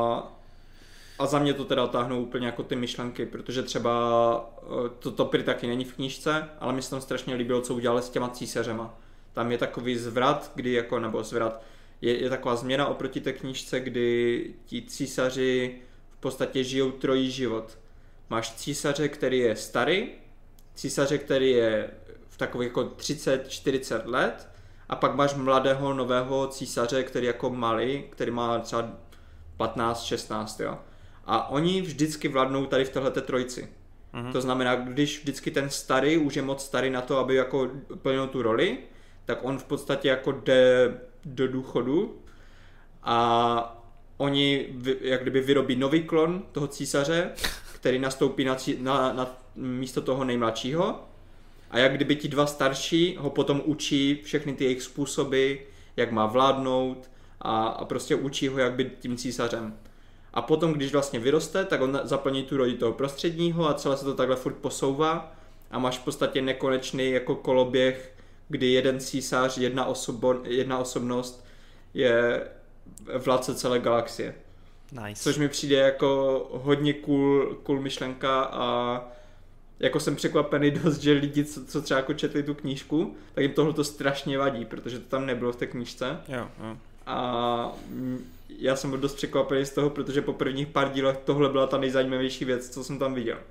[SPEAKER 5] A za mě to teda táhnou úplně jako ty myšlenky, protože třeba to prý taky není v knížce, ale mi se tam strašně líbilo, co udělali s těma císařema. Tam je takový zvrat, je taková změna oproti té knížce, kdy ti císaři v podstatě žijou trojí život. Máš císaře, který je starý, císaře, který je v takových jako 30-40 let a pak máš mladého nového císaře, který jako malý, který má třeba 15-16, jo. A oni vždycky vládnou tady v téhleté trojici. To znamená, když vždycky ten starý už je moc starý na to, aby jako plnil tu roli, tak on v podstatě jako jde do důchodu a oni jak kdyby vyrobí nový klon toho císaře, který nastoupí na místo toho nejmladšího a jak kdyby ti dva starší ho potom učí všechny ty jejich způsoby, jak má vládnout a prostě učí ho, jak být tím císařem. A potom, když vlastně vyroste, tak on zaplní tu roli toho prostředního a celé se to takhle furt posouvá a máš v podstatě nekonečný jako koloběh, kdy jeden císař, jedna osobnost je vládce celé galaxie.
[SPEAKER 1] Nice.
[SPEAKER 5] Což mi přijde jako hodně cool myšlenka a jako jsem překvapený dost, že lidi, co třeba jako četli tu knížku, tak jim tohle to strašně vadí, protože to tam nebylo v té knížce.
[SPEAKER 1] Jo.
[SPEAKER 5] A já jsem byl dost překvapený z toho, protože po prvních pár dílech tohle byla ta nejzajímavější věc, co jsem tam viděl.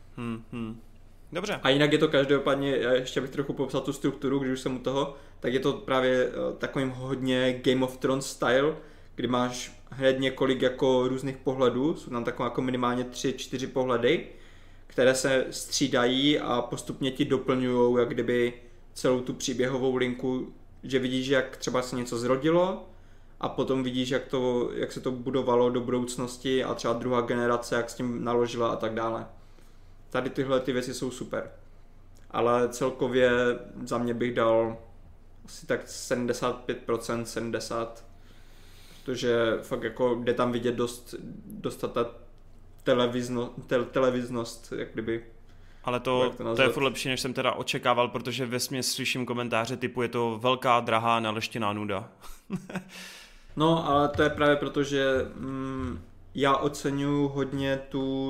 [SPEAKER 1] Dobře.
[SPEAKER 5] A jinak je to každopádně, ještě bych trochu popsal tu strukturu, když už jsem u toho, tak je to právě takovým hodně Game of Thrones style, kdy máš hned několik jako různých pohledů, jsou tam takové jako minimálně 3-4 pohledy, které se střídají a postupně ti doplňují jak kdyby celou tu příběhovou linku, že vidíš, jak třeba se něco zrodilo a potom vidíš, jak se to budovalo do budoucnosti a třeba druhá generace, jak s tím naložila a tak dále. Tady tyhle ty věci jsou super. Ale celkově za mě bych dal asi tak 75%, 70%, protože fakt jako jde tam vidět dost ta televiznost, jak kdyby.
[SPEAKER 1] Ale to je furt lepší, než jsem teda očekával, protože vesměs slyším komentáře typu je to velká, drahá, naleštěná nuda.
[SPEAKER 5] No, ale to je právě proto, že já oceňuji hodně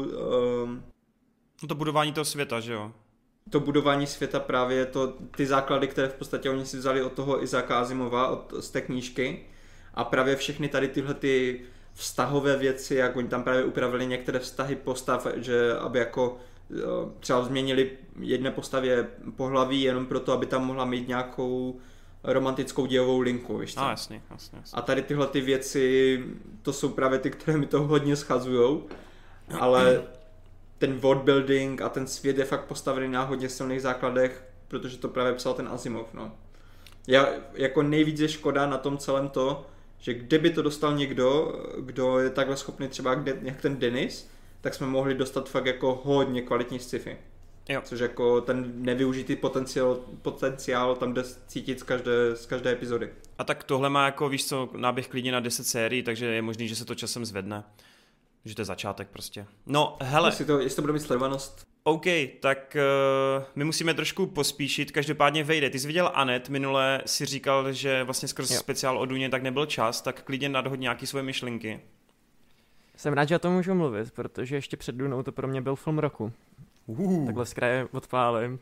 [SPEAKER 1] to budování toho světa, že jo?
[SPEAKER 5] To budování světa právě, ty základy, které v podstatě oni si vzali od toho Isaaca Asimova, z té knížky a právě všechny tady tyhle ty vztahové věci, jak oni tam právě upravili některé vztahy postav, že aby jako třeba změnili jedné postavě pohlaví jenom proto, aby tam mohla mít nějakou romantickou dějovou linku, víš co?
[SPEAKER 1] Jasně.
[SPEAKER 5] A tady tyhle ty věci, to jsou právě ty, které mi to hodně schazujou, ale ten world building a ten svět je fakt postavený na hodně silných základech, protože to právě psal ten Asimov, no. Jako nejvíc je škoda na tom celém to, že kdyby to dostal někdo, kdo je takhle schopný třeba jak ten Dennis, tak jsme mohli dostat fakt jako hodně kvalitní sci-fi.
[SPEAKER 1] Jo.
[SPEAKER 5] Což jako ten nevyužitý potenciál tam jde cítit z každé epizody.
[SPEAKER 1] A tak tohle má jako, víš co, náběh klidně na 10 sérií, takže je možný, že se to časem zvedne. Že to je začátek prostě. No, hele.
[SPEAKER 5] Jestli to bude mít sledovanost.
[SPEAKER 1] OK, tak my musíme trošku pospíšit, každopádně vejde. Ty jsi viděl Anet, minule si říkal, že vlastně skrz speciál o Duně tak nebyl čas, tak klidně nadhoď nějaký svoje myšlenky.
[SPEAKER 4] Jsem rád, že o tom můžu mluvit, protože ještě před Dunou to pro mě byl film roku. Takhle z kraje odpálím.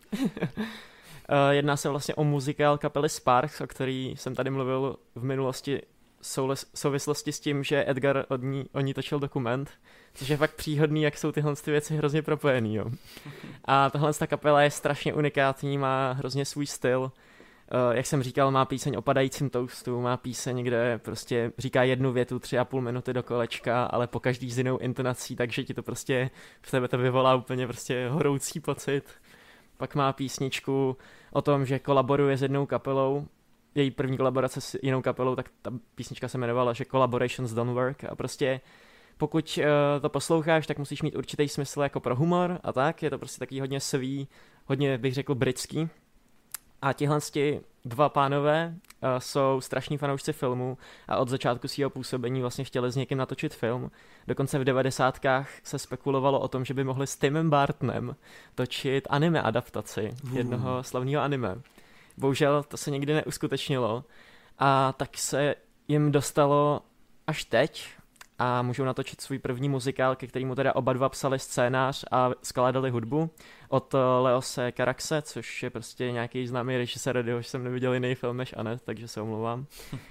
[SPEAKER 4] Jedná se vlastně o muzikál kapely Sparks, o který jsem tady mluvil v minulosti v souvislosti s tím, že Edgar o ní točil dokument, což je fakt příhodný, jak jsou tyhle věci hrozně propojený. Jo. A tahle kapela je strašně unikátní, má hrozně svůj styl. Jak jsem říkal, má píseň o padajícím toastu, má píseň, kde prostě říká jednu větu 3,5 minuty do kolečka, ale po každý s jinou intonací, takže ti to prostě v tebe to vyvolá úplně prostě horoucí pocit. Pak má písničku o tom, že kolaboruje s jednou kapelou, její první kolaborace s jinou kapelou, tak ta písnička se jmenovala, že Collaborations Don't Work a prostě pokud to posloucháš, tak musíš mít určitý smysl jako pro humor a tak, je to prostě taky hodně svý, hodně bych řekl britský. A tihle dva pánové jsou strašní fanoušci filmu a od začátku svého působení vlastně chtěli s někým natočit film. Dokonce v 90kách se spekulovalo o tom, že by mohli s Timem Burtonem točit anime adaptaci jednoho slavného anime. Bohužel to se nikdy neuskutečnilo a tak se jim dostalo až teď a můžou natočit svůj první muzikál, ke kterému teda oba dva psali scénář a skládali hudbu od Leose Caraxe, což je prostě nějaký známý režisér, jehož jsem neviděl jiný film než Anet, takže se omlouvám.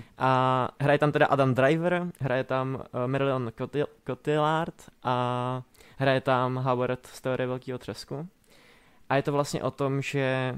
[SPEAKER 4] A hraje tam teda Adam Driver, hraje tam Marion Cotillard a hraje tam Howard z Teorie velkého třesku. A je to vlastně o tom, že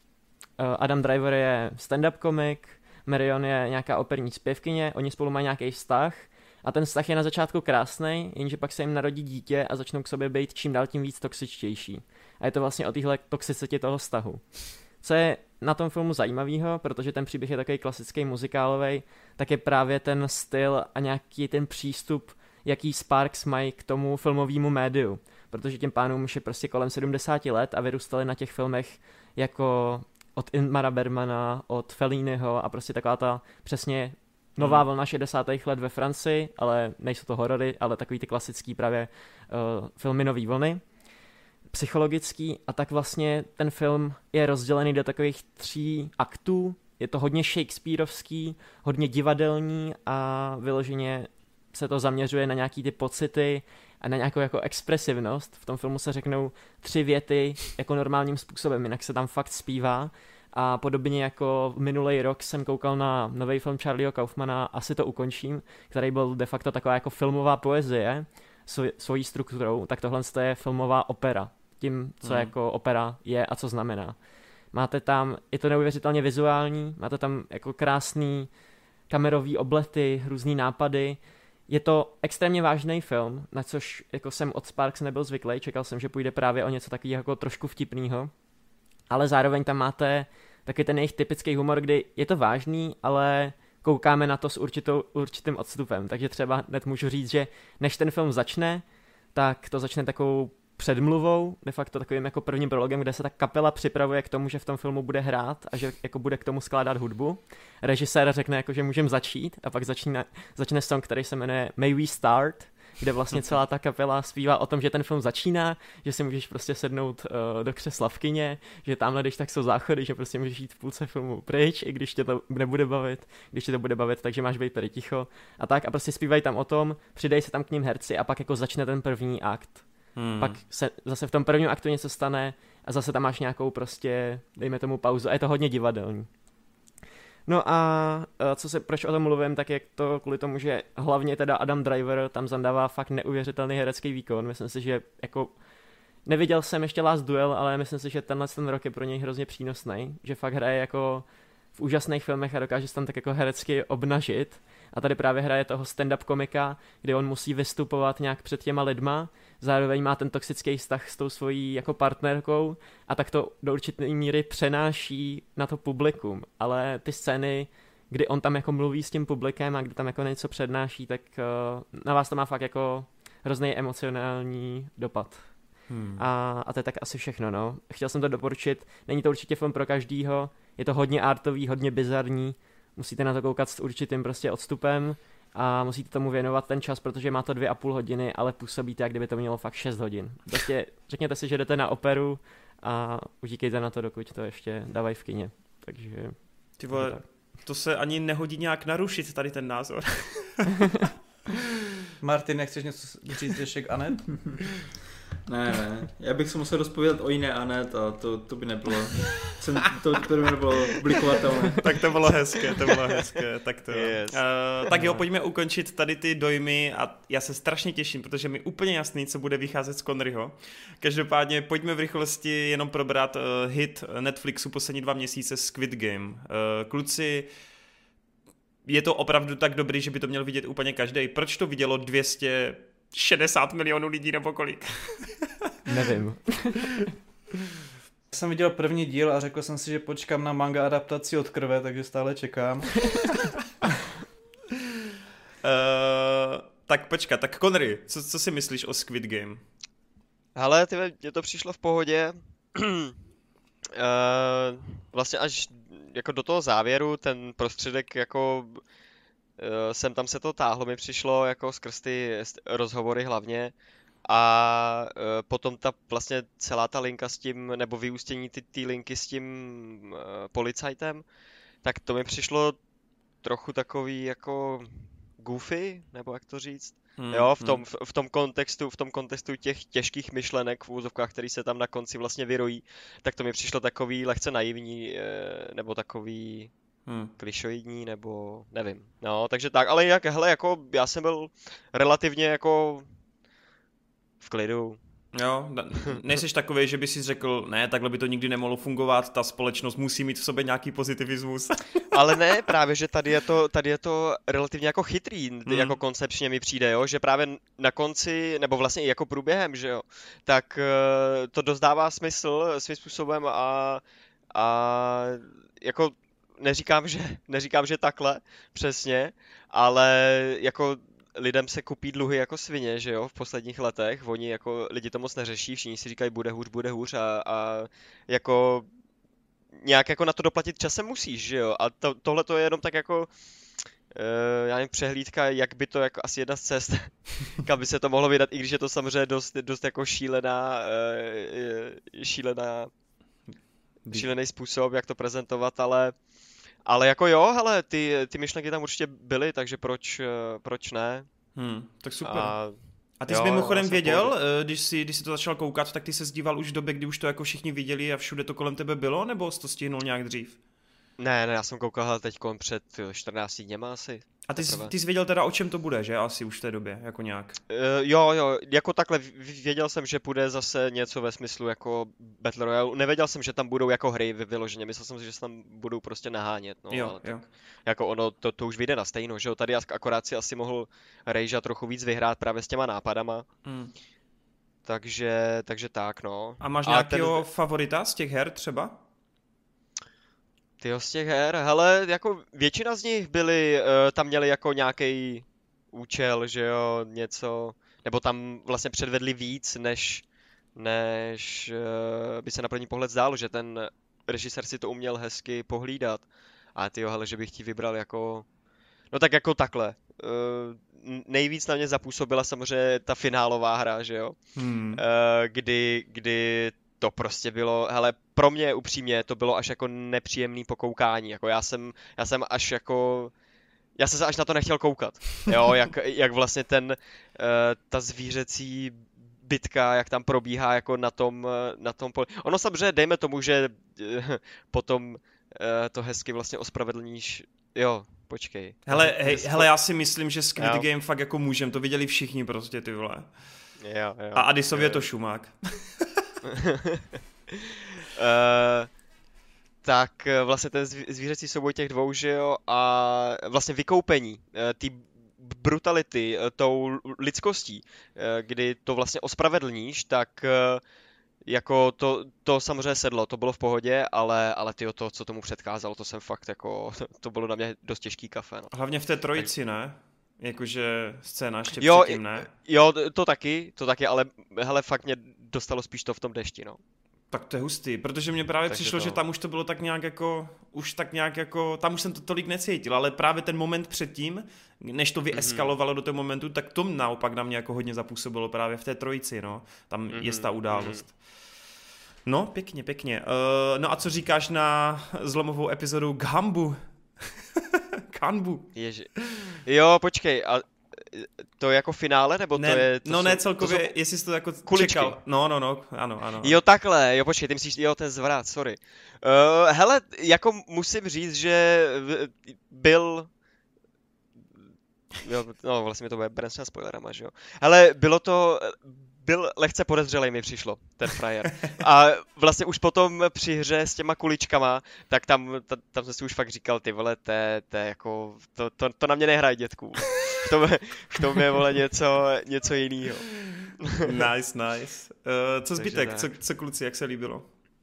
[SPEAKER 4] Adam Driver je stand-up komik, Marion je nějaká operní zpěvkyně, oni spolu mají nějaký vztah a ten vztah je na začátku krásnej, jenže pak se jim narodí dítě a začnou k sobě být čím dál tím víc toxičtější. A je to vlastně o téhle toxicitě toho vztahu. Co je na tom filmu zajímavého, protože ten příběh je takový klasický muzikálový, tak je právě ten styl a nějaký ten přístup, jaký Sparks mají k tomu filmovému médiu. Protože těm pánům už je prostě kolem 70 let a vyrůstali na těch filmech jako od Ingmara Bergmana, od Felliniho a prostě taková ta přesně nová vlna 60. let ve Francii, ale nejsou to horory, ale takový ty klasický právě filmy nový vlny, psychologický a tak vlastně ten film je rozdělený do takových 3 aktů, je to hodně shakespearovský, hodně divadelní a vyloženě se to zaměřuje na nějaký ty pocity a na nějakou jako expresivnost. V tom filmu se řeknou 3 věty jako normálním způsobem, jinak se tam fakt zpívá. A podobně jako minulý rok jsem koukal na nový film Charlieho Kaufmana Asi to ukončím, který byl de facto taková jako filmová poezie svojí strukturou, tak tohle je filmová opera. Tím, co jako opera je a co znamená. Máte tam, je to neuvěřitelně vizuální, máte tam jako krásný kamerový oblety, různý nápady. Je to extrémně vážný film, na což jako jsem od Sparks nebyl zvyklý, čekal jsem, že půjde právě o něco takového jako trošku vtipného. Ale zároveň tam máte taky ten jejich typický humor, kdy je to vážný, ale koukáme na to s určitým odstupem. Takže třeba hned můžu říct, že než ten film začne, tak to začne takovou předmluvou, de facto takovým jako prvním prologem, kde se ta kapela připravuje k tomu, že v tom filmu bude hrát a že jako bude k tomu skládat hudbu. Režisér řekne, jako, že můžeme začít a pak začne song, který se jmenuje May We Start, kde vlastně celá ta kapela zpívá o tom, že ten film začíná, že si můžeš prostě sednout do křesla v kině, že tamhle, když tak jsou záchody, že prostě můžeš jít v půlce filmu pryč, i když tě to nebude bavit, když tě to bude bavit, takže máš být tady ticho a tak a prostě zpívají tam o tom, přidají se tam k ním herci a pak jako začne ten první akt. Pak se zase v tom prvním aktu něco stane a zase tam máš nějakou prostě, dejme tomu pauzu a je to hodně divadelní. No a proč o tom mluvím, tak je to kvůli tomu, že hlavně teda Adam Driver tam zadává fakt neuvěřitelný herecký výkon. Myslím si, že jako neviděl jsem ještě Last Duel, ale myslím si, že ten rok je pro něj hrozně přínosný, že fakt hraje jako v úžasných filmech a dokáže se tam tak jako herecky obnažit. A tady právě hraje toho stand-up komika, kdy on musí vystupovat nějak před těma lidma, zároveň má ten toxický vztah s tou svojí jako partnerkou a tak to do určité míry přenáší na to publikum. Ale ty scény, kdy on tam jako mluví s tím publikem a kdy tam jako něco přednáší, tak na vás to má fakt jako hrozný emocionální dopad. A to je tak asi všechno, no. Chtěl jsem to doporučit, není to určitě film pro každýho, je to hodně artový, hodně bizarní, musíte na to koukat s určitým prostě odstupem a musíte tomu věnovat ten čas, protože má to 2,5 hodiny, ale působíte, jak kdyby to mělo fakt 6 hodin. Prostě řekněte si, že jdete na operu a utíkejte na to, dokud to ještě dávají v kině. Takže...
[SPEAKER 1] Ty vole, to se ani nehodí nějak narušit tady ten názor.
[SPEAKER 2] Martin, nechceš něco říct ještě k Anet?
[SPEAKER 5] Ne, já bych se musel rozpovědět o jiné Anet a to by nebylo, to by nebylo publikovatelné.
[SPEAKER 1] Tak to bylo hezké, tak to yes. Tak jo, pojďme ukončit tady ty dojmy a já se strašně těším, protože mi úplně jasný, co bude vycházet z Conneryho. Každopádně pojďme v rychlosti jenom probrat hit Netflixu poslední 2 měsíce Squid Game. Kluci, je to opravdu tak dobrý, že by to měl vidět úplně každý. Proč to vidělo 260 milionů lidí nebo kolik?
[SPEAKER 4] Nevím.
[SPEAKER 2] Jsem viděl první díl a řekl jsem si, že počkám na manga adaptaci od Krve, takže stále čekám.
[SPEAKER 1] Tak počkat, tak Connery, co si myslíš o Squid Game?
[SPEAKER 6] Hele, mně to přišlo v pohodě. Vlastně až jako do toho závěru ten prostředek jako sem tam se to táhlo, mi přišlo jako skrz ty rozhovory hlavně a potom ta vlastně celá ta linka s tím, nebo vyústění ty linky s tím policajtem, tak to mi přišlo trochu takový jako goofy, nebo jak to říct. Jo, v tom kontextu těch těžkých myšlenek v úzovkách, který se tam na konci vlastně vyrojí, tak to mi přišlo takový lehce naivní, nebo takový klišoidní, nebo nevím. No, takže tak, ale jak, hele, jako já jsem byl relativně jako v klidu.
[SPEAKER 1] Jo, nejseš takovej, že by si řekl, ne, takhle by to nikdy nemohlo fungovat, ta společnost musí mít v sobě nějaký pozitivismus.
[SPEAKER 6] Ale ne, právě, že tady je to relativně jako chytrý, jako koncepčně mi přijde, jo, že právě na konci, nebo vlastně i jako průběhem, že jo, tak to dost dává smysl svým způsobem a jako neříkám, že takhle, přesně, ale jako lidem se kupí dluhy jako svině, že jo, v posledních letech, oni jako lidi to moc neřeší, všichni si říkají bude hůř a jako nějak jako na to doplatit časem musíš, že jo, a tohle to je jenom tak jako já nevím, přehlídka, jak by to jako asi jedna z cest, kam by se to mohlo vydat, i když je to samozřejmě dost jako šílený způsob, jak to prezentovat, ale jako jo, hele, ty myšlenky tam určitě byly, takže proč ne?
[SPEAKER 1] Tak super. A ty jsi mimochodem věděl, když jsi to začal koukat, tak ty se zdíval už v době, kdy už to jako všichni viděli a všude to kolem tebe bylo, nebo jsi to stihnul nějak dřív?
[SPEAKER 6] Ne, já jsem koukal teď před 14 dněma asi.
[SPEAKER 1] A ty jsi věděl teda, o čem to bude, že? Asi už v té době, jako nějak.
[SPEAKER 6] Jo, jako takhle, věděl jsem, že bude zase něco ve smyslu jako Battle Royale. Nevěděl jsem, že tam budou jako hry vyloženě, myslel jsem si, že se tam budou prostě nahánět, no.
[SPEAKER 1] Jo.
[SPEAKER 6] Jako ono, to už vyjde na stejno, že jo, tady akorát si asi mohl Rejža trochu víc vyhrát právě s těma nápadama. Takže tak, no.
[SPEAKER 1] A máš nějakého favorita z těch her třeba?
[SPEAKER 6] Tyjo, z těch her, hele, jako většina z nich tam měli jako nějaký účel, že jo, něco, nebo tam vlastně předvedli víc, než by se na první pohled zdálo, že ten režisér si to uměl hezky pohlídat. A tyjo, hele, že bych ti vybral jako, no tak jako takhle. Nejvíc na mě zapůsobila samozřejmě ta finálová hra, že jo, kdy to prostě bylo, hele, pro mě upřímně to bylo až jako nepříjemný pokoukání, jako já jsem se až na to nechtěl koukat, jo, jak vlastně ta zvířecí bitka, jak tam probíhá jako na tom poli. Ono samozřejmě, dejme tomu, že potom to hezky vlastně ospravedlníš, jo, počkej.
[SPEAKER 1] Hele, já si myslím, že Squid Game fakt jako můžem, to viděli všichni prostě, ty vole.
[SPEAKER 6] Jo.
[SPEAKER 1] A Addisově to šumák.
[SPEAKER 6] Tak vlastně ten zvířecí souboj těch dvou, že jo, a vlastně vykoupení ty brutality tou lidskostí, kdy to vlastně ospravedlníš, tak jako to samozřejmě sedlo, to bylo v pohodě, ale tyjo, to, co tomu předcházelo, to jsem fakt jako, to bylo na mě dost těžký kafe, no.
[SPEAKER 1] Hlavně v té trojici, ne? Jakože scéna ještě
[SPEAKER 6] Jo,
[SPEAKER 1] předtím, ne?
[SPEAKER 6] Jo, to taky, ale hele, fakt mě dostalo spíš to v tom dešti, no.
[SPEAKER 1] Tak to je hustý, protože mě právě
[SPEAKER 6] Takže
[SPEAKER 1] přišlo,
[SPEAKER 6] to-
[SPEAKER 1] že tam už to bylo tak nějak jako, tam už jsem to tolik necítil, ale právě ten moment předtím, než to vyeskalovalo do toho momentu, tak to naopak na mě jako hodně zapůsobilo právě v té trojici, no. Tam je ta událost. No, pěkně. No a co říkáš na zlomovou epizodu Gambu? Kanbu.
[SPEAKER 6] Ježi. Jo, počkej, a to je jako finále, nebo
[SPEAKER 1] Ne,
[SPEAKER 6] to je... To
[SPEAKER 1] no
[SPEAKER 6] jsou,
[SPEAKER 1] ne,
[SPEAKER 6] to
[SPEAKER 1] celkově,
[SPEAKER 6] jsou
[SPEAKER 1] jestli jsi to jako
[SPEAKER 6] kuličky.
[SPEAKER 1] čekal. No, ano.
[SPEAKER 6] Jo, takhle, jo, počkej, ty myslíš, jo, ten zvrat, sorry. Hele, jako musím říct, že byl... Jo, no, vlastně mi to bude brát s spoilerama, že jo. Hele, byl lehce podezřelej mi přišlo, ten frajer. A vlastně už potom při hře s těma kuličkama, tak tam jsem si už fakt říkal, ty vole, to je jako, to na mě nehraje, dětku. V tom je, vole, něco jinýho.
[SPEAKER 1] Nice. Co zbytek, co kluci, jak se líbilo?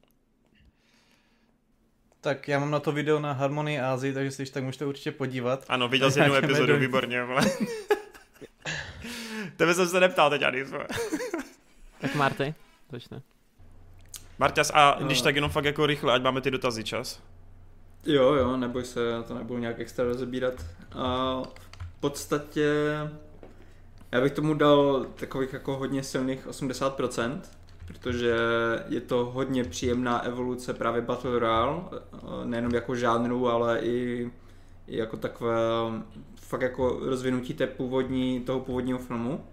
[SPEAKER 2] Tak já mám na to video na Harmonii Ázii, takže si tak můžete určitě podívat.
[SPEAKER 1] Ano, viděl jsi jednu epizodu, výborně, vole. Tebe jsem se neptal teď ani.
[SPEAKER 4] Tak Marty, začne.
[SPEAKER 1] Marťas, a když tak jenom fakt jako rychle, ať máme ty dotazy čas.
[SPEAKER 5] Jo, neboj se, já to nebudu nějak extra rozebírat. A v podstatě já bych tomu dal takových jako hodně silných 80%, protože je to hodně příjemná evoluce právě Battle Royale, nejenom jako žánru, ale i jako takové fakt jako rozvinutí toho původního filmu.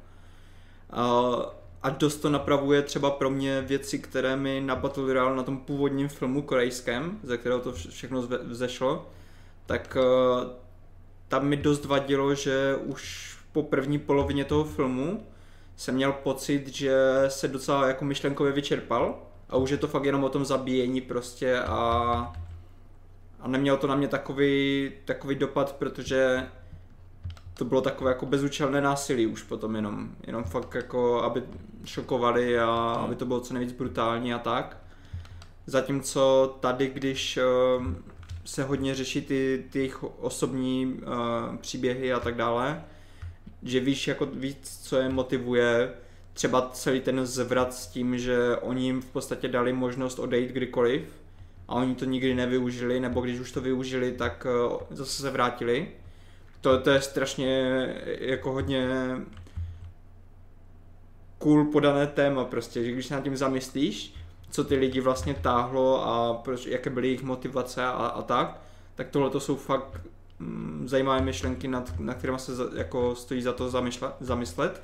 [SPEAKER 5] A dost to napravuje třeba pro mě věci, které mi na Battle Royale na tom původním filmu korejském, ze kterého to všechno vzešlo, tak tam mi dost vadilo, že už po první polovině toho filmu jsem měl pocit, že se docela jako myšlenkově vyčerpal a už je to fakt jenom o tom zabíjení prostě a nemělo to na mě takový dopad, protože to bylo takové jako bezúčelné násilí už potom jenom fakt jako, aby šokovali a aby to bylo co nejvíc brutální a tak. Zatímco tady, když se hodně řeší ty jejich osobní příběhy a tak dále, že víš jako víc, co je motivuje, třeba celý ten zvrat s tím, že oni jim v podstatě dali možnost odejít kdykoliv a oni to nikdy nevyužili, nebo když už to využili, tak zase se vrátili. To je strašně jako hodně cool podané téma prostě, že když se nad tím zamyslíš, co ty lidi vlastně táhlo a jaké byly jejich motivace a tak tohle to jsou fakt zajímavé myšlenky, na kterými se jako stojí za to zamyslet.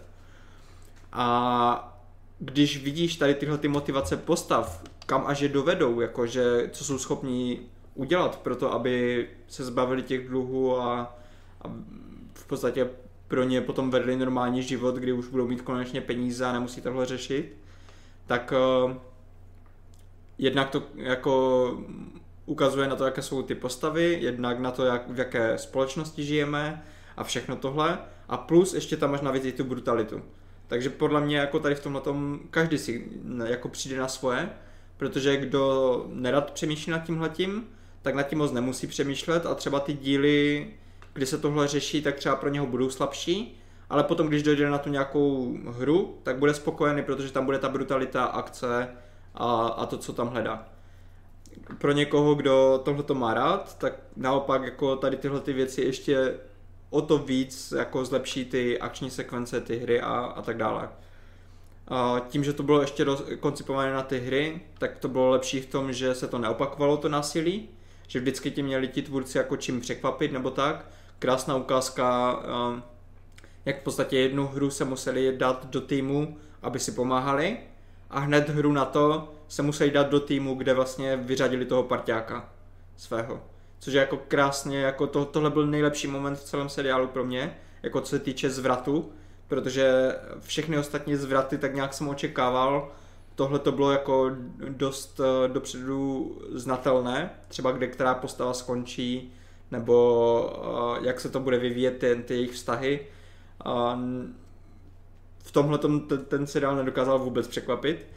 [SPEAKER 5] A když vidíš tady tyhle ty motivace postav, kam až je dovedou, jakože co jsou schopni udělat pro to, aby se zbavili těch dluhů a v podstatě pro ně potom vedli normální život, kdy už budou mít konečně peníze a nemusí tohle řešit, tak jednak to jako ukazuje na to, jaké jsou ty postavy, jednak na to, v jaké společnosti žijeme a všechno tohle a plus ještě tam máš navíc i tu brutalitu. Takže podle mě jako tady v tomhletom každý si jako přijde na svoje, protože kdo nerad přemýšlí nad tímhletím, tak nad tím moc nemusí přemýšlet a třeba ty díly, kdy se tohle řeší, tak třeba pro něho budou slabší, ale potom, když dojde na tu nějakou hru, tak bude spokojený, protože tam bude ta brutalita, akce a to, co tam hledá. Pro někoho, kdo tohleto má rád, tak naopak jako tady tyhle ty věci ještě o to víc jako zlepší ty akční sekvence, ty hry a tak dále. A tím, že to bylo ještě koncipované na ty hry, tak to bylo lepší v tom, že se to neopakovalo to násilí, že vždycky tě měli ti tvůrci jako čím překvapit nebo tak. Krásná ukázka, jak v podstatě jednu hru se museli dát do týmu, aby si pomáhali a hned hru na to se museli dát do týmu, kde vlastně vyřadili toho parťáka svého. Což je jako krásně, jako tohle byl nejlepší moment v celém seriálu pro mě, jako co se týče zvratu, protože všechny ostatní zvraty tak nějak jsem očekával, tohle to bylo jako dost dopředu znatelné, třeba kde která postava skončí, nebo jak se to bude vyvíjet ty jejich vztahy. V tomhle ten seriál nedokázal vůbec překvapit.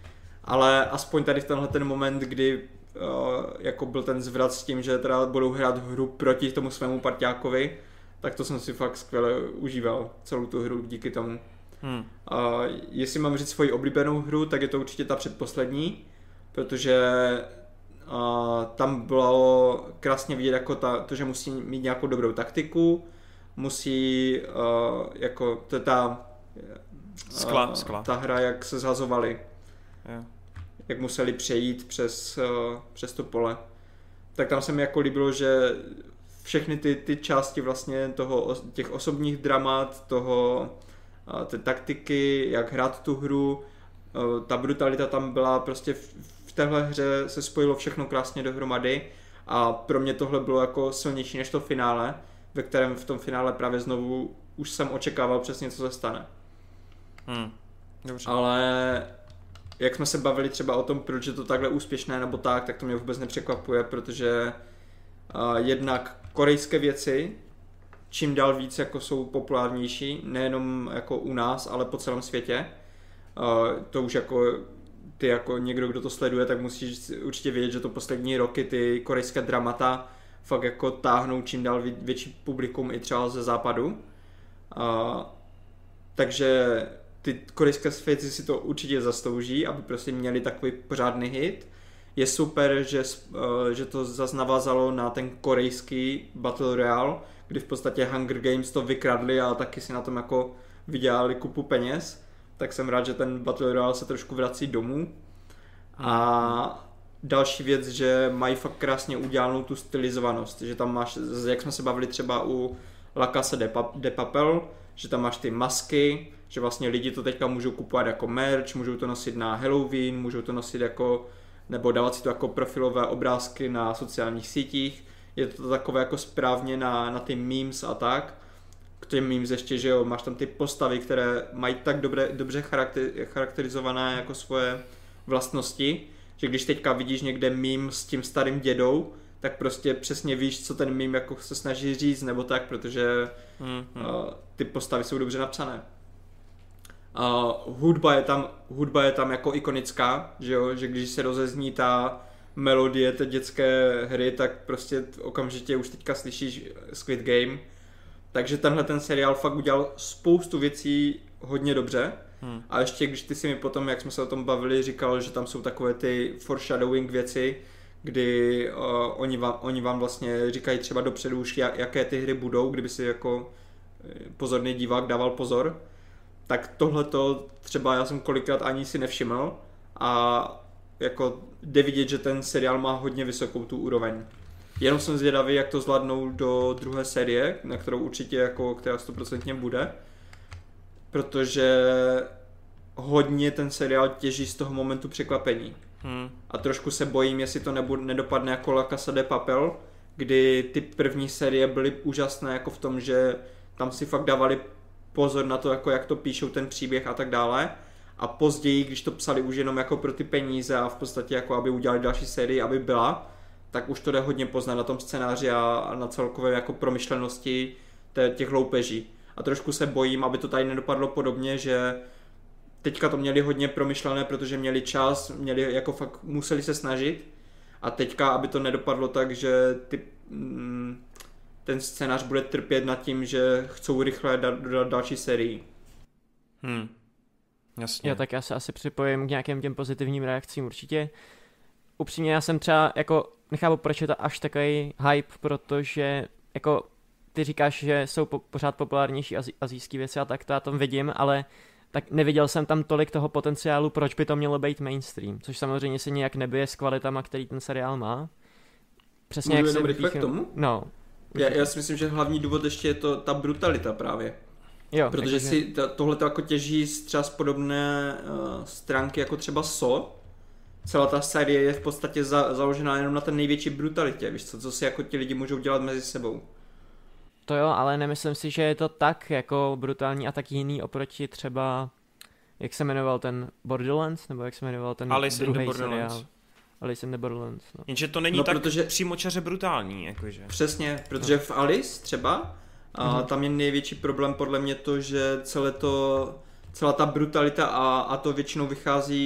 [SPEAKER 5] ale aspoň tady v tenhle ten moment, kdy jako byl ten zvrat s tím, že teda budou hrát hru proti tomu svému parťákovi, tak to jsem si fakt skvěle užíval, celou tu hru díky tomu. Jestli mám říct svoji oblíbenou hru, tak je to určitě ta předposlední, protože tam bylo krásně vidět jako to, že musí mít nějakou dobrou taktiku, musí jako to je ta
[SPEAKER 1] skla.
[SPEAKER 5] Ta hra, jak se zhazovali, jak museli přejít přes to pole, tak tam se mi jako líbilo, že všechny ty části vlastně těch osobních dramat, ty taktiky, jak hrát tu hru, ta brutalita tam byla prostě v téhle hře se spojilo všechno krásně dohromady a pro mě tohle bylo jako silnější než to finále, ve kterém v tom finále právě znovu už jsem očekával přesně, co se stane.
[SPEAKER 1] Dobře.
[SPEAKER 5] Ale jak jsme se bavili třeba o tom, proč je to takhle úspěšné nebo tak to mě vůbec nepřekvapuje, protože jednak korejské věci čím dál víc jako jsou populárnější, nejenom jako u nás, ale po celém světě. To už jako ty jako někdo, kdo to sleduje, tak musíš určitě vědět, že to poslední roky ty korejské dramata fakt jako táhnou čím dál větší publikum i třeba ze západu. Takže ty korejské světy si to určitě zaslouží, aby prostě měli takový pořádný hit. Je super, že to zase navázalo na ten korejský Battle Royale, kdy v podstatě Hunger Games to vykradli a taky si na tom jako vydělali kupu peněz. Tak jsem rád, že ten Battle Royale se trošku vrací domů. A další věc, že mají fakt krásně udělanou tu stylizovanost, že tam máš, jak jsme se bavili třeba u La Casa de Papel, že tam máš ty masky, že vlastně lidi to teďka můžou kupovat jako merch, můžou to nosit na Halloween, můžou to nosit jako, nebo dávat si to jako profilové obrázky na sociálních sítích. Je to takové jako správně na ty memes a tak. K těm memes ještě, že jo, máš tam ty postavy, které mají tak dobře charakterizované jako svoje vlastnosti, že když teďka vidíš někde meme s tím starým dědou, tak prostě přesně víš, co ten meme jako se snaží říct, nebo tak, protože ty postavy jsou dobře napsané. Hudba je tam jako ikonická, že jo, že když se rozezní ta melodie té dětské hry, tak prostě okamžitě už teďka slyšíš Squid Game. Takže tenhle ten seriál fakt udělal spoustu věcí hodně dobře. A ještě když ty si mi potom, jak jsme se o tom bavili, říkal, že tam jsou takové ty foreshadowing věci, kdy oni vám vlastně říkají třeba dopředu už, jaké ty hry budou, kdyby si jako pozorný divák dával pozor. Tak tohleto třeba já jsem kolikrát ani si nevšiml a jako jde vidět, že ten seriál má hodně vysokou tu úroveň. Jenom jsem zvědavý, jak to zvládnou do druhé série, na kterou určitě jako, která 100% bude, protože hodně ten seriál těží z toho momentu překvapení. A trošku se bojím, jestli to nedopadne jako La Casa de Papel, kdy ty první série byly úžasné jako v tom, že tam si fakt dávali pozor na to, jako jak to píšou ten příběh a tak dále. A později, když to psali už jenom jako pro ty peníze a v podstatě jako aby udělali další sérii, aby byla, tak už to jde hodně poznat na tom scénáři a na celkové jako promyšlenosti těch loupeží. A trošku se bojím, aby to tady nedopadlo podobně, že teďka to měli hodně promyšlené, protože měli čas, jako fakt museli se snažit a teďka, aby to nedopadlo tak, že ten scénář bude trpět nad tím, že chcou rychle dodat další sérii.
[SPEAKER 1] Jasně.
[SPEAKER 4] Jo, tak já se asi připojím k nějakým těm pozitivním reakcím určitě. Upřímně já jsem třeba jako nechápu, proč je to až takový hype, protože jako ty říkáš, že jsou pořád populárnější asijské věci a tak to já tam vidím, ale tak neviděl jsem tam tolik toho potenciálu, proč by to mělo být mainstream, což samozřejmě se nějak nebije s kvalitama, který ten seriál má. Přesně
[SPEAKER 5] Můžu
[SPEAKER 4] jak
[SPEAKER 5] jenom
[SPEAKER 4] se
[SPEAKER 5] rychle k tomu?
[SPEAKER 4] No.
[SPEAKER 5] Já si myslím, že hlavní důvod ještě je to ta brutalita právě.
[SPEAKER 4] Jo,
[SPEAKER 5] protože
[SPEAKER 4] jakože
[SPEAKER 5] si tohle jako těží třeba z podobné stránky jako třeba So. Celá ta série je v podstatě založená jenom na té největší brutalitě, víš co si jako ti lidi můžou dělat mezi sebou.
[SPEAKER 4] To jo, ale nemyslím si, že je to tak jako brutální a tak jiný oproti třeba, jak se jmenoval ten Borderlands, nebo jak se jmenoval ten
[SPEAKER 1] Alice in the
[SPEAKER 4] druhý
[SPEAKER 1] Borderlands.
[SPEAKER 4] seriál. Alice in the Borderlands, no.
[SPEAKER 1] Jenže to není tak přímočaře brutální, jakože.
[SPEAKER 5] Přesně, protože v Alice třeba, tam je největší problém podle mě to, že celá ta brutalita a to většinou vychází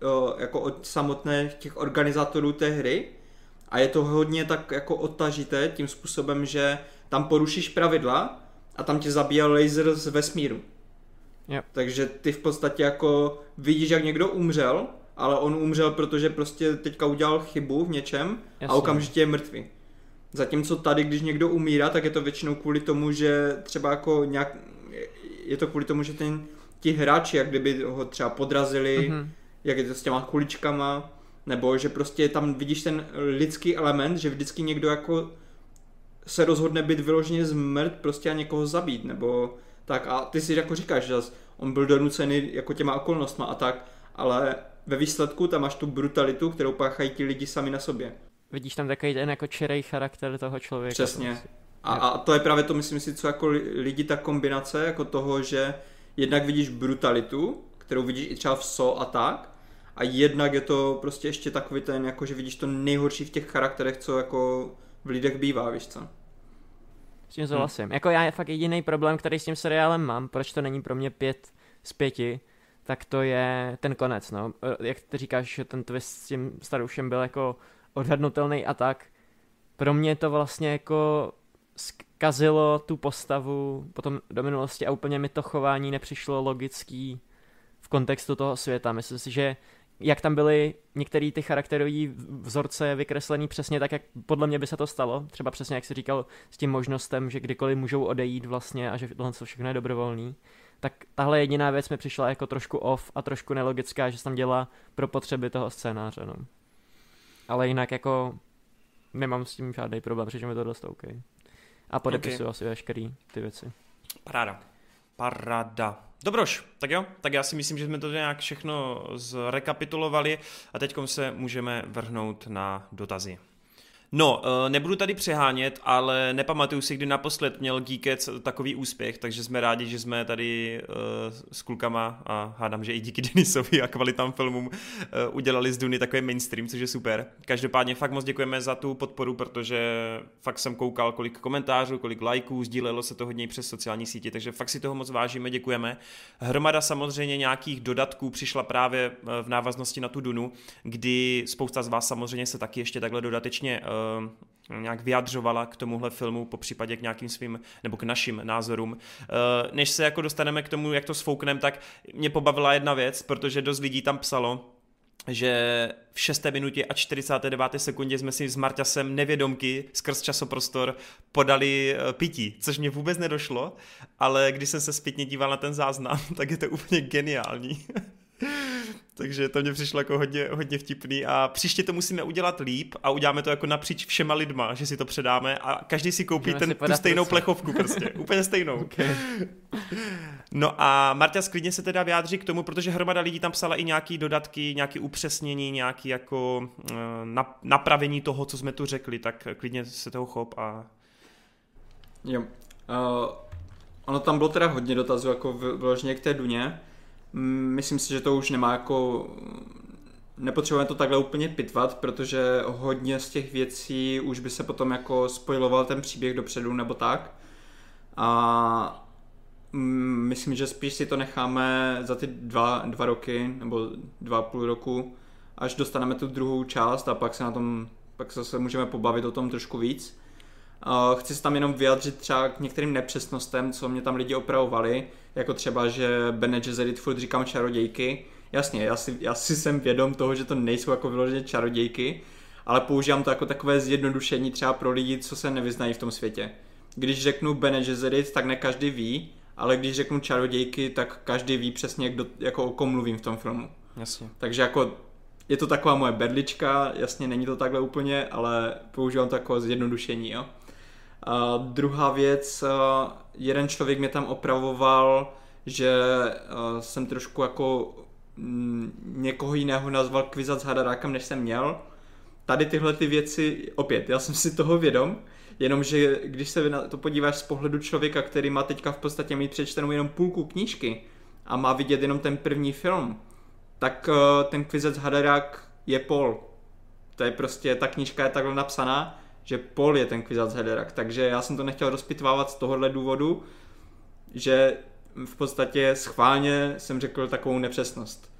[SPEAKER 5] jako od samotných těch organizátorů té hry a je to hodně tak jako odtažité tím způsobem, že tam porušíš pravidla a tam tě zabíjel laser z vesmíru.
[SPEAKER 4] Yep.
[SPEAKER 5] Takže ty v podstatě jako vidíš, jak někdo umřel, ale on umřel, protože prostě teďka udělal chybu v něčem. Jasně. A okamžitě je mrtvý. Zatímco tady, když někdo umírá, tak je to většinou kvůli tomu, že třeba jako nějak, je to kvůli tomu, že ti hráči, jak kdyby ho třeba podrazili, jak je to s těma kuličkama, nebo že prostě tam vidíš ten lidský element, že vždycky někdo jako se rozhodne být vyloženě zmrt prostě a někoho zabít, nebo tak a ty si jako říkáš, že on byl donucený jako těma okolnostma a tak, ale ve výsledku tam máš tu brutalitu, kterou páchají ti lidi sami na sobě.
[SPEAKER 4] Vidíš tam takový ten jako čirý charakter toho člověka.
[SPEAKER 5] Přesně. A to je právě to, myslím si, co jako lidi, ta kombinace jako toho, že jednak vidíš brutalitu, kterou vidíš i třeba v So a tak, a jednak je to prostě ještě takový ten, jako že vidíš to nejhorší v těch charakterech, co jako v lidech bývá, víš co?
[SPEAKER 4] S tím souhlasím. Jako já je fakt jediný problém, který s tím seriálem mám, proč to není pro mě 5 z 5, tak to je ten konec, no. Jak ty říkáš, že ten twist s tím staroušem byl jako odhadnutelný a tak. Pro mě to vlastně jako zkazilo tu postavu potom do minulosti a úplně mi to chování nepřišlo logický v kontextu toho světa. Myslím si, že jak tam byly některé ty charakterové vzorce vykreslený přesně tak, jak podle mě by se to stalo, třeba přesně jak jsi říkal s tím možnostem, že kdykoliv můžou odejít vlastně a že tohle všechno je dobrovolný, tak tahle jediná věc mi přišla jako trošku off a trošku nelogická, že se tam dělá pro potřeby toho scénáře, no. Ale jinak jako nemám s tím žádný problém, protože mi to dost OK. A podepisuju asi veškerý ty věci.
[SPEAKER 1] Paráda. Dobroš, tak jo, tak já si myslím, že jsme to nějak všechno zrekapitulovali a teďkom se můžeme vrhnout na dotazy. No, nebudu tady přehánět, ale nepamatuju si, kdy naposled měl Geekec takový úspěch, takže jsme rádi, že jsme tady s klukama a hádám, že i díky Denisovi a kvalitám filmům udělali z Duny takový mainstream, což je super. Každopádně fakt moc děkujeme za tu podporu, protože fakt jsem koukal, kolik komentářů, kolik lajků, sdílelo se to hodně přes sociální sítě, takže fakt si toho moc vážíme, děkujeme. Hromada samozřejmě nějakých dodatků přišla právě v návaznosti na tu Dunu, kdy spousta z vás samozřejmě se taky ještě takhle dodatečně nějak vyjadřovala k tomuhle filmu, po případě k nějakým svým, nebo k našim názorům. Než se jako dostaneme k tomu, jak to sfouknem, tak mě pobavila jedna věc, protože dost lidí tam psalo, že v 6. minutě a 49. sekundě jsme si s Marťasem nevědomky skrz časoprostor podali pití, což mě vůbec nedošlo, ale když jsem se zpětně díval na ten záznam, tak je to úplně geniální. Takže to mě přišlo jako hodně vtipný a příště to musíme udělat líp a uděláme to jako napříč všema lidma, že si to předáme a každý si koupí tu stejnou plechovku prostě, úplně stejnou. Okay. No a Marta sklidně se teda vyjádří k tomu, protože hromada lidí tam psala i nějaký dodatky, nějaké upřesnění, nějaké jako napravení toho, co jsme tu řekli, tak klidně se toho chop a...
[SPEAKER 5] Jo, ono tam bylo teda hodně dotazů jako vyloženě k té Duně. Myslím si, že to už nemá jako... Nepotřebujeme to takhle úplně pitvat, protože hodně z těch věcí už by se potom jako spoiloval ten příběh dopředu nebo tak. A myslím, že spíš si to necháme za ty dva roky nebo 2,5 roku, až dostaneme tu druhou část a pak se můžeme pobavit o tom trošku víc. Chci se tam jenom vyjádřit třeba k některým nepřesnostem, co mě tam lidi opravovali, jako třeba, že Bene Gesserit furt říkám čarodějky. Jasně, já si jsem vědom toho, že to nejsou jako vyloženě čarodějky, ale používám to jako takové zjednodušení třeba pro lidi, co se nevyznají v tom světě. Když řeknu Bene Gesserit, tak ne každý ví, ale když řeknu čarodějky, tak každý ví přesně, jako o kom mluvím v tom filmu.
[SPEAKER 1] Jasně.
[SPEAKER 5] Takže jako je to taková moje berlička, jasně není to takhle úplně, ale používám to jako zjednodušení, jo. A druhá věc, jeden člověk mě tam opravoval, že jsem trošku jako někoho jiného nazval kvizac hadarákem, než jsem měl. Tady tyhle ty věci, opět, já jsem si toho vědom, jenomže když se na to podíváš z pohledu člověka, který má teďka v podstatě mít přečtenou jenom půlku knížky a má vidět jenom ten první film, tak ten kvizac hadarák je Paul. To je prostě, ta knížka je takhle napsaná, že Paul je ten kvizac hadarák, takže já jsem to nechtěl rozpitvávat z tohohle důvodu, že v podstatě schválně jsem řekl takovou nepřesnost.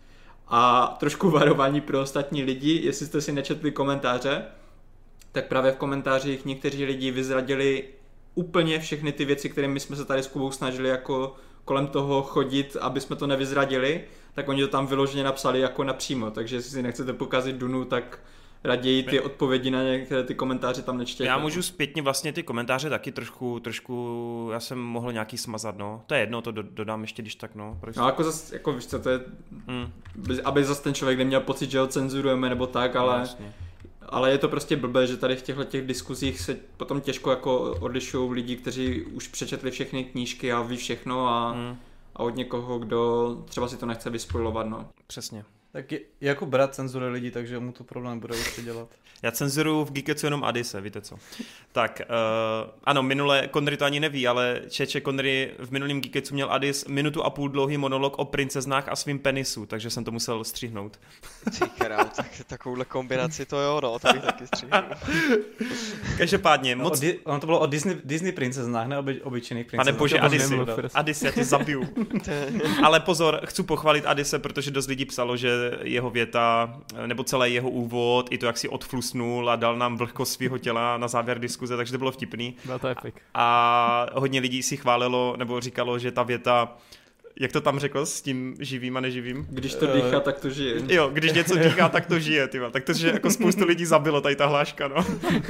[SPEAKER 5] A trošku varování pro ostatní lidi, jestli jste si nečetli komentáře, tak právě v komentářích někteří lidi vyzradili úplně všechny ty věci, které my jsme se tady s Kubou snažili jako kolem toho chodit, aby jsme to nevyzradili, tak oni to tam vyloženě napsali jako napřímo, takže jestli si nechcete pokazit Dunu, tak raději ty odpovědi na některé ty komentáře tam nečtěte.
[SPEAKER 1] Já můžu zpětně vlastně ty komentáře taky trošku, já jsem mohl nějaký smazat, no. To je jedno, to dodám ještě, když tak, no.
[SPEAKER 5] No jako zase, jako víš co, to je, aby zase ten člověk neměl pocit, že ho cenzurujeme nebo tak, ale je to prostě blbé, že tady v těchto diskuzích se potom těžko jako odlišují lidi, kteří už přečetli všechny knížky a ví všechno a od někoho, kdo třeba si to nechce vyspojovat, no.
[SPEAKER 1] Přesně.
[SPEAKER 2] Tak jako brat cenzuruje lidi, takže mu to problém bude určitě dělat.
[SPEAKER 1] Já cenzuruju v Geeketsu jenom Adise, víte co. Tak, ano, minule, Konry to ani neví, ale Čeče Konry v minulém Geeketsu měl Adis 1,5 minuty dlouhý monolog o princeznách a svým penisu, takže jsem to musel střihnout.
[SPEAKER 6] Ty král, tak takovouhle kombinaci to jo, no, to bych taky střihnul.
[SPEAKER 1] Každopádně, moc...
[SPEAKER 2] Ono to bylo o Disney princeznách, ne obyčejných princeznách.
[SPEAKER 1] Pane bože, Adis, já tě zabiju. Ale pozor, chci pochválit Adise, protože dost lidí psalo, že jeho věta, nebo celý jeho úvod, i to, jak si odflusnul a dal nám vlhkost svého těla na závěr diskuze, takže to bylo vtipný.
[SPEAKER 4] Byl to epic.
[SPEAKER 1] A hodně lidí si chválilo, nebo říkalo, že ta věta, jak to tam řekl s tím živým a neživým?
[SPEAKER 5] Když to dýchá, tak to žije.
[SPEAKER 1] Jo, když něco dýchá, tak to žije, tyva. Tak to, že jako spoustu lidí zabilo tady ta hláška, no.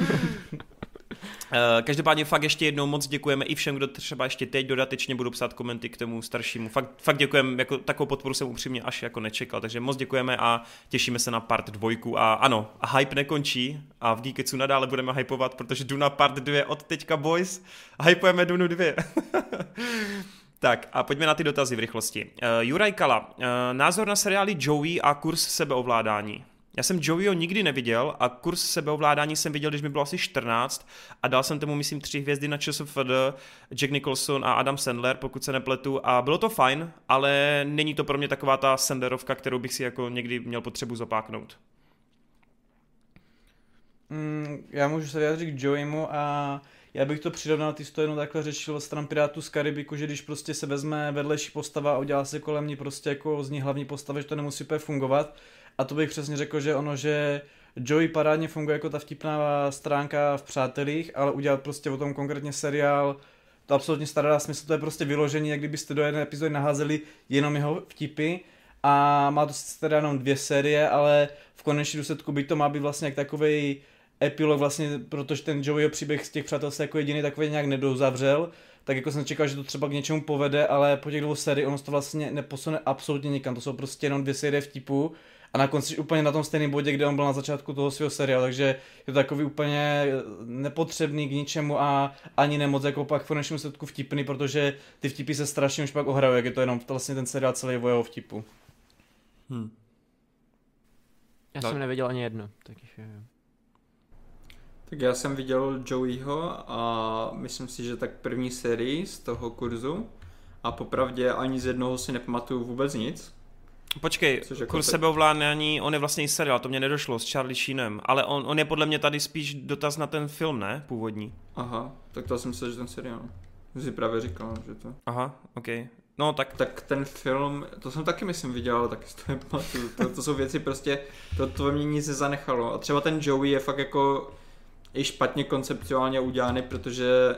[SPEAKER 1] Každopádně fakt ještě jednou moc děkujeme i všem, kdo třeba ještě teď dodatečně budou psát komenty k tomu staršímu. Fakt děkujeme, jako takovou podporu jsem upřímně až jako nečekal, takže moc děkujeme a těšíme se na part 2 a ano, a hype nekončí a v Geeketsu nadále budeme hypovat, protože Duna part 2 od teďka boys, hypujeme Dunu 2. Tak a pojďme na ty dotazy v rychlosti. Juraj Kala, názor na seriály Joey a kurz sebeovládání. Já jsem Joeyho nikdy neviděl a kurz sebeovládání jsem viděl, když mi bylo asi 14 a dal jsem tomu, myslím, 3 hvězdy na ČSFD, Jack Nicholson a Adam Sandler, pokud se nepletu, a bylo to fajn, ale není to pro mě taková ta Sandlerovka, kterou bych si jako někdy měl potřebu zopáknout.
[SPEAKER 2] Já můžu se vyjádřit k Joeymu a já bych to přirovnal, ty jsi to jenom takhle řešil stran Pirátů z Karibiku, že když prostě se vezme vedlejší postava a udělá se kolem ní prostě jako z ní hlavní postava, že to nemusí úplně fungovat. A to bych přesně řekl, že ono, že Joey parádně funguje jako ta vtipná stránka v Přátelích, ale udělat prostě o tom konkrétně seriál, to absolutně stará smysl, to je prostě vyložení, jak kdybyste do jedné epizody naházeli jenom jeho vtipy a má to teda jenom 2 série, ale v konečném důsledku by to má být vlastně jak takovej epilog vlastně, protože ten Joeyho příběh z těch přátel se jako jediný takový nějak nedozavřel, tak jako jsem čekal, že to třeba k něčemu povede, ale po těch 2 sériích ono to vlastně neposune absolutně nikam, to jsou prostě jenom 2 série vtipů a na konci úplně na tom stejném bodě, kde on byl na začátku toho svého seriálu, takže je to takový úplně nepotřebný k ničemu a ani nemoc jako pak v konečném důsledku vtipný, protože ty vtipy se strašně už pak ohrajou, jak je to jenom vlastně ten seriál celý o jeho vtipu.
[SPEAKER 4] Já jsem neviděl ani jedno, takže...
[SPEAKER 5] Tak já jsem viděl Joeyho a myslím si, že tak první sérii z toho kurzu a popravdě ani z jednoho si nepamatuju vůbec nic.
[SPEAKER 1] Počkej, jako kurz sebeovládání, on je vlastně i seriál, to mě nedošlo, s Charlie Sheenem, ale on je podle mě tady spíš dotaz na ten film, ne? Původní.
[SPEAKER 5] Aha, tak to jsem myslel, že ten seriál. Jsi právě říkal, že to...
[SPEAKER 1] Aha, ok. No tak...
[SPEAKER 5] Tak ten film, to jsem taky myslím viděl, ale taky si to nepamatuju. To jsou věci prostě, to ve mně nic nezanechalo. A třeba ten Joey je fakt jako i špatně konceptuálně udělaný, protože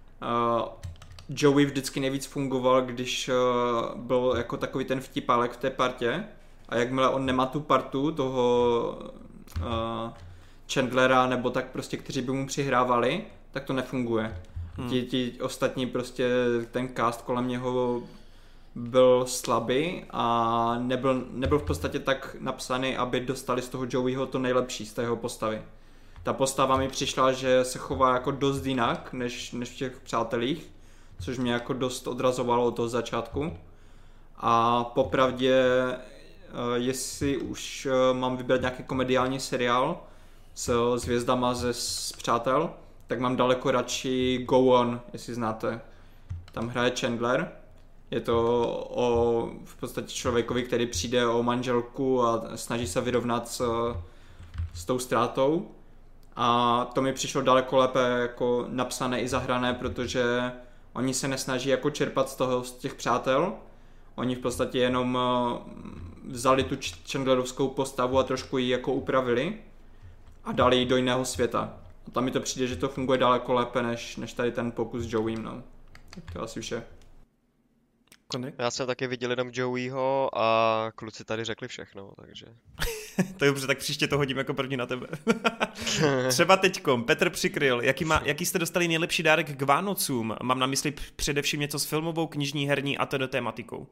[SPEAKER 5] Joey vždycky nejvíc fungoval, když byl jako takový ten vtipálek v té partě a jakmile on nemá tu partu toho Chandlera nebo tak prostě, kteří by mu přihrávali, tak to nefunguje. Ti ostatní prostě, ten cast kolem něho byl slabý a nebyl v podstatě tak napsaný, aby dostali z toho Joeyho to nejlepší z té jeho postavy. Ta postava mi přišla, že se chová jako dost jinak, než v těch Přátelích, což mě jako dost odrazovalo od toho začátku. A popravdě, jestli už mám vybrat nějaký komediální seriál s hvězdama z Přátel, tak mám daleko radši Go On, jestli znáte. Tam hraje Chandler. Je to o v podstatě člověkovi, který přijde o manželku a snaží se vyrovnat s tou ztrátou. A to mi přišlo daleko lépe jako napsané i zahrané, protože oni se nesnaží jako čerpat z těch Přátel. Oni v podstatě jenom vzali tu Chandlerovskou postavu a trošku ji jako upravili a dali ji do jiného světa. A tam mi to přijde, že to funguje daleko lépe než tady ten pokus s Joeym, no. Tak to asi vše.
[SPEAKER 6] Já jsem taky viděl jenom Joeyho a kluci tady řekli všechno, takže...
[SPEAKER 1] To je dobře, tak příště to hodím jako první na tebe. Třeba teďkom, Petr Přikryl, jaký jste dostali nejlepší dárek k Vánocům? Mám na mysli především něco s filmovou, knižní, herní a tedy tematikou.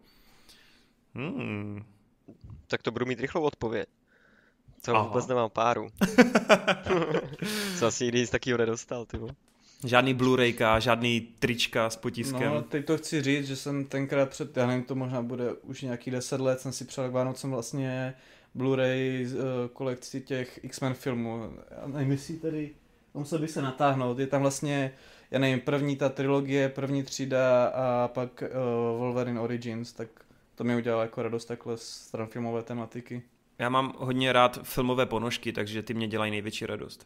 [SPEAKER 6] Tak to budu mít rychlou odpověď. To vůbec nemám páru. Jsem asi nikdy nic takového nedostal, ty vole.
[SPEAKER 1] Žádný Blu-rayka, žádný trička s potiskem.
[SPEAKER 2] No, teď to chci říct, že jsem tenkrát před, já nevím, to možná bude už nějakých 10 let, jsem si přál k Vánocům vlastně Blu-ray kolekci těch X-Men filmů. Já nevím, jestli tady, musel bych se natáhnout, je tam vlastně, já nevím, první ta trilogie, první třída a pak Wolverine Origins, tak to mi udělalo jako radost takhle stran filmové tematiky.
[SPEAKER 1] Já mám hodně rád filmové ponožky, takže ty mě dělají největší radost.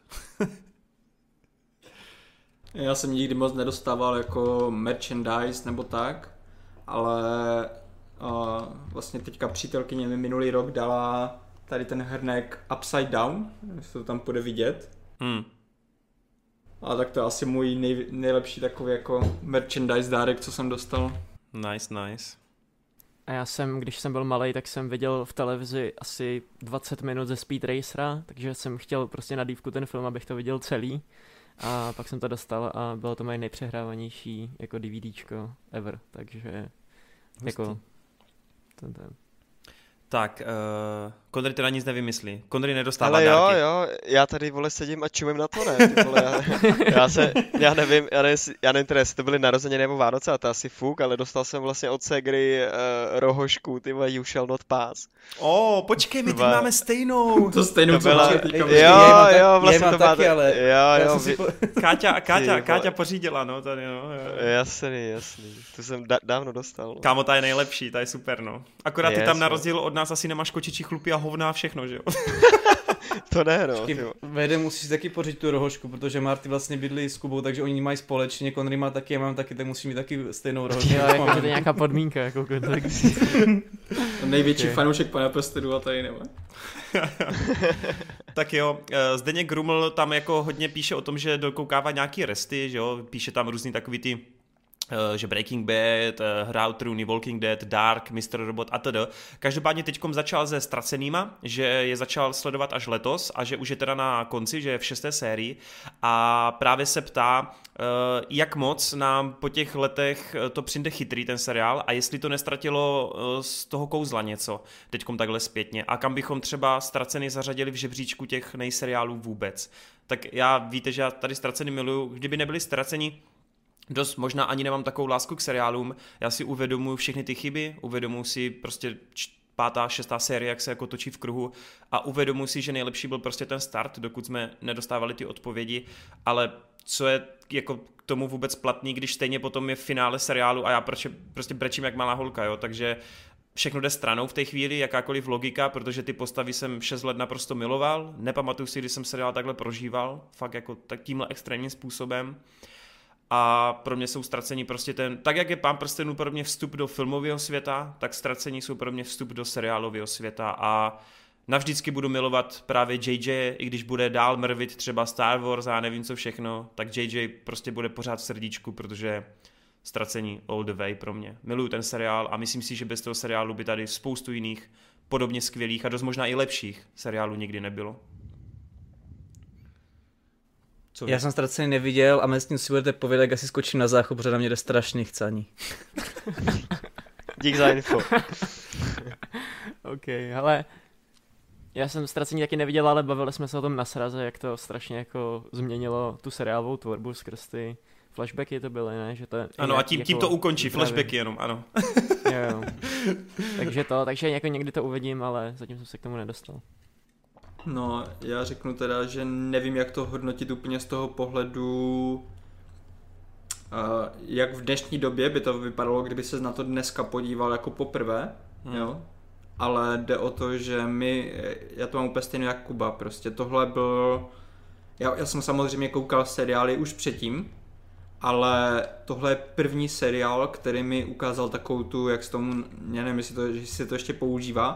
[SPEAKER 5] Já jsem nikdy moc nedostával jako merchandise nebo tak, ale vlastně teďka přítelkyně mi minulý rok dala tady ten hrnek Upside Down, jestli to tam půjde vidět. A tak to je asi můj nejlepší takový jako merchandise dárek, co jsem dostal.
[SPEAKER 1] Nice.
[SPEAKER 4] A já jsem, když jsem byl malej, tak jsem viděl v televizi asi 20 minut ze Speed Racera, takže jsem chtěl prostě na dívku ten film, abych to viděl celý. A pak jsem to dostal a bylo to moje nejpřehrávanější jako DVDčko ever, takže jako ten. Tak,
[SPEAKER 1] Kondry teda nic nevymyslí. Kondry nedostává
[SPEAKER 6] ale
[SPEAKER 1] dárky.
[SPEAKER 6] jo, já tady, vole, sedím a čumím na to, ne? Ty vole, já nevím teda, jestli to byly narozeniny nebo Vánoce a to asi fuk, ale dostal jsem vlastně od ségry rohošku, ty vole, You Shall Not Pass.
[SPEAKER 1] Počkej, my teď máme stejnou.
[SPEAKER 5] To stejnou, co
[SPEAKER 6] byla...
[SPEAKER 5] máte teďka.
[SPEAKER 6] Jo, vlastně to máte.
[SPEAKER 2] Ale
[SPEAKER 6] jo.
[SPEAKER 1] Káťa pořídila, no, tady, no.
[SPEAKER 6] Jasný. To jsem dávno dostal. No.
[SPEAKER 1] Kámo, ta je nejlepší, ta je super, no. Akorát ty tam na rozdíl od nás asi nemáš kočičí chlupy a hovna a všechno, že jo?
[SPEAKER 6] To ne, no.
[SPEAKER 2] Vede, musíš taky pořídit tu rohošku, protože Marty vlastně bydlí s Kubou, takže oni mají společně, Connery má taky, já mám taky, tak musím mít taky stejnou rohošku.
[SPEAKER 4] Jo, jako to je nějaká podmínka, jako tak.
[SPEAKER 5] Největší fanoušek Pana prstenů a tady nemá.
[SPEAKER 1] Tak jo, Zdeněk Gruml tam jako hodně píše o tom, že dokoukává nějaký resty, že jo, píše tam různý takový ty že Breaking Bad, hrál True, Walking Dead, Dark, Mr. Robot a td. Každopádně teďkom začal se Ztracenýma, že je začal sledovat až letos a že už je teda na konci, že je v 6. sérii a právě se ptá, jak moc nám po těch letech to přijde chytrý ten seriál a jestli to nestratilo z toho kouzla něco teďkom takhle zpětně a kam bychom třeba Ztracený zařadili v žebříčku těch nejseriálů vůbec. Tak víte, že já tady Ztracený miluju, kdyby nebyli Ztraceni, dost možná ani nemám takovou lásku k seriálům, já si uvědomuji všechny ty chyby, uvědomuji si prostě 5., 6. série, jak se jako točí v kruhu a uvědomuji si, že nejlepší byl prostě ten start, dokud jsme nedostávali ty odpovědi, ale co je jako k tomu vůbec platný, když stejně potom je v finále seriálu a já prostě brečím jak malá holka, jo, takže všechno jde stranou v té chvíli, jakákoliv logika, protože ty postavy jsem 6 let naprosto miloval, nepamatuju si, kdy jsem seriál takhle prožíval, fakt jako tímhle extrémním způsobem. A pro mě jsou Ztracení prostě tak jak je Pán prstenů pro mě vstup do filmového světa, tak Ztracení jsou pro mě vstup do seriálového světa a navždycky budu milovat právě JJ, i když bude dál mrvit třeba Star Wars a nevím co všechno, tak JJ prostě bude pořád v srdíčku, protože Ztracení all the way pro mě. Miluju ten seriál a myslím si, že bez toho seriálu by tady spoustu jiných podobně skvělých a dost možná i lepších seriálů nikdy nebylo.
[SPEAKER 2] Já jsem Ztracený neviděl a mezi tím si budete povědět, jak asi skočím na záchod, protože na mě jde strašný chcaní.
[SPEAKER 6] Dík za info.
[SPEAKER 4] OK, ale já jsem Ztracení taky neviděl, ale bavili jsme se o tom na sraze, jak to strašně jako změnilo tu seriálovou tvorbu skrz ty flashbacky to byly, ne? Že to
[SPEAKER 1] ano, a tím
[SPEAKER 4] jako
[SPEAKER 1] to ukončí, flashbacky jenom, ano.
[SPEAKER 4] Jo. Takže jako někdy to uvidím, ale zatím jsem se k tomu nedostal.
[SPEAKER 5] No, já řeknu teda, že nevím, jak to hodnotit úplně z toho pohledu, jak v dnešní době by to vypadalo, kdyby se na to dneska podíval jako poprvé, jo. Ale jde o to, že já to mám úplně stejně jak Kuba, prostě tohle byl, já jsem samozřejmě koukal seriály už předtím, ale tohle je první seriál, který mi ukázal takovou tu, jak s tomu, já nevím, jestli to ještě používá,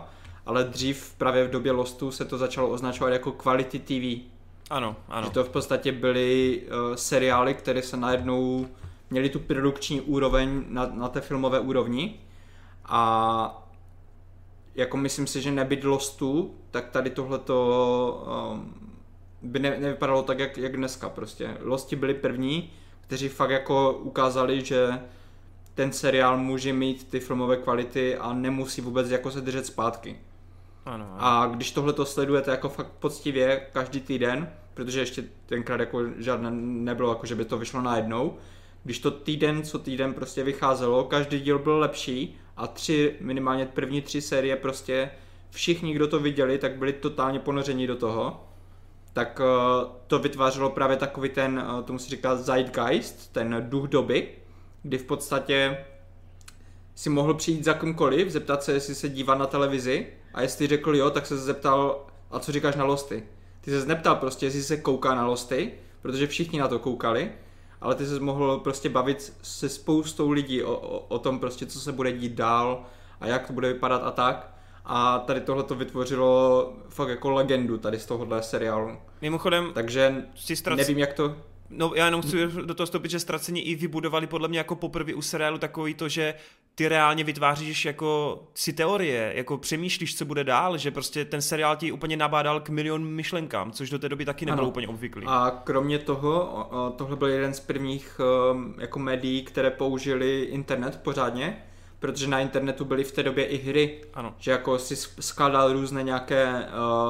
[SPEAKER 5] ale dřív právě v době Lostu se to začalo označovat jako quality TV.
[SPEAKER 1] Ano.
[SPEAKER 5] Že to v podstatě byly seriály, které se najednou měly tu produkční úroveň na té filmové úrovni a jako myslím si, že nebyt Lostu, tak tady tohleto by nevypadalo tak, jak dneska prostě. Losti byli první, kteří fakt jako ukázali, že ten seriál může mít ty filmové kvality a nemusí vůbec jako se držet zpátky.
[SPEAKER 1] Ano.
[SPEAKER 5] A když tohleto sledujete jako fakt poctivě každý týden, protože ještě tenkrát jako žádné nebylo, jako že by to vyšlo najednou, když to týden co týden prostě vycházelo, každý díl byl lepší a minimálně první 3 série prostě všichni, kdo to viděli, tak byli totálně ponoření do toho, tak to vytvářelo právě takový ten, tomu se říká zeitgeist, ten duch doby, kdy v podstatě si mohl přijít za kýmkoliv, zeptat se, jestli se dívá na televizi a jestli řekl jo, tak se zeptal, a co říkáš na Losty? Ty se neptal prostě, jestli se kouká na Losty, protože všichni na to koukali, ale ty se mohl prostě bavit se spoustou lidí o tom prostě, co se bude dít dál a jak to bude vypadat a tak. A tady tohle to vytvořilo fakt jako legendu tady z tohohle seriálu.
[SPEAKER 1] Mimochodem,
[SPEAKER 5] takže nevím, jak to...
[SPEAKER 1] No já jenom chci do toho vstoupit, že Ztraceni i vybudovali podle mě jako poprvé u seriálu takový to, že ty reálně vytváříš jako si teorie, jako přemýšlíš, co bude dál, že prostě ten seriál ti úplně nabádal k milion myšlenkám, což do té doby taky nebylo úplně obvyklý.
[SPEAKER 5] A kromě toho, tohle byl jeden z prvních jako médií, které použili internet pořádně, protože na internetu byly v té době i hry,
[SPEAKER 1] ano.
[SPEAKER 5] Že jako si skládal různé nějaké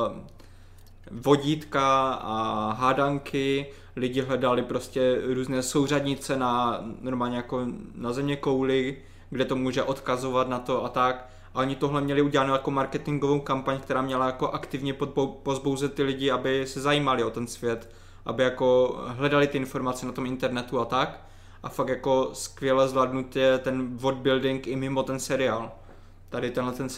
[SPEAKER 5] vodítka a hádanky, lidi hledali prostě různé souřadnice normálně jako na zeměkouli, kde to může odkazovat na to a tak. A oni tohle měli udělanou jako marketingovou kampaň, která měla jako aktivně pozbouzet ty lidi, aby se zajímali o ten svět, aby jako hledali ty informace na tom internetu a tak. A fakt jako skvěle zvládnutě ten world building i mimo ten seriál. Tady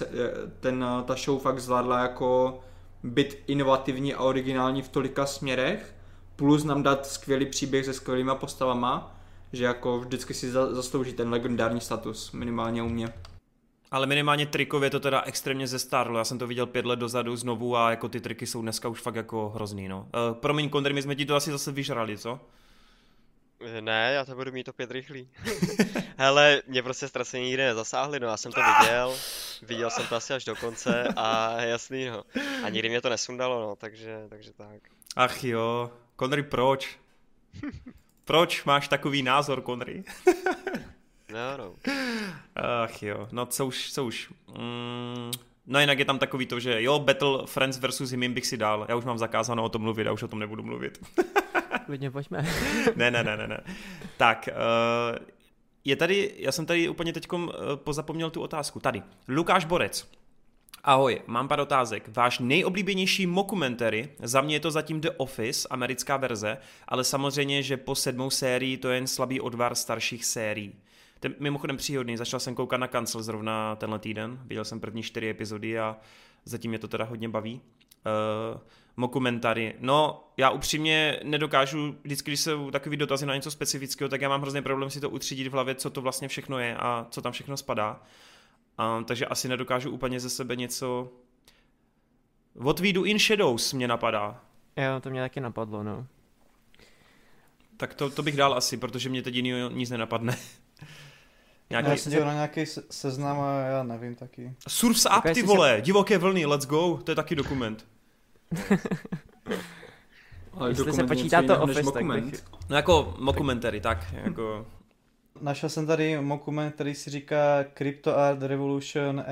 [SPEAKER 5] ta show fakt zvládla jako být inovativní a originální v tolika směrech, plus nám dát skvělý příběh se skvělýma postavama, že jako vždycky si zaslouží ten legendární status, minimálně u mě.
[SPEAKER 1] Ale minimálně trikově to teda extrémně zestárlo, já jsem to viděl 5 let dozadu znovu a jako ty triky jsou dneska už fakt jako hrozný, no. Promiň, Kondry, my jsme ti to asi zase vyžrali, co?
[SPEAKER 6] Ne, já to budu mít opět rychlý. Hele, mě prostě Ztraceni nikdy nezasáhli, no já jsem to viděl jsem to asi až do konce a jasný, no. A nikdy mě to nesundalo, no, takže tak.
[SPEAKER 1] Ach jo, Kondry, proč? Proč máš takový názor, Kondry?
[SPEAKER 6] No.
[SPEAKER 1] Ach jo, no co už. No jinak je tam takový to, že jo, Battle Friends vs. Him bych si dal, já už mám zakázáno o tom mluvit, já už o tom nebudu mluvit.
[SPEAKER 4] Klidně pojďme.
[SPEAKER 1] Ne. Tak, já jsem tady úplně teďkom pozapomněl tu otázku. Tady, Lukáš Borec. Ahoj, mám pár otázek. Váš nejoblíbenější mockumentary, za mě je to zatím The Office, americká verze, ale samozřejmě, že po 7. sérii to je jen slabý odvar starších sérií. Ten mimochodem příhodný, začal jsem koukat na Cancel zrovna tenhle týden, viděl jsem první 4 epizody a zatím mě to teda hodně baví. Mockumentary. No, já upřímně nedokážu, vždycky, když jsou takový dotazy na něco specifického, tak já mám hrozný problém si to utřídit v hlavě, co to vlastně všechno je a co tam všechno spadá. Takže asi nedokážu úplně ze sebe něco... What We Do in Shadows mě napadá.
[SPEAKER 4] Jo, to mě taky napadlo, no.
[SPEAKER 1] Tak to bych dal asi, protože mě teď jiný nic nenapadne.
[SPEAKER 2] Já jsem dělal na nějaký seznam a já nevím taky.
[SPEAKER 1] Surf's Up, ty vole, divoké vlny, let's go, to je taky dokument.
[SPEAKER 5] Ale
[SPEAKER 4] jestli se počítá to Office, tak bych...
[SPEAKER 1] No jako mockumentary, tak jako...
[SPEAKER 2] Našel jsem tady mockument, který si říká Crypto Art Revolution.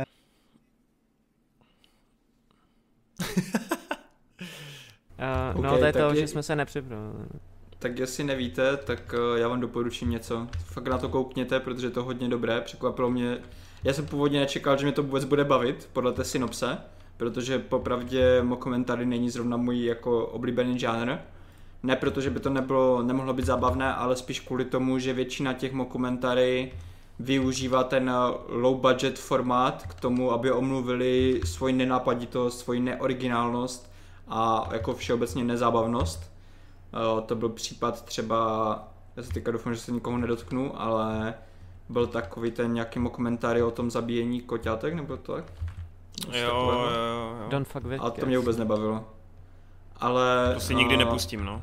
[SPEAKER 4] No to je to, že jsme se nepřipravili.
[SPEAKER 5] Tak jestli nevíte, tak já vám doporučím něco. Fakt na to koukněte, protože je to hodně dobré. Překvapilo mě. Já jsem původně nečekal, že mě to vůbec bude bavit podle té synopse, protože popravdě mockumentary není zrovna můj jako oblíbený žánr. Ne protože by to nemohlo být zábavné, ale spíš kvůli tomu, že většina těch mockumentary využívá ten low budget formát k tomu, aby omluvili svoji nenápaditost, svoji neoriginálnost a jako všeobecně nezábavnost. To byl případ třeba, já se teďka doufám, že se nikoho nedotknu, ale byl takový ten nějaký mockumentary o tom zabíjení koťátek, nebo to tak?
[SPEAKER 1] Jo.
[SPEAKER 4] Don't fuck with
[SPEAKER 5] A to
[SPEAKER 4] cats.
[SPEAKER 5] mě vůbec nebavilo. Ale...
[SPEAKER 1] To si nikdy nepustím, no.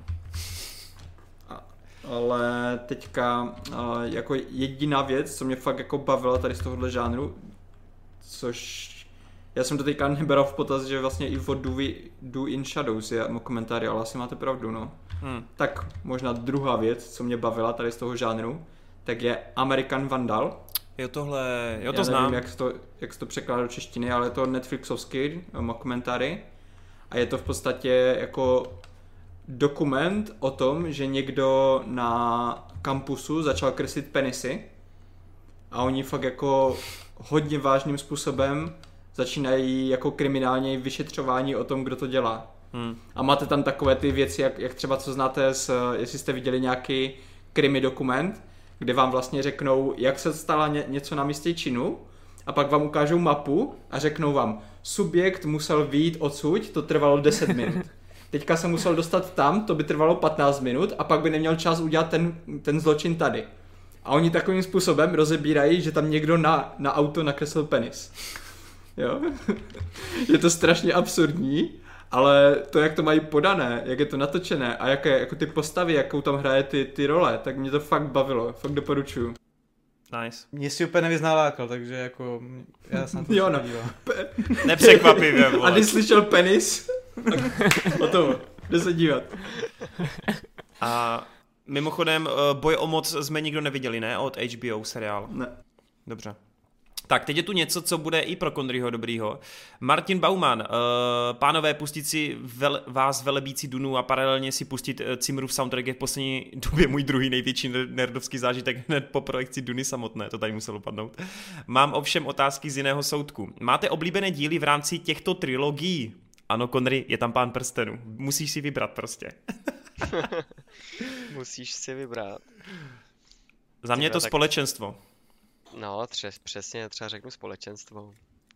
[SPEAKER 5] Ale teďka jako jediná věc, co mě fakt jako bavila tady z tohohle žánru, což já jsem to teďka nebral v potaz, že vlastně i What Do in Shadows je komentáři, ale asi máte pravdu, no. Tak možná druhá věc, co mě bavila tady z toho žánru, tak je American Vandal.
[SPEAKER 1] Jo, tohle, jo, to
[SPEAKER 5] já
[SPEAKER 1] znám.
[SPEAKER 5] nevím, jak se to překládá do češtiny, ale je to Netflixovský komentáři a je to v podstatě jako dokument o tom, že někdo na kampusu začal kreslit penisy a oni fakt jako hodně vážným způsobem začínají jako kriminální vyšetřování o tom, kdo to dělá. A máte tam takové ty věci, jak třeba co znáte, jestli jste viděli nějaký krimi dokument, kde vám vlastně řeknou, jak se stala něco na místě činu a pak vám ukážou mapu a řeknou vám, subjekt musel vyjít odsud, to trvalo 10 minut. Teďka se musel dostat tam, to by trvalo 15 minut a pak by neměl čas udělat ten zločin tady. A oni takovým způsobem rozebírají, že tam někdo na auto nakreslil penis. Jo? Je to strašně absurdní, ale to, jak to mají podané, jak je to natočené a jaké jako ty postavy, jakou tam hraje ty role, tak mě to fakt bavilo, fakt doporučuju.
[SPEAKER 1] Nice.
[SPEAKER 2] Mě si úplně nevyznávákal, takže jako já jsem to
[SPEAKER 5] Jo, no.
[SPEAKER 2] díval.
[SPEAKER 1] Nepřekvapivě, vole.
[SPEAKER 5] A když slyšel penis, o tom, jde se dívat.
[SPEAKER 1] A mimochodem, Boj o moc jsme nikdo neviděli, ne? Od HBO seriál.
[SPEAKER 5] Ne.
[SPEAKER 1] Dobře. Tak, teď je tu něco, co bude i pro Kondryho dobrýho. Martin Baumann, pánové, pustit si vás velebící Dunu a paralelně si pustit Cimrův soundtrack je v poslední době můj druhý největší nerdovský zážitek hned po projekci Duny samotné, to tady muselo padnout. Mám ovšem otázky z jiného soudku. Máte oblíbené díly v rámci těchto trilogií? Ano, Kondry, je tam Pán prstenů. Musíš si vybrat prostě.
[SPEAKER 6] Musíš si vybrat.
[SPEAKER 1] Za mě je to
[SPEAKER 6] tak...
[SPEAKER 1] společenstvo.
[SPEAKER 6] No, přesně, třeba řeknu společenstvo.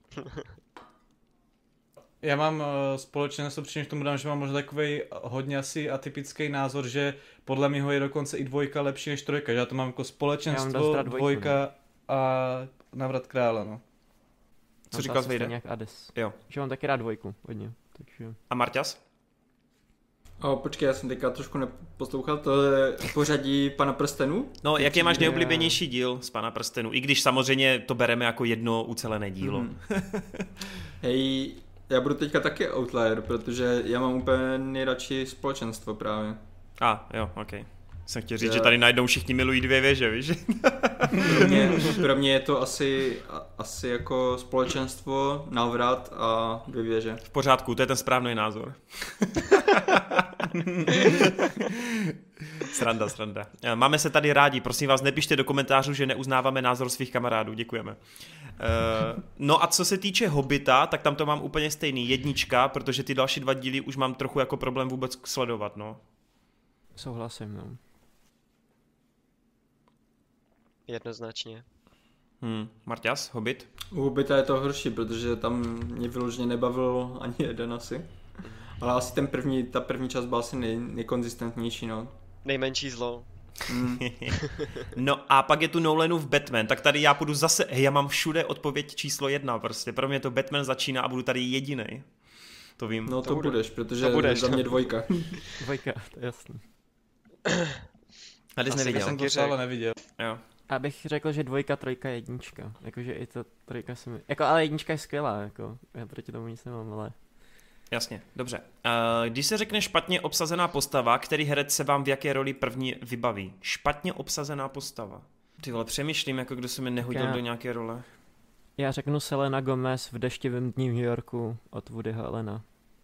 [SPEAKER 2] Já mám společenstvo, přičemž tomu dám, že mám možná takový hodně asi atypický názor, že podle mého je dokonce i 2 lepší než 3, že já to mám jako společenstvo, 2 a Návrat krále, no.
[SPEAKER 1] Co říkal Zvejde?
[SPEAKER 4] Nějak Ades.
[SPEAKER 1] Jo.
[SPEAKER 4] Že mám taky rád 2 hodně, takže...
[SPEAKER 1] A Marťas?
[SPEAKER 5] Počkej, já jsem teďka trošku neposlouchal, to je pořadí Pana prstenů?
[SPEAKER 1] No, jaký máš nejoblíbenější díl z Pana prstenů? I když samozřejmě to bereme jako jedno ucelené dílo.
[SPEAKER 5] Hej, já budu teďka taky outlier, protože já mám úplně nejradši společenstvo právě.
[SPEAKER 1] Jo, ok. Jsem chtěl říct, že tady najednou všichni milují 2 věže, víš?
[SPEAKER 5] Pro mě je to asi jako společenstvo, návrat a 2 věže.
[SPEAKER 1] V pořádku, to je ten správný názor. Sranda. Máme se tady rádi, prosím vás, nepište do komentářů, že neuznáváme názor svých kamarádů, děkujeme. No a co se týče Hobita, tak tam to mám úplně stejný, 1, protože ty další 2 díly už mám trochu jako problém vůbec sledovat, no.
[SPEAKER 4] Souhlasím, no.
[SPEAKER 6] Jednoznačně.
[SPEAKER 1] Marťas, Hobbit?
[SPEAKER 5] U Hobita je to horší, protože tam mě vyloženě nebavil ani jeden asi. Ale asi ta první část byla asi nejkonzistentnější, no.
[SPEAKER 6] Nejmenší zlo.
[SPEAKER 1] No a pak je tu Nolanův Batman, tak tady já půjdu zase, já mám všude odpověď číslo 1 prostě, pro mě to Batman začíná a budu tady jedinej. To vím.
[SPEAKER 5] No to budeš, protože
[SPEAKER 6] to budeš.
[SPEAKER 5] za mě 2.
[SPEAKER 4] 2, to je jasný.
[SPEAKER 1] A ty jsi neviděl.
[SPEAKER 2] Jsem to stále neviděl.
[SPEAKER 1] Jo.
[SPEAKER 4] Já bych řekl, že 2, 3, 1. Jakože i ta 3 se mi... Jako, ale 1 je skvělá, jako. Já proti tomu nic nemám, ale...
[SPEAKER 1] Jasně, dobře. Když se řekne špatně obsazená postava, který herec se vám v jaké roli první vybaví? Špatně obsazená postava. Ty vole, přemýšlím, jako kdo se mi nehodil do nějaké role.
[SPEAKER 4] Já řeknu Selena Gomez v Deštivém dní v New Yorku od Woodyho Allena.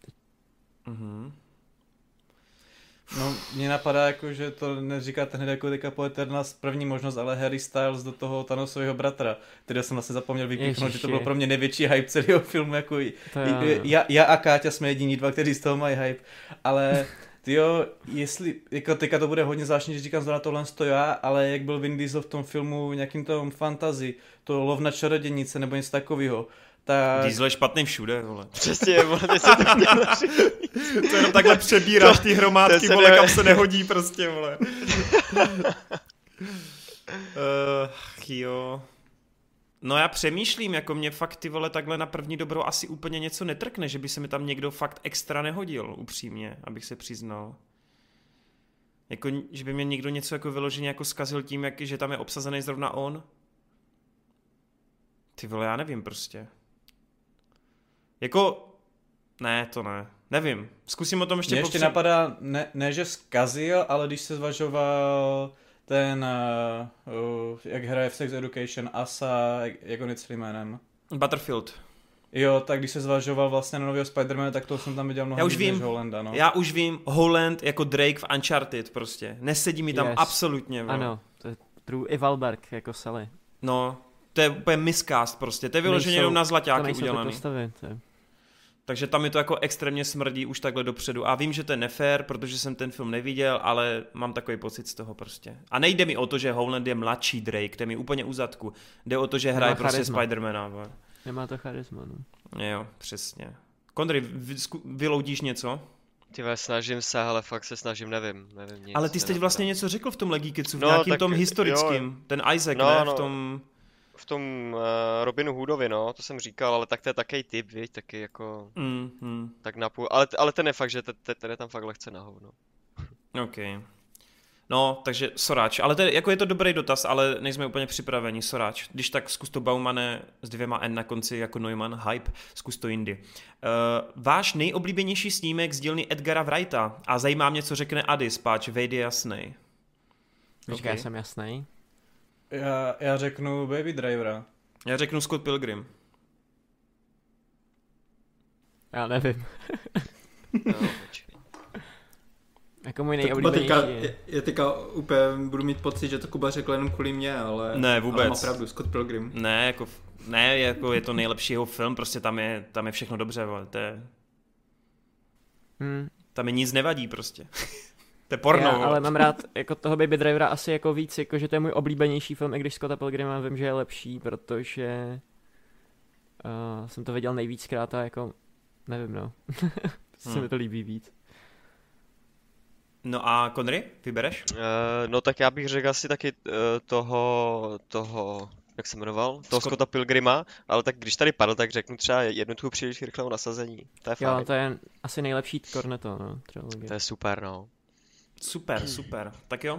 [SPEAKER 2] No, mně napadá jako, že to neříkáte hned jako teďka po Eternals první možnost, ale Harry Styles do toho Thanosového bratra, který jsem vlastně zapomněl vypíchnout, že to byl pro mě největší hype celého filmu, jako já a Káťa jsme jediní 2, kteří z toho mají hype, ale tyjo, jestli, jako teďka to bude hodně zvláštní, že říkám zrovna tohle já, ale jak byl Vin Diesel v tom filmu nějakým tom fantasy, to Lov na čarodějnice nebo něco takového, tak...
[SPEAKER 1] Diesel je špatný všude, vole.
[SPEAKER 6] Přesně, vole, teď se to chtěl říct.
[SPEAKER 1] To jenom takhle přebíráš ty hromádky, vole, kam se nehodí prostě, vole. Jo. No já přemýšlím, jako mě fakt ty vole takhle na první dobrou asi úplně něco netrkne, že by se mi tam někdo fakt extra nehodil, upřímně, abych se přiznal. Jako, že by mě někdo něco jako vyloženě jako zkazil tím, že tam je obsazený zrovna on. Ty vole, já nevím prostě. Jako, ne, to ne. Nevím, zkusím o tom ještě
[SPEAKER 2] Mě ještě napadá, ne že zkazil, ale když se zvažoval ten, jak hraje v Sex Education, Asa, jak on je celým jménem.
[SPEAKER 1] Butterfield.
[SPEAKER 2] Jo, tak když se zvažoval vlastně na nového Spider-mana, tak to jsem tam viděl mnohem víc než Hollanda, no.
[SPEAKER 1] Já už vím, Holland jako Drake v Uncharted prostě. Nesedí mi tam absolutně. Bro.
[SPEAKER 4] Ano, to je true i Wahlberg jako Sally.
[SPEAKER 1] No, to je úplně miscast prostě, to je vyloženě jenom na zlaťáky udělaný.
[SPEAKER 4] Postavy,
[SPEAKER 1] takže tam mi to jako extrémně smrdí už takhle dopředu. A vím, že to je nefér, protože jsem ten film neviděl, ale mám takový pocit z toho prostě. A nejde mi o to, že Holland je mladší Drake, to je mi úplně u zadku. Jde o to, že hraje prostě Spidermana.
[SPEAKER 4] Nemá to charisma, no.
[SPEAKER 1] Jo, přesně. Kondry, vyloudíš něco?
[SPEAKER 6] Ty snažím se, ale fakt se snažím, nevím nic.
[SPEAKER 1] Ale ty jsi teď vlastně něco řekl v tom Legiketsu, v nějakým tom historickým, jo. Ten Isaac, v tom...
[SPEAKER 6] V tom Robinu Hoodovi, no, to jsem říkal, ale tak to je takový typ, víš, taky jako... Tak napůl, ale ten je fakt, že ten je tam fakt lehce na hovno.
[SPEAKER 1] OK. No, takže Soráč, ale jako je to dobrý dotaz, ale nejsme úplně připraveni, Soráč. Když tak zkus to Baumane s 2 N na konci jako Neumann, hype, zkus to jindy. Váš nejoblíbenější snímek z dílny Edgara Wrighta a zajímá mě, co řekne Adis, páč, vejdy jasnej.
[SPEAKER 4] Počkej, já jsem jasnej.
[SPEAKER 2] Já řeknu Baby Drivera.
[SPEAKER 1] Já řeknu Scott Pilgrim.
[SPEAKER 4] Já nevím.
[SPEAKER 6] No,
[SPEAKER 4] jako můj nejoblíbenější
[SPEAKER 5] já teďka úplně budu mít pocit, že to Kuba řekl jenom kvůli mě, ale...
[SPEAKER 1] Ne, vůbec.
[SPEAKER 5] Ale má pravdu, Scott Pilgrim.
[SPEAKER 1] Ne, jako je to nejlepší jeho film, prostě tam je všechno dobře, vole, tam je nic nevadí prostě. To je porno.
[SPEAKER 4] Já, ale mám rád jako toho Baby Drivera asi jako víc, jako že to je můj oblíbenější film, i když Scotta Pilgrima vím, že je lepší, protože jsem to viděl nejvíckrát a jako nevím, no. Se mi to líbí víc.
[SPEAKER 1] No a Connery, vybereš?
[SPEAKER 6] No tak já bych řekl asi taky toho jak se jmenoval? Toho Scotta Pilgrima, ale tak když tady padl, tak řeknu třeba jednotku příliš rychlého nasazení. To je fajn.
[SPEAKER 4] Jo, to je asi nejlepší Cornetto, no, trilogie.
[SPEAKER 6] To je super, no.
[SPEAKER 1] Super. Tak jo.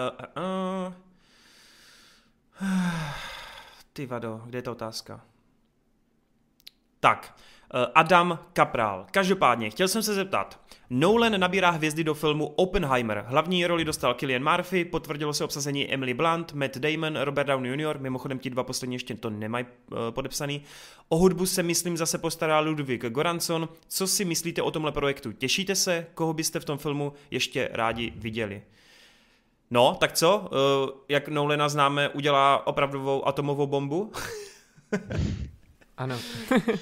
[SPEAKER 1] Ty vado, kde je ta otázka? Tak, Adam Kapral. Každopádně, chtěl jsem se zeptat. Nolan nabírá hvězdy do filmu Oppenheimer. Hlavní roli dostal Cillian Murphy, potvrdilo se obsazení Emily Blunt, Matt Damon, Robert Downey Jr., mimochodem ti 2 poslední ještě to nemají podepsaný. O hudbu se myslím zase postará Ludwig Göransson. Co si myslíte o tomhle projektu? Těšíte se? Koho byste v tom filmu ještě rádi viděli? No, tak co? Jak Nolana známe, udělá opravdovou atomovou bombu?
[SPEAKER 4] Ano.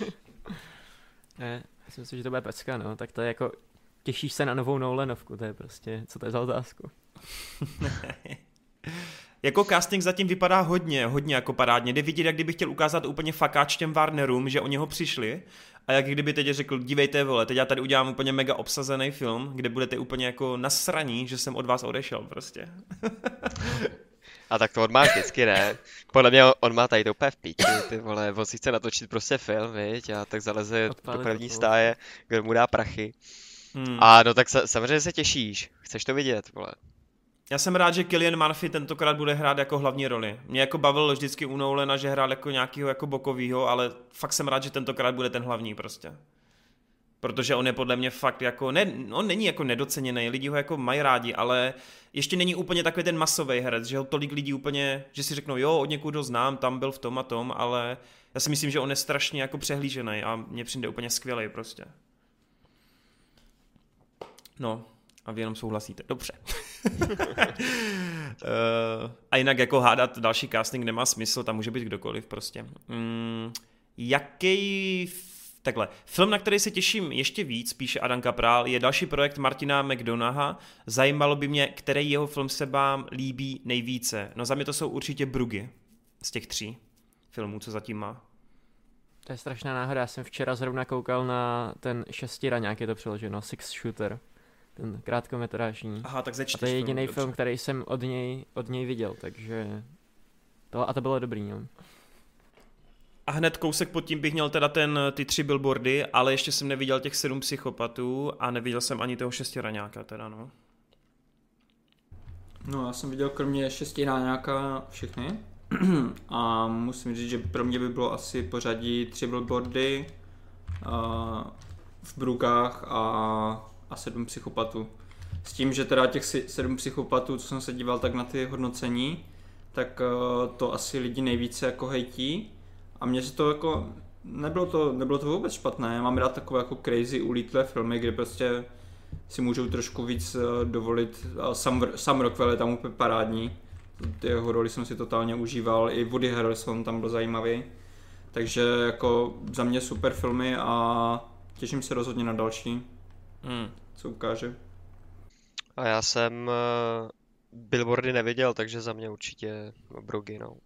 [SPEAKER 4] Ne, myslím si, že to bude pecka, no. Tak to je jako, těšíš se na novou Nolanovku, to je prostě, co to je za otázku?
[SPEAKER 1] Jako casting zatím vypadá hodně jako parádně. Jde vidět, jak kdyby chtěl ukázat úplně fakáč těm Warnerům, že o něho přišli. A jak kdyby teď řekl, dívejte vole, teď já tady udělám úplně mega obsazený film, kde budete úplně jako nasraní, že jsem od vás odešel prostě.
[SPEAKER 6] A tak to on má vždycky, ne? Podle mě on má tady to úplně v píči, ty vole, on si chce natočit prostě film, viď? A tak zaleze do první stáje, kde mu dá prachy. A no tak samozřejmě se těšíš, chceš to vidět, vole.
[SPEAKER 1] Já jsem rád, že Cillian Murphy tentokrát bude hrát jako hlavní roli. Mě jako bavil vždycky u Nolana, že hrál jako nějakýho jako bokovýho, ale fakt jsem rád, že tentokrát bude ten hlavní prostě. Protože on je podle mě fakt jako, on není jako nedoceněný, lidi ho jako mají rádi, ale ještě není úplně takový ten masový herec, že ho tolik lidí úplně, že si řeknou, jo, od někud ho znám, tam byl v tom a tom, ale já si myslím, že on je strašně jako přehlížený a mně přijde úplně skvělej prostě. No, a vy jenom souhlasíte. Dobře. A jinak jako hádat další casting nemá smysl, tam může být kdokoliv prostě. Takhle, film, na který se těším ještě víc, píše Adam Kapral, je další projekt Martina McDonaha. Zajímalo by mě, který jeho film se vám líbí nejvíce. No za mě to jsou určitě Brugy z těch 3 filmů, co zatím má.
[SPEAKER 4] To je strašná náhoda, já jsem včera zrovna koukal na ten 6raňák, je to přeloženo, Six Shooter, ten krátkometrážní.
[SPEAKER 1] Aha, tak ze 4
[SPEAKER 4] a to je jediný film, který jsem od něj viděl, takže to bylo dobrý, no.
[SPEAKER 1] A hned kousek pod tím bych měl teda ty 3 billboardy, ale ještě jsem neviděl těch 7 psychopatů a neviděl jsem ani toho 6raňáka teda, no.
[SPEAKER 5] No, já jsem viděl kromě 6raňáka všechny a musím říct, že pro mě by bylo asi pořadí 3 billboardy v Brugách a 7 psychopatů. S tím, že teda těch 7 psychopatů, co jsem se díval tak na ty hodnocení, tak to asi lidi nejvíce jako hejtí. A mně se to jako, nebylo to vůbec špatné, já mám rád takové jako crazy ulítlé filmy, kde prostě si můžou trošku víc dovolit, Sam Rockwell je tam úplně parádní, ty jeho roli jsem si totálně užíval, i Woody Harrelson tam byl zajímavý, takže jako za mě super filmy a těším se rozhodně na další, co ukáže.
[SPEAKER 6] A já jsem billboardy neviděl, takže za mě určitě Brugy, no.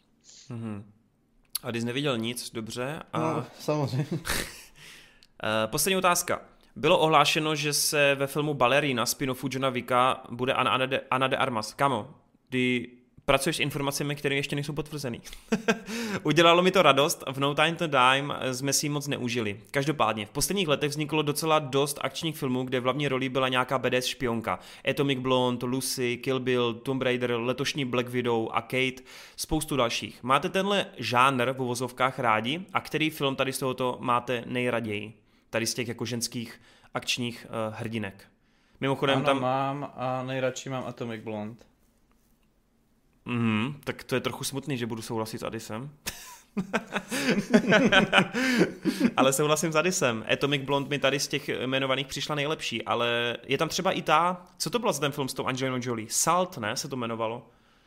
[SPEAKER 1] A když jsi neviděl nic, dobře. A...
[SPEAKER 2] No, samozřejmě.
[SPEAKER 1] Poslední otázka. Bylo ohlášeno, že se ve filmu Ballerina spin-offu Johna Wicka bude Ana de Armas. Kamo, ty pracuješ s informacemi, které ještě nejsou potvrzený. Udělalo mi to radost, v No Time to Die jsme si moc neužili. Každopádně, v posledních letech vzniklo docela dost akčních filmů, kde v hlavní roli byla nějaká badass špionka. Atomic Blonde, Lucy, Kill Bill, Tomb Raider, letošní Black Widow a Kate, spoustu dalších. Máte tenhle žánr v uvozovkách rádi a který film tady z tohoto máte nejraději? Tady z těch jako ženských akčních hrdinek. Mimochodem
[SPEAKER 2] ano,
[SPEAKER 1] tam...
[SPEAKER 2] mám a nejradši mám Atomic Blonde.
[SPEAKER 1] Tak to je trochu smutný, že budu souhlasit s Adisem. Ale souhlasím s Adisem. Atomic Blonde mi tady z těch jmenovaných přišla nejlepší, ale je tam třeba i ta, co to bylo za ten film s tou Angelinou Jolie? Salt, ne, se to jmenovalo?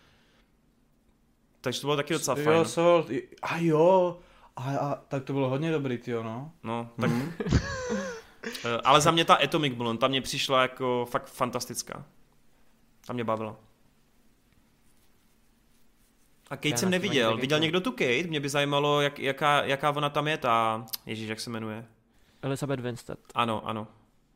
[SPEAKER 1] Takže to bylo taky docela fajn.
[SPEAKER 2] Jo, Salt, a jo, a tak to bylo hodně dobrý, tyjo, no.
[SPEAKER 1] No, tak... ale za mě ta Atomic Blonde, ta mě přišla jako fakt fantastická. Ta mě bavila. A Kate jsem neviděl. Viděl někdo tu Kate? Mě by zajímalo, jaká ona tam je, ta... Ježíš, jak se jmenuje?
[SPEAKER 4] Elizabeth Winstead.
[SPEAKER 1] Ano.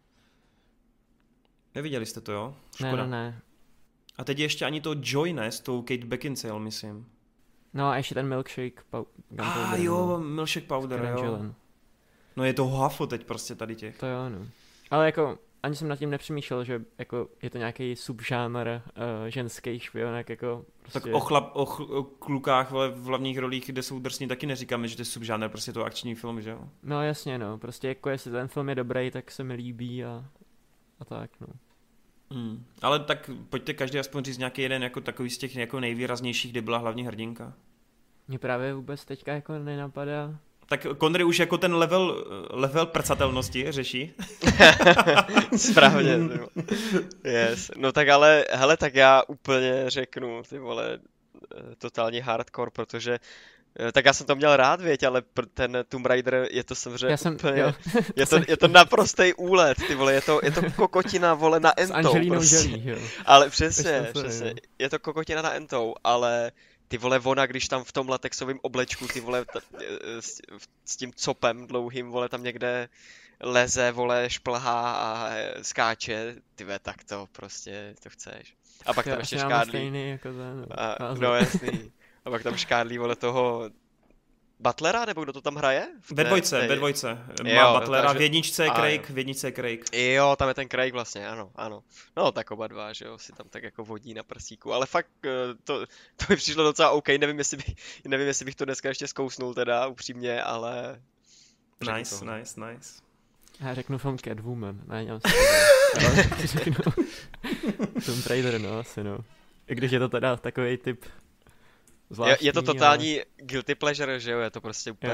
[SPEAKER 1] Neviděli jste to, jo? Škoda.
[SPEAKER 4] Ne.
[SPEAKER 1] A teď je ještě ani to Joy, ne? S tou Kate Beckinsale, myslím.
[SPEAKER 4] No a ještě ten milkshake Gunpowder.
[SPEAKER 1] Jo, milkshake powder, jo. No je to hafo teď prostě tady těch.
[SPEAKER 4] To jo, no. Ale jako... Ani jsem nad tím nepřemýšlel, že jako je to nějaký subžánr ženských špionek, jako prostě...
[SPEAKER 1] Tak o klukách v hlavních rolích, kde jsou drsní, taky neříkáme, že to je subžánr, prostě to akční film, že jo?
[SPEAKER 4] No jasně, no, prostě jako jestli ten film je dobrý, tak se mi líbí a tak, no.
[SPEAKER 1] Ale tak pojďte každý aspoň říct nějaký jeden jako takový z těch jako nejvýraznějších, kde byla hlavní hrdinka.
[SPEAKER 4] Mě právě vůbec teďka jako nenapadá.
[SPEAKER 1] Tak Connery už jako ten level prcatelnosti řeší.
[SPEAKER 6] Správně. Yes. No tak ale, hele, tak já úplně řeknu, ty vole, totální hardcore, protože tak já jsem to měl rád, věď, ale ten Tomb Raider je to samozřejmě úplně, je to naprostej úlet, ty vole, je to kokotina, vole, na entou.
[SPEAKER 4] S Angelinou
[SPEAKER 6] prostě.
[SPEAKER 4] Jolie, jo.
[SPEAKER 6] Ale přesně, je to kokotina na entou, ale ty vole, ona, když tam v tom latexovém oblečku, ty vole, s tím copem dlouhým, vole, tam někde leze, vole, šplhá a skáče, ty vole, tak to prostě, to chceš. A pak tam ještě škádlí.
[SPEAKER 4] Jako
[SPEAKER 6] no jasný. A pak tam škádlí, vole, toho Butlera, nebo kdo to tam hraje?
[SPEAKER 1] Ve dvojce. Má Butlera, v jedničce je Craig.
[SPEAKER 6] Jo, tam je ten Craig vlastně, ano. No, tak oba dva, že jo, si tam tak jako vodí na prsíku, ale fakt to mi přišlo docela OK, nevím, jestli bych to dneska ještě zkousnul teda, upřímně, ale...
[SPEAKER 1] Nice.
[SPEAKER 4] Já řeknu film Catwoman, ne, řeknu Tomb Raider, no, asi no. I když je to teda takovej typ zvláštní,
[SPEAKER 6] je to totální guilty pleasure, že jo, je to prostě úplně...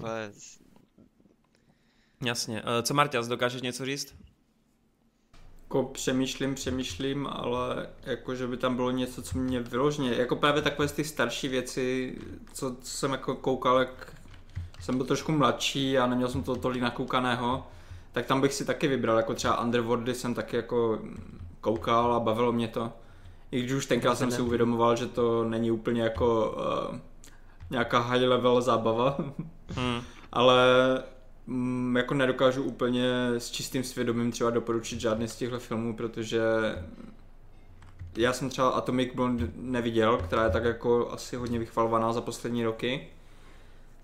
[SPEAKER 1] Jasně. Co Marťas, dokážeš něco říct?
[SPEAKER 5] Jako přemýšlím, ale jako, že by tam bylo něco, co mě vyložně, jako právě takové ty starší věci, co jsem jako koukal, jak jsem byl trošku mladší a neměl jsem to tolik nakoukaného, tak tam bych si taky vybral, jako třeba Underworldy jsem taky jako koukal a bavilo mě to. I když už tenkrát jsem si uvědomoval, že to není úplně jako nějaká high level zábava, ale jako nedokážu úplně s čistým svědomím třeba doporučit žádný z těchto filmů, protože já jsem třeba Atomic Blonde neviděl, která je tak jako asi hodně vychvalovaná za poslední roky.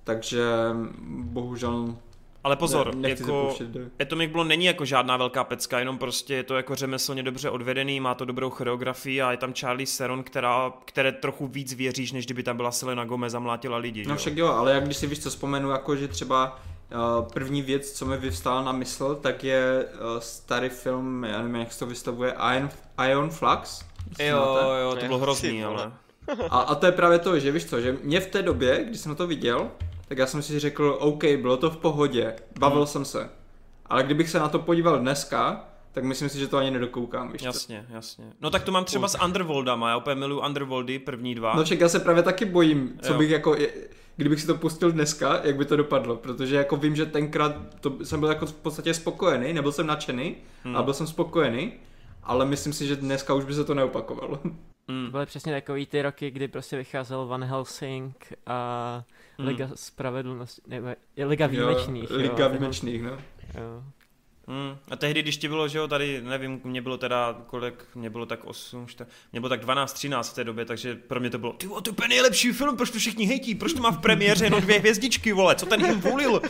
[SPEAKER 5] takže bohužel
[SPEAKER 1] Ale pozor,
[SPEAKER 5] nechci
[SPEAKER 1] jako
[SPEAKER 5] zapouštět do...
[SPEAKER 1] Atomic Blonde není jako žádná velká pecka, jenom prostě je to jako řemeslně dobře odvedený, má to dobrou choreografii a je tam Charlize Theron, které trochu víc věříš, než kdyby tam byla Selena Gomez a mlátila lidi.
[SPEAKER 5] No však jo, ale jak když si víš co vzpomenu, jako že třeba první věc, co mi vyvstala na mysl, tak je starý film, já nevím, jak se to vystavuje, Iron Flux.
[SPEAKER 1] Jo, to bylo hrozný, ale...
[SPEAKER 5] A to je právě to, že víš co, že mě v té době, když jsem to viděl, tak já jsem si řekl, OK, bylo to v pohodě, bavil jsem se. Ale kdybych se na to podíval dneska, tak myslím si, že to ani nedokoukám, víš
[SPEAKER 1] Jasně. No tak to mám třeba s Underworldama, já úplně miluji Underworldy, první dva.
[SPEAKER 5] No však já se právě taky bojím, co bych jako, kdybych si to pustil dneska, jak by to dopadlo, protože jako vím, že tenkrát jsem byl jako v podstatě spokojený, nebyl jsem nadšený, ale byl jsem spokojený, ale myslím si, že dneska už by se to neopakovalo.
[SPEAKER 4] To byly přesně takový ty roky, kdy prostě vycházel Van Helsing a Liga spravedlnosti, nebo Liga výjimečných.
[SPEAKER 5] Liga výjimečných, no.
[SPEAKER 4] Jo.
[SPEAKER 1] A tehdy, když ti bylo, že jo, tady, nevím, mě bylo teda, kolik, mě bylo tak 8, 4, mě bylo tak 12, 13 v té době, takže pro mě to bylo, ty vole, to je nejlepší film, proč to všichni hejtí, proč to má v premiéře jenom 2 hvězdičky, vole, co ten jim volil?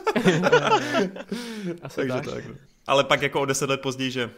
[SPEAKER 4] Asi tak.
[SPEAKER 1] Ale pak jako o 10 let později, že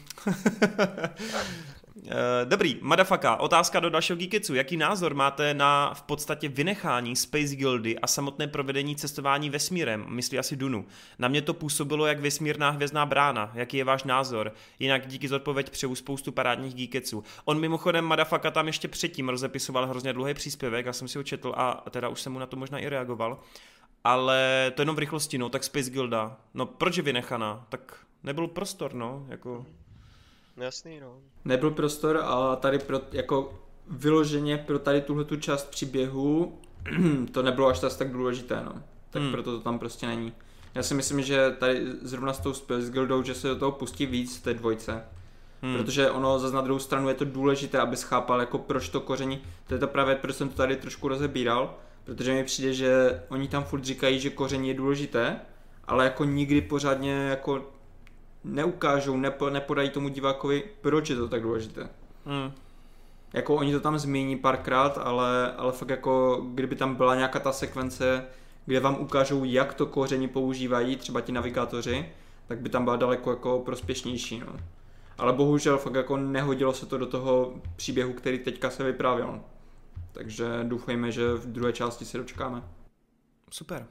[SPEAKER 1] Dobrý, madafaka, otázka do dalšího Geeketsu. Jaký názor máte na v podstatě vynechání Space Guildy a samotné provedení cestování vesmírem? Myslí asi Dunu. Na mě to působilo jak vesmírná hvězdná brána. Jaký je váš názor? Jinak díky za odpověď přeju spoustu parádních Geeketsů. On mimochodem madafaka tam ještě předtím rozepisoval hrozně dlouhý příspěvek, já jsem si ho četl a teda už jsem mu na to možná i reagoval. Ale to jenom v rychlosti, no, tak Space Guilda. No proč je vynechaná? Tak nebyl prostor, no, jako...
[SPEAKER 6] Jasný, no.
[SPEAKER 5] Nebyl prostor a tady jako vyloženě pro tady tuhletu část příběhu to nebylo až tak důležité, no. Tak proto to tam prostě není. Já si myslím, že tady zrovna s tou Space Guildou, že se do toho pustí víc v té dvojce. Protože ono zase na druhou stranu je to důležité, aby schápal jako proč to koření. To je to právě, proč jsem to tady trošku rozebíral, protože mi přijde, že oni tam furt říkají, že koření je důležité, ale jako nikdy pořádně jako neukážou, nepodají tomu divákovi, proč je to tak důležité. Jako oni to tam zmíní párkrát, ale fakt jako kdyby tam byla nějaká ta sekvence, kde vám ukážou, jak to kouření používají, třeba ti navigátoři, tak by tam byla daleko jako prospěšnější, no. Ale bohužel fakt jako nehodilo se to do toho příběhu, který teďka se vyprávěl. Takže doufejme, že v druhé části se dočkáme.
[SPEAKER 1] Super.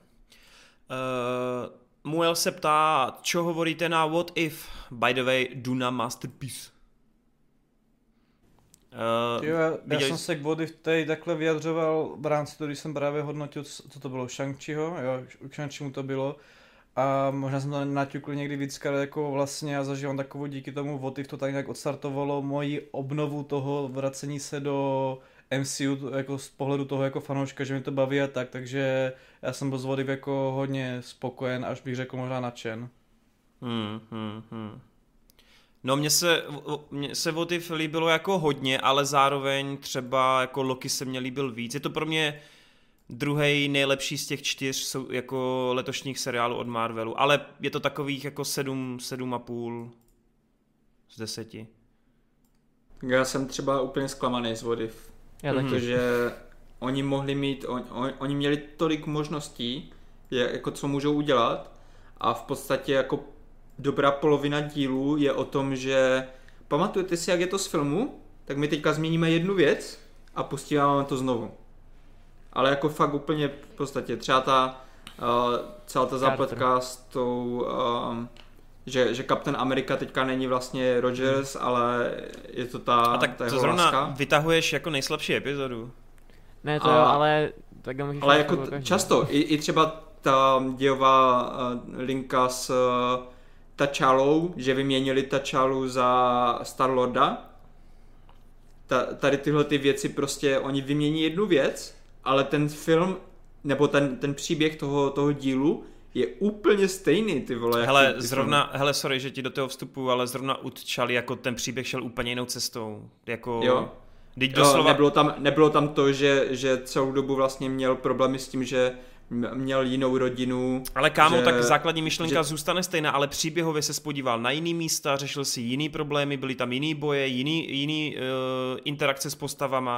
[SPEAKER 1] Muel se ptá, čo hovoríte na What If? By the way, Duna Masterpiece.
[SPEAKER 2] Já jsem se k What If tady takhle vyjadřoval v rámci toho, když jsem právě hodnotil, co to bylo, Shang-Chiho, jo, k Shang-Chimu to bylo. A možná jsem to naťukl někdy víc, ale jako vlastně já zažívám takovou díky tomu What If to tak nějak odstartovalo moji obnovu toho vracení se do MCU jako z pohledu toho jako fanouška, že mi to baví a tak, takže já jsem byl z What If jako hodně spokojen, až bych řekl možná nadšen.
[SPEAKER 1] No mně se What If líbilo jako hodně, ale zároveň třeba jako Loki se mně líbil víc. Je to pro mě druhý nejlepší z těch 4 jako letošních seriálů od Marvelu, ale je to takových jako 7,5 z 10.
[SPEAKER 5] Já jsem třeba úplně zklamaný z What If, protože oni mohli mít, oni měli tolik možností, jako co můžou udělat a v podstatě jako dobrá polovina dílů je o tom, že pamatujete si, jak je to z filmu, tak my teďka změníme jednu věc a pustíme to znovu. Ale jako fakt úplně v podstatě třeba celá ta zápletka s tou, že Captain America teďka není vlastně Rogers, ale je to ta
[SPEAKER 1] a tak
[SPEAKER 5] ta
[SPEAKER 1] to zrovna láska. Vytahuješ jako nejslabší epizodu.
[SPEAKER 4] Ne to jo, ale tak můžeš.
[SPEAKER 5] Ale jako často, i třeba ta dějová linka s T'Challou, že vyměnili T'Challu za Star-Lorda. Tady tyhle ty věci prostě, oni vymění jednu věc, ale ten film, nebo ten příběh toho dílu je úplně stejný, ty vole.
[SPEAKER 1] Hele, sorry, že ti do toho vstupuju, ale zrovna u T'Chally jako ten příběh šel úplně jinou cestou. Jako...
[SPEAKER 5] Jo. Nebylo tam to, že celou dobu vlastně měl problémy s tím, že měl jinou rodinu.
[SPEAKER 1] Ale kámo, tak základní myšlenka zůstane stejná, ale příběhově se spodíval na jiný místa, řešil si jiný problémy, byly tam jiný boje, jiný interakce s postavama.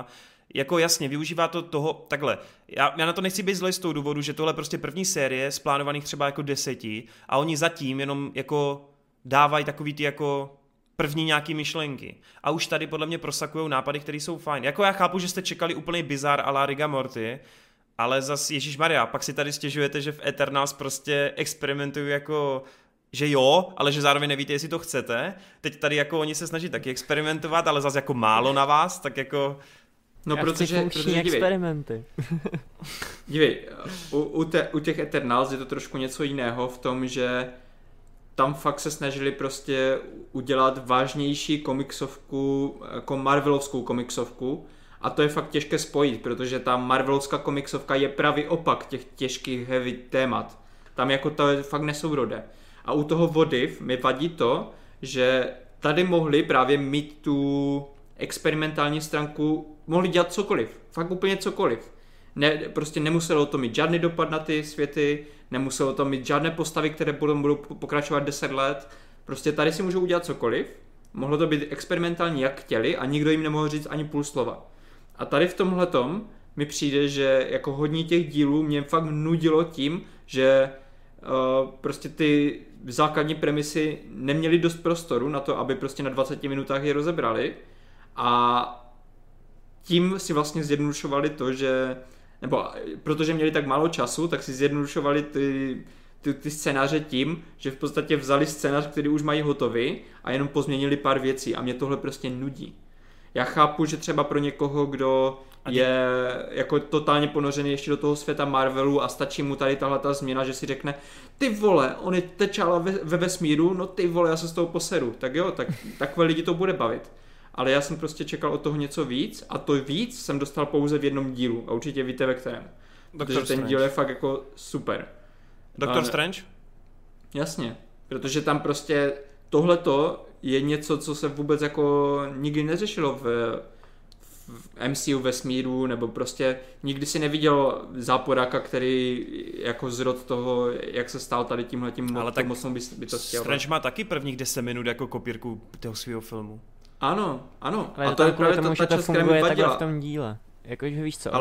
[SPEAKER 1] jako jasně, využívá to toho, takhle, já na to nechci být zlej z toho důvodu, že tohle je prostě první série z plánovaných třeba jako 10 a oni zatím jenom jako dávají takový ty jako první nějaký myšlenky. A už tady podle mě prosakujou nápady, které jsou fajn. Jako já chápu, že jste čekali úplný bizar a la Riga Morty, ale zas Ježišmarja, pak si tady stěžujete, že v Eternals prostě experimentují jako že jo, ale že zároveň nevíte, jestli to chcete. Teď tady jako oni se snaží taky experimentovat, ale zase jako málo na vás, tak jako...
[SPEAKER 5] No,
[SPEAKER 4] Já
[SPEAKER 5] protože dívej,
[SPEAKER 4] experimenty.
[SPEAKER 5] Dívej, u těch Eternals je to trošku něco jiného v tom, že tam fakt se snažili prostě udělat vážnější komiksovku, jako Marvelovskou komiksovku, a to je fakt těžké spojit, protože ta Marvelovská komiksovka je pravý opak těch těžkých heavy témat. Tam jako to je fakt nesourodé. A u toho What If mi vadí to, že tady mohli právě mít tu experimentální stránku, mohli dělat cokoliv, fakt úplně cokoliv. Prostě nemuselo to mít žádný dopad na ty světy, nemuselo to mít žádné postavy, které budou pokračovat 10 let. Prostě tady si můžou udělat cokoliv, mohlo to být experimentální jak chtěli a nikdo jim nemohl říct ani půl slova. A tady v tomhletom mi přijde, že jako hodně těch dílů mě fakt nudilo tím, že prostě ty základní premisy neměly dost prostoru na to, aby prostě na 20 minutách je rozebrali a tím si vlastně zjednodušovali to, že nebo protože měli tak málo času, tak si zjednodušovali ty scénáře tím, že v podstatě vzali scénář, který už mají hotový a jenom pozměnili pár věcí a mě tohle prostě nudí. Já chápu, že třeba pro někoho, kdo je jako totálně ponořený ještě do toho světa Marvelu a stačí mu tady tahleta změna, že si řekne ty vole, on je tečála ve vesmíru, no ty vole, já se z toho poseru. Tak jo, tak takové lidi to bude bavit. Ale já jsem prostě čekal od toho něco víc a to víc jsem dostal pouze v jednom dílu a určitě víte ve kterém. Protože ten díl je fakt jako super.
[SPEAKER 1] Doctor Strange?
[SPEAKER 5] Jasně, protože tam prostě tohleto je něco, co se vůbec jako nikdy neřešilo v MCU vesmíru, nebo prostě nikdy si neviděl Záporáka, který jako zrod toho, jak se stál tady tímhletím mocnou bytostí.
[SPEAKER 1] Strange má taky prvních 10 minut jako kopírku toho svého filmu.
[SPEAKER 5] Ano.
[SPEAKER 4] Ale a to je právě tomu, že to funguje takhle v tom díle. Jakože víš co?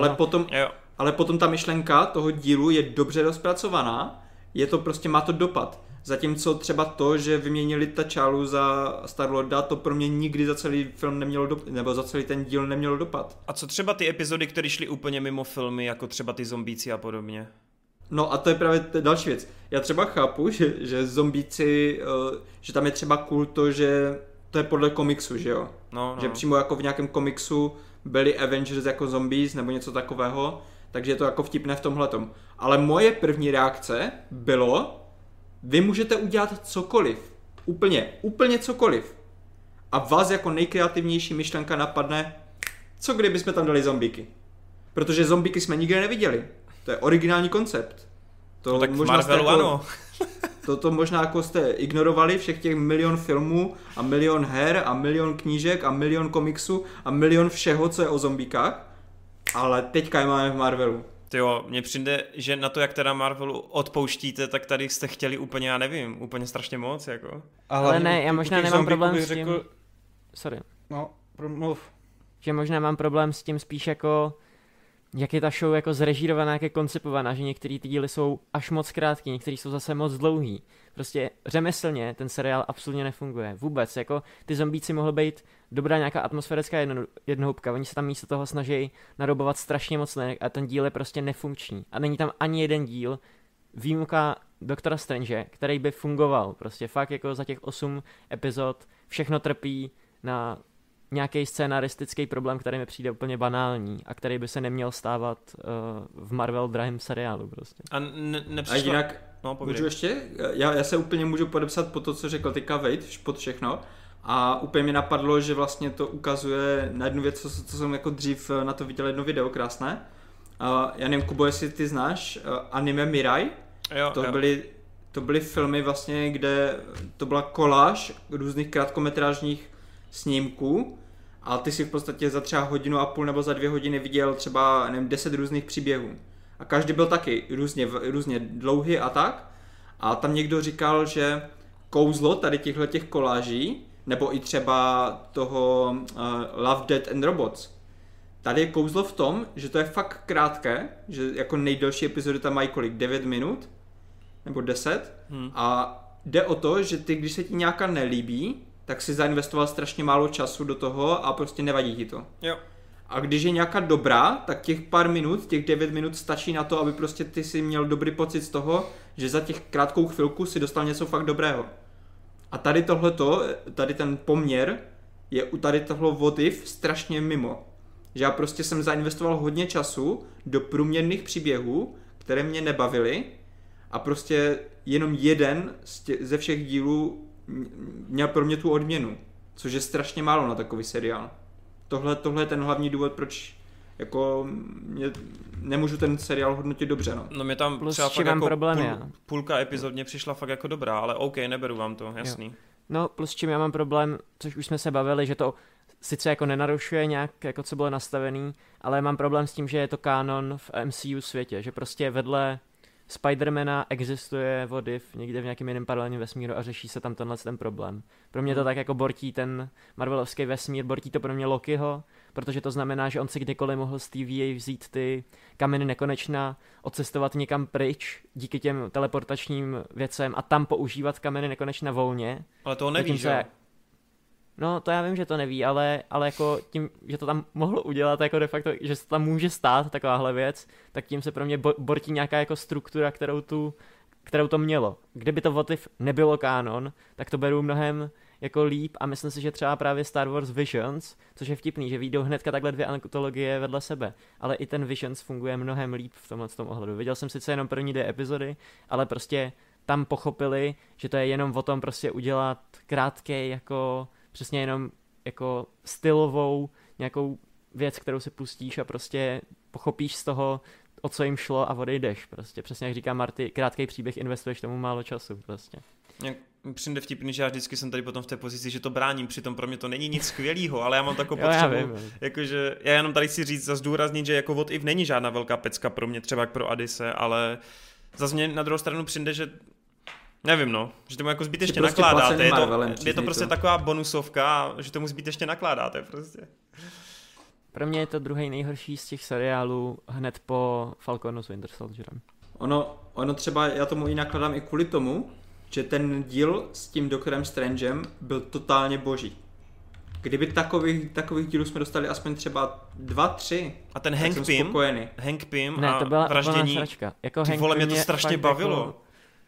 [SPEAKER 5] Ale potom ta myšlenka toho dílu je dobře rozpracovaná, je to prostě, má to dopad. Zatímco třeba to, že vyměnili T'Challu za Star-Lorda, to pro mě nikdy za celý film nemělo nebo za celý ten díl nemělo dopad.
[SPEAKER 1] A co třeba ty epizody, které šly úplně mimo filmy, jako třeba ty zombíci a podobně?
[SPEAKER 5] No a to je právě další věc. Já třeba chápu, že zombíci, že tam je třeba cool to, že to je podle komiksu, že jo?
[SPEAKER 1] No.
[SPEAKER 5] Že přímo jako v nějakém komiksu byli Avengers jako zombies nebo něco takového, takže je to jako vtipné v tomhletom. Ale moje první reakce bylo, vy můžete udělat cokoliv. Úplně cokoliv. A vás jako nejkreativnější myšlenka napadne, co kdybychom tam dali zombíky. Protože zombíky jsme nikdy neviděli. To je originální koncept.
[SPEAKER 1] To tak možná v Marvelu ano.
[SPEAKER 5] To možná jako jste ignorovali všech těch milion filmů a milion her a milion knížek a milion komiksů a milion všeho, co je o zombíkách. Ale teďka je máme v Marvelu.
[SPEAKER 1] Jo, mně přijde, že na to, jak teda Marvelu odpouštíte, tak tady jste chtěli úplně, já nevím, úplně strašně moc, jako.
[SPEAKER 4] Ale ne, já možná nemám problém s tím... Sorry.
[SPEAKER 2] No, mluv.
[SPEAKER 4] Že možná mám problém s tím spíš jako, jak je ta show jako zrežírovaná, jak je koncipovaná, že některý ty díly jsou až moc krátký, některý jsou zase moc dlouhý. Prostě řemeslně ten seriál absolutně nefunguje. Vůbec, jako ty zombíci mohly být dobrá nějaká atmosférická jednohubka, oni se tam místo toho snaží narobovat strašně moc a ten díl je prostě nefunkční. A není tam ani jeden díl, výjimka Doktora Strange, který by fungoval. Prostě fakt jako za těch 8 epizod všechno trpí na nějaký scénaristický problém, který mi přijde úplně banální a který by se neměl stávat v Marvel drahém seriálu prostě.
[SPEAKER 5] A jinak, můžu ještě? Já se úplně můžu podepsat po to, co řekl teďka Vejt, pod všechno. A úplně mi napadlo, že vlastně to ukazuje na jednu věc, co jsem jako dřív na to viděl jedno video krásné. Já nevím, Kubo, jestli ty znáš anime Mirai?
[SPEAKER 1] Jo.
[SPEAKER 5] To byly filmy vlastně, kde to byla koláž různých krátkometrážních snímků a ty si v podstatě za třeba 1,5 hodiny nebo za 2 hodiny viděl třeba 10 různých příběhů. A každý byl taky různě dlouhý a tak. A tam někdo říkal, že kouzlo tady těch koláží, nebo i třeba toho Love, Death and Robots, tady je kouzlo v tom, že to je fakt krátké, že jako nejdelší epizody tam mají kolik, 9 minut? Nebo 10? A jde o to, že ty, když se ti nějaká nelíbí, tak si zainvestoval strašně málo času do toho a prostě nevadí ti to.
[SPEAKER 1] Jo.
[SPEAKER 5] A když je nějaká dobrá, tak těch pár minut, těch 9 minut stačí na to, aby prostě ty si měl dobrý pocit z toho, že za těch krátkou chvilku si dostal něco fakt dobrého. A tady tohleto, tady ten poměr je u tady tohle what if strašně mimo. Že já prostě jsem zainvestoval hodně času do průměrných příběhů, které mě nebavily a prostě jenom jeden ze všech dílů měl pro mě tu odměnu, což je strašně málo na takový seriál. Tohle je ten hlavní důvod, proč jako nemůžu ten seriál hodnotit dobře. No
[SPEAKER 1] mě tam
[SPEAKER 4] plus
[SPEAKER 1] třeba fakt jako
[SPEAKER 4] problém,
[SPEAKER 1] půlka epizodně přišla fakt jako dobrá, ale OK, neberu vám to, jasný.
[SPEAKER 4] Jo. No plus čím já mám problém, což už jsme se bavili, že to sice jako nenarušuje nějak, jako co bylo nastavený, ale mám problém s tím, že je to kánon v MCU světě, že prostě vedle Spidermana existuje what if někde v nějakém jiném paralelním vesmíru a řeší se tam ten problém. Pro mě to tak jako bortí ten Marvelovský vesmír, bortí to pro mě Lokiho, protože to znamená, že on si kdykoliv mohl z TVA vzít ty kameny nekonečna, odcestovat někam pryč díky těm teleportačním věcem a tam používat kameny nekonečna volně.
[SPEAKER 1] Ale to neví, že?
[SPEAKER 4] No, to já vím, že to neví, ale jako tím, že to tam mohlo udělat, jako de facto, že se tam může stát takováhle věc, tak tím se pro mě bortí nějaká jako struktura, kterou to mělo. Kdyby to what if nebylo kánon, tak to beru mnohem jako líp a myslím si, že třeba právě Star Wars Visions, což je vtipný, že vyjdou hnedka takhle 2 antologie vedle sebe, ale i ten Visions funguje mnohem líp v tomhle tom ohledu. Viděl jsem sice jenom první 2 epizody, ale prostě tam pochopili, že to je jenom o tom prostě udělat krátký jako přesně jenom jako stylovou nějakou věc, kterou si pustíš a prostě pochopíš z toho, o co jim šlo a odejdeš prostě. Přesně jak říká Marty, krátký příběh, investuješ tomu málo času prostě.
[SPEAKER 1] Přijde vtipný, že já vždycky jsem tady potom v té pozici, že to bráním, přitom pro mě to není nic skvělého, ale já mám takovou potřebu, jakože já jenom tady chci říct a zdůraznit, že jako what if není žádná velká pecka pro mě, třeba jak pro Adise, ale zase mě na druhou stranu přijde, že nevím, no, že tomu jako zbytečně
[SPEAKER 5] prostě
[SPEAKER 1] nakládáte, je to prostě taková bonusovka, že tomu zbytečně nakládáte prostě.
[SPEAKER 4] Pro mě je to druhý nejhorší z těch seriálů hned po Falconu s Winter Soldierem.
[SPEAKER 5] Ono třeba, já tomu i nakladám i kvůli tomu, že ten díl s tím Doktorem Strangem byl totálně boží. Kdyby takových dílů jsme dostali aspoň třeba 2, 3,
[SPEAKER 1] a ten Hank Pym
[SPEAKER 4] ne, to byla
[SPEAKER 1] vraždění,
[SPEAKER 4] sračka. Jako
[SPEAKER 1] ty vole, mě to strašně bavilo.
[SPEAKER 4] Jako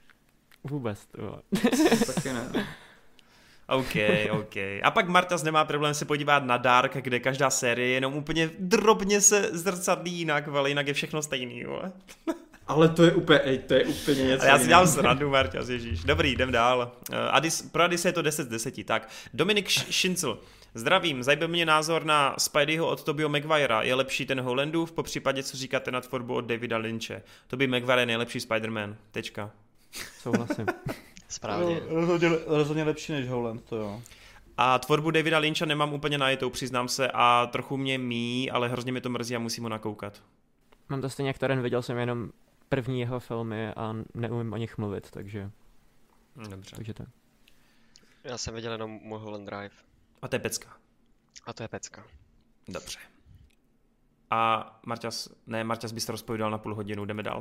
[SPEAKER 4] vůbec, to bylo.
[SPEAKER 5] Taky ne.
[SPEAKER 1] OK. A pak Martas nemá problém se podívat na Dark, kde každá série jenom úplně drobně se zrcadlí jinak, ale jinak je všechno stejný, vole.
[SPEAKER 5] Ale to je úplně něco.
[SPEAKER 1] A já si dělám srandu, Martas, ježíš. Dobrý, jdem dál. Pro Adise je to 10 z 10. Tak, Dominik Šincl. Zdravím, zajímal mě názor na Spideyho od Tobeyho Maguirea. Je lepší ten Hollandův, po případě, co říkáte na tvorbu od Davida Lynche. Tobey Maguire je nejlepší Spider-Man. Tečka.
[SPEAKER 4] Souhlasím.
[SPEAKER 6] Správně.
[SPEAKER 2] Rozhodně lepší než Holland, to jo.
[SPEAKER 1] A tvorbu Davida Lyncha nemám úplně najetou, přiznám se, a trochu mě míjí, ale hrozně mě to mrzí a musím ho nakoukat.
[SPEAKER 4] Mám to stejně jak Toren, viděl jsem jenom první jeho filmy a neumím o nich mluvit, takže...
[SPEAKER 1] Dobře.
[SPEAKER 4] Takže to.
[SPEAKER 6] Já jsem viděl jenom Mulholland Drive.
[SPEAKER 1] A to je pecka.
[SPEAKER 6] A to je pecka.
[SPEAKER 1] Dobře. A Marťas bys to rozpovídal na půl hodinu, jdeme dál.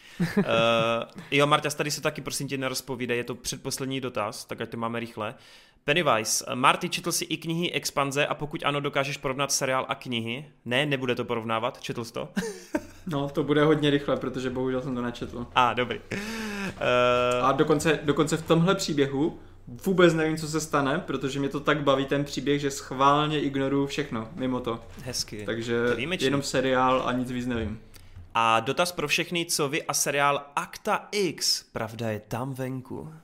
[SPEAKER 1] Jo, Marťas, tady se taky prosím tě nerozpovídej, je to předposlední dotaz, tak ať to máme rychle. Pennywise, Marty, četl jsi i knihy Expanze a pokud ano, dokážeš porovnat seriál a knihy? Ne, nebude to porovnávat, četl jsi to?
[SPEAKER 5] No, to bude hodně rychle, protože bohužel jsem to nečetl.
[SPEAKER 1] Dobrý.
[SPEAKER 5] A dokonce v tomhle příběhu vůbec nevím, co se stane, protože mě to tak baví ten příběh, že schválně ignoruju všechno mimo to.
[SPEAKER 1] Hezky.
[SPEAKER 5] Takže jenom seriál a nic víc nevím.
[SPEAKER 1] A dotaz pro všechny, co vy a seriál Akta X. Pravda je tam venku.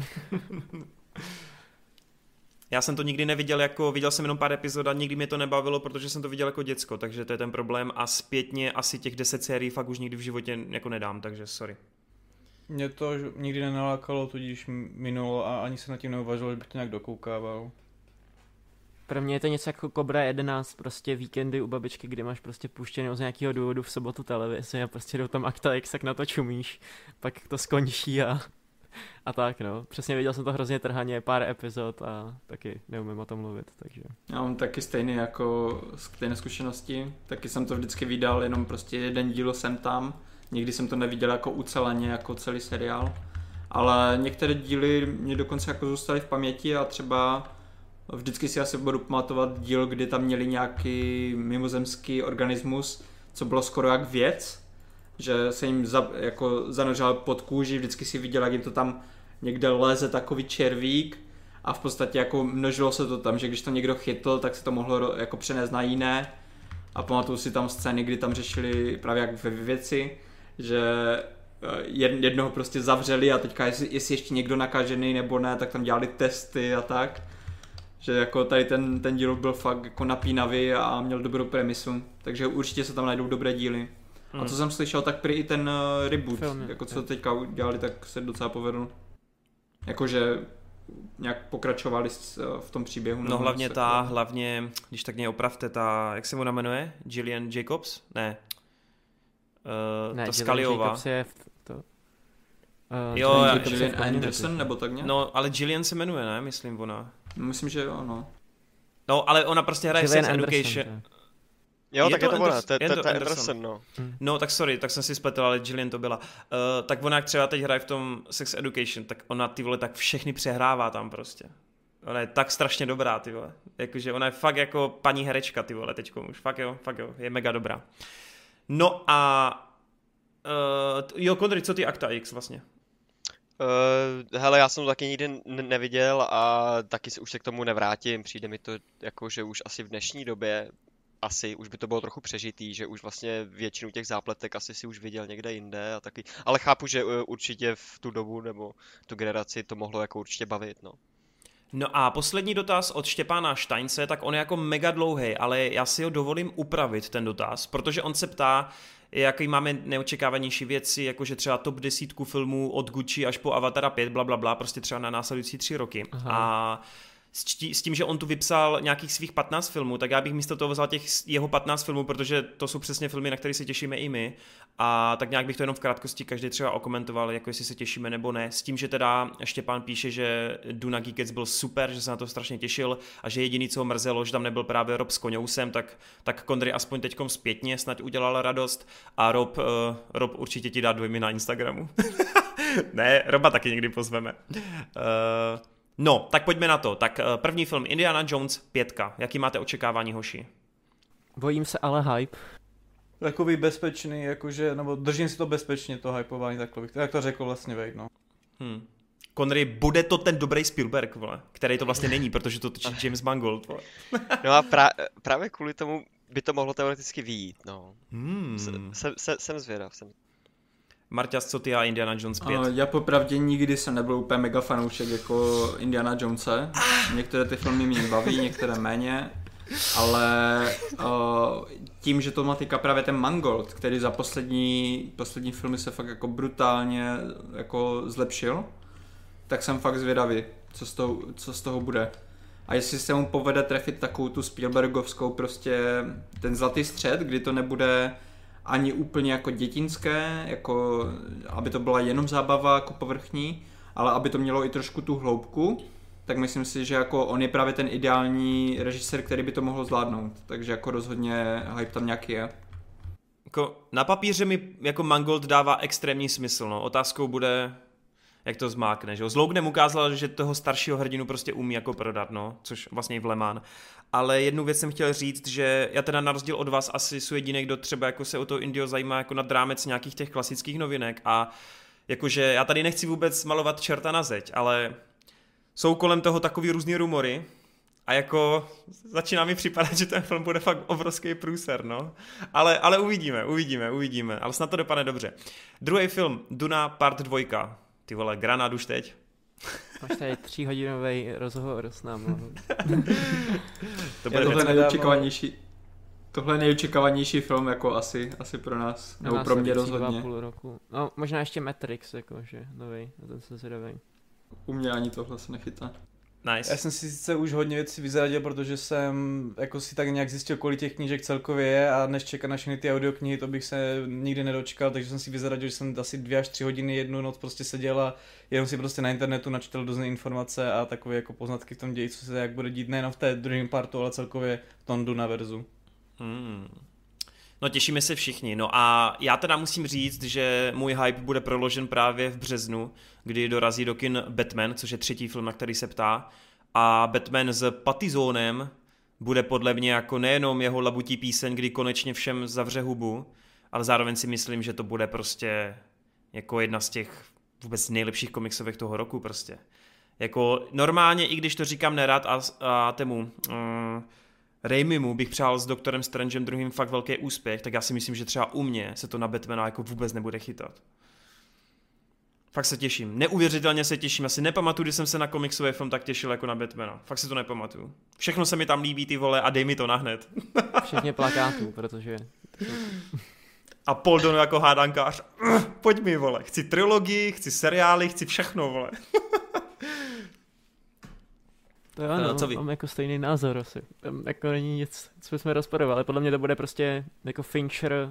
[SPEAKER 1] Já jsem to nikdy neviděl, viděl jsem jenom pár epizod a nikdy mě to nebavilo, protože jsem to viděl jako děcko, takže to je ten problém a zpětně asi těch 10 sérií fakt už nikdy v životě jako nedám, takže sorry.
[SPEAKER 2] Mě to nikdy nenalákalo, tudíž minulo a ani se nad tím neuvažoval, že bych to nějak dokoukával.
[SPEAKER 4] Pro mě je to něco jako Cobra 11, prostě víkendy u babičky, kdy máš prostě puštěný z nějakého důvodu v sobotu televizi a prostě jdou tam Akta X, tak na to čumíš, pak to skončí a A tak no, přesně viděl jsem to hrozně trhaně, pár epizod a taky neumím o tom mluvit, takže.
[SPEAKER 5] Já mám taky stejné zkušenosti, taky jsem to vždycky vydal, jenom prostě jeden díl jsem tam, nikdy jsem to neviděl jako uceleně, jako celý seriál, ale některé díly mě dokonce jako zůstaly v paměti a třeba vždycky si asi budu pamatovat díl, kdy tam měli nějaký mimozemský organismus, co bylo skoro jak věc, že se jim zanořil pod kůži, vždycky si viděl, jak jim to tam někde leze takový červík a v podstatě jako množilo se to tam, že když to někdo chytl, tak se to mohlo jako přenést na jiné a pamatuju si tam scény, kdy tam řešili právě jak ve věci, že jednoho prostě zavřeli a teďka jestli ještě někdo nakažený nebo ne, tak tam dělali testy a tak. Že jako tady ten díl byl fakt jako napínavý a měl dobrou premisu, takže určitě se tam najdou dobré díly. A co jsem slyšel, tak prý i ten reboot, jako co teďka udělali, tak se docela povedl. Jakože nějak pokračovali v tom příběhu.
[SPEAKER 1] No hlavně, když tak mě opravte, jak se mu jmenuje? Gillian Jacobs? Ne.
[SPEAKER 4] Ne,
[SPEAKER 1] ta Scullyová.
[SPEAKER 4] Jacobs je
[SPEAKER 5] Gillian Anderson nebo tak nějak?
[SPEAKER 1] No, ale Gillian se jmenuje, ne? Myslím ona.
[SPEAKER 5] Myslím, že jo, no.
[SPEAKER 1] No, ale ona prostě hraje Sex Education.
[SPEAKER 6] Jo, tak je to ona, to je Anderson, no.
[SPEAKER 1] No, tak sorry, tak jsem si spletl, ale Gillian to byla. Tak ona, jak třeba teď hraje v tom Sex Education, tak ona, ty vole, tak všechny přehrává tam prostě. Ona je tak strašně dobrá, ty vole. Jakože ona je fakt jako paní herečka, ty vole, teďko už. Fakt jo, je mega dobrá. No a... jo, Kondry, co ty Akta X vlastně?
[SPEAKER 6] Hele, já jsem to taky nikdy neviděl a taky už se k tomu nevrátím. Přijde mi to jako, že už asi v dnešní době už by to bylo trochu přežitý, že už vlastně většinu těch zápletek asi si už viděl někde jinde a taky. Ale chápu, že určitě v tu dobu nebo tu generaci to mohlo jako určitě bavit, no.
[SPEAKER 1] No a poslední dotaz od Štěpána Štajnce, tak on je jako mega dlouhý, ale já si ho dovolím upravit ten dotaz, protože on se ptá, jaký máme neočekávanější věci, jakože třeba top 10 filmů od Gucci až po Avatara 5, blablabla, prostě třeba na následující 3 roky. Aha. A s tím, že on tu vypsal nějakých svých 15 filmů, tak já bych místo toho vzal těch jeho 15 filmů, protože to jsou přesně filmy, na které se těšíme i my. A tak nějak bych to jenom v krátkosti každý třeba okomentoval, jako jestli se těšíme nebo ne. S tím, že teda Štěpán píše, že Duna Geekets byl super, že se na to strašně těšil a že jediný, co ho mrzelo, že tam nebyl právě Rob s Koňousem, tak Kondry aspoň teďkom zpětně snad udělal radost a Rob určitě ti dá dojmy na Instagramu. Ne, Roba taky někdy pozveme. No, tak pojďme na to. Tak první film Indiana Jones 5. Jaký máte očekávání, hoši?
[SPEAKER 4] Bojím se, ale hype.
[SPEAKER 2] Takový bezpečný, jakože, nebo držím si to bezpečně, to hypování takhle, jak to řekl vlastně Wade, no.
[SPEAKER 1] Connery, bude to ten dobrý Spielberg, vole, který to vlastně není, protože to točí James Mangold, vole.
[SPEAKER 6] No a právě kvůli tomu by to mohlo teoreticky vyjít, no. Jsem zvědav.
[SPEAKER 1] Marťas, co ty a Indiana Jones 5?
[SPEAKER 5] Já popravdě nikdy jsem nebyl úplně mega fanoušek jako Indiana Jonese. Některé ty filmy mě baví, některé méně. Ale tím, že to má týká právě ten Mangold, který za poslední filmy se fakt jako brutálně jako zlepšil, tak jsem fakt zvědavý, co z toho bude. A jestli se mu povede trefit takovou tu Spielbergovskou prostě ten zlatý střed, kdy to nebude ani úplně jako dětinské, jako aby to byla jenom zábava jako povrchní, ale aby to mělo i trošku tu hloubku, tak myslím si, že jako on je právě ten ideální režisér, který by to mohl zvládnout. Takže jako rozhodně hype tam nějaký je.
[SPEAKER 1] Jako na papíře mi jako Mangold dává extrémní smysl, no. Otázkou bude, jak to zmákne, že jo. Logan ukázal, že toho staršího hrdinu prostě umí jako prodat, no, což vlastně i v Le Mans. Ale jednu věc jsem chtěl říct, že já teda na rozdíl od vás asi jsou jediný, kdo třeba jako se o to Indio zajímá jako nad rámec nějakých těch klasických novinek a jakože já tady nechci vůbec malovat čerta na zeď, ale jsou kolem toho takový různý rumory a jako začíná mi připadat, že ten film bude fakt obrovský průser, no. Ale uvidíme, ale snad to dopadne dobře. Druhý film, Duna part 2. Ty vole, granát už teď.
[SPEAKER 4] Máš tady 3hodinový rozhovor s námi.
[SPEAKER 5] Tohle je nejočekávanější film jako asi pro nás, nebo pro mě rozhodně.
[SPEAKER 4] Roku. No, možná ještě Matrix, jakože nový, na ten se zvědavej.
[SPEAKER 5] U mě ani tohle se nechytá.
[SPEAKER 1] Nice.
[SPEAKER 2] Já jsem si sice už hodně věcí vyzradil, protože jsem jako si tak nějak zjistil, kolik těch knížek celkově je a než čekat na všechny ty audioknihy, to bych se nikdy nedočkal, takže jsem si vyzradil, že jsem asi 2 až 3 hodiny jednu noc prostě seděl a jenom si prostě na internetu načítal různé informace a takové jako poznatky v tom ději, co se jak bude dít nejenom v té druhém partu, ale celkově v tom Dunaverzu.
[SPEAKER 1] No těšíme se všichni. No a já teda musím říct, že můj hype bude proložen právě v březnu, kdy dorazí do kin Batman, což je 3. film, na který se ptá. A Batman s Pattisonem bude podle mě jako nejenom jeho labutí píseň, kdy konečně všem zavře hubu, ale zároveň si myslím, že to bude prostě jako jedna z těch vůbec nejlepších komiksovek toho roku prostě. Jako normálně, i když to říkám nerad a tému Raimimu bych přál s Doktorem Strangem druhým fakt velký úspěch, tak já si myslím, že třeba u mě se to na Batmana jako vůbec nebude chytat. Fakt se těším. Neuvěřitelně se těším. Asi nepamatuju, když jsem se na komiksový film tak těšil jako na Batmana. Fakt si to nepamatuju. Všechno se mi tam líbí, ty vole, a dej mi to nahned.
[SPEAKER 4] Všichni plakátů, protože...
[SPEAKER 1] A Paul Dano jako hádankář. Pojď mi, vole. Chci trilogii, chci seriály, chci všechno, vole.
[SPEAKER 4] To jo, no,
[SPEAKER 1] co vy?
[SPEAKER 4] mám jako stejný názor asi. Tam jako není nic, co bychom rozporovali. Podle mě to bude prostě jako Fincher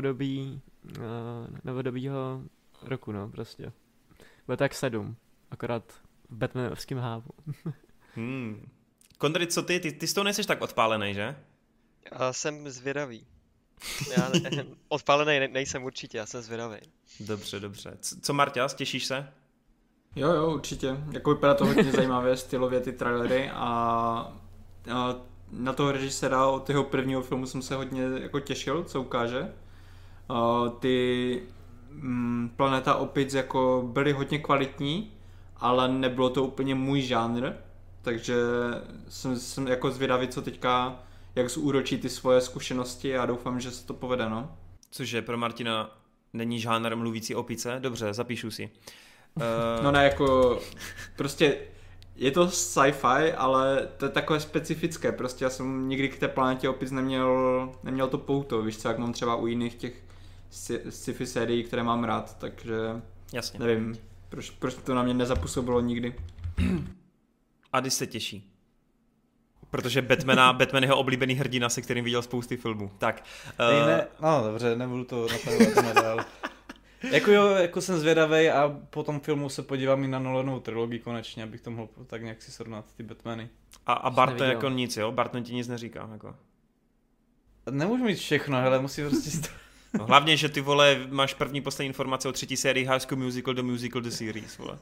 [SPEAKER 4] novodobího roku, no, prostě. Bude tak 7, akorát v Batmanovském hávu.
[SPEAKER 1] Kondry, co ty? Ty z toho nejseš tak odpálený, že?
[SPEAKER 6] Já jsem zvědavý. Já odpálený nejsem určitě, já jsem zvědavý.
[SPEAKER 1] Dobře. Co Marťas, těšíš se?
[SPEAKER 5] Jo, určitě. Jako vypadá to hodně zajímavé stylově ty trailery a na toho režiséra od jeho prvního filmu jsem se hodně jako těšil, co ukáže. Ty Planeta opic jako byly hodně kvalitní, ale nebylo to úplně můj žánr, takže jsem jako zvědavý, co teďka, jak zúročí ty svoje zkušenosti a doufám, že se to povede, no.
[SPEAKER 1] Cože pro Martina není žánr mluvící opice? Dobře, zapíšu si.
[SPEAKER 5] No ne, jako prostě je to sci-fi, ale to je takové specifické, prostě já jsem nikdy k té planetě opic neměl to pouto, víš co, jak mám třeba u jiných těch sci-fi sérií, které mám rád, takže
[SPEAKER 1] Jasně.
[SPEAKER 5] Nevím, proč to na mě nezapůsobilo nikdy.
[SPEAKER 1] Ady se těší. Protože Batman je jeho oblíbený hrdina, se kterým viděl spousty filmů. Tak.
[SPEAKER 2] No dobře, nebudu to napadovat dál. Jako jsem zvědavej a po tom filmu se podívám i na Nolanovou trilogii konečně, abych to mohl tak nějak si srovnat ty Batmany.
[SPEAKER 1] A Bart jako nic, jo? Barton ti nic neříká, jako.
[SPEAKER 2] Nemůžu mít všechno, hele, musím prostě...
[SPEAKER 1] No, hlavně, že ty vole máš první poslední informace o 3. sérii High School Musical The Series, vole.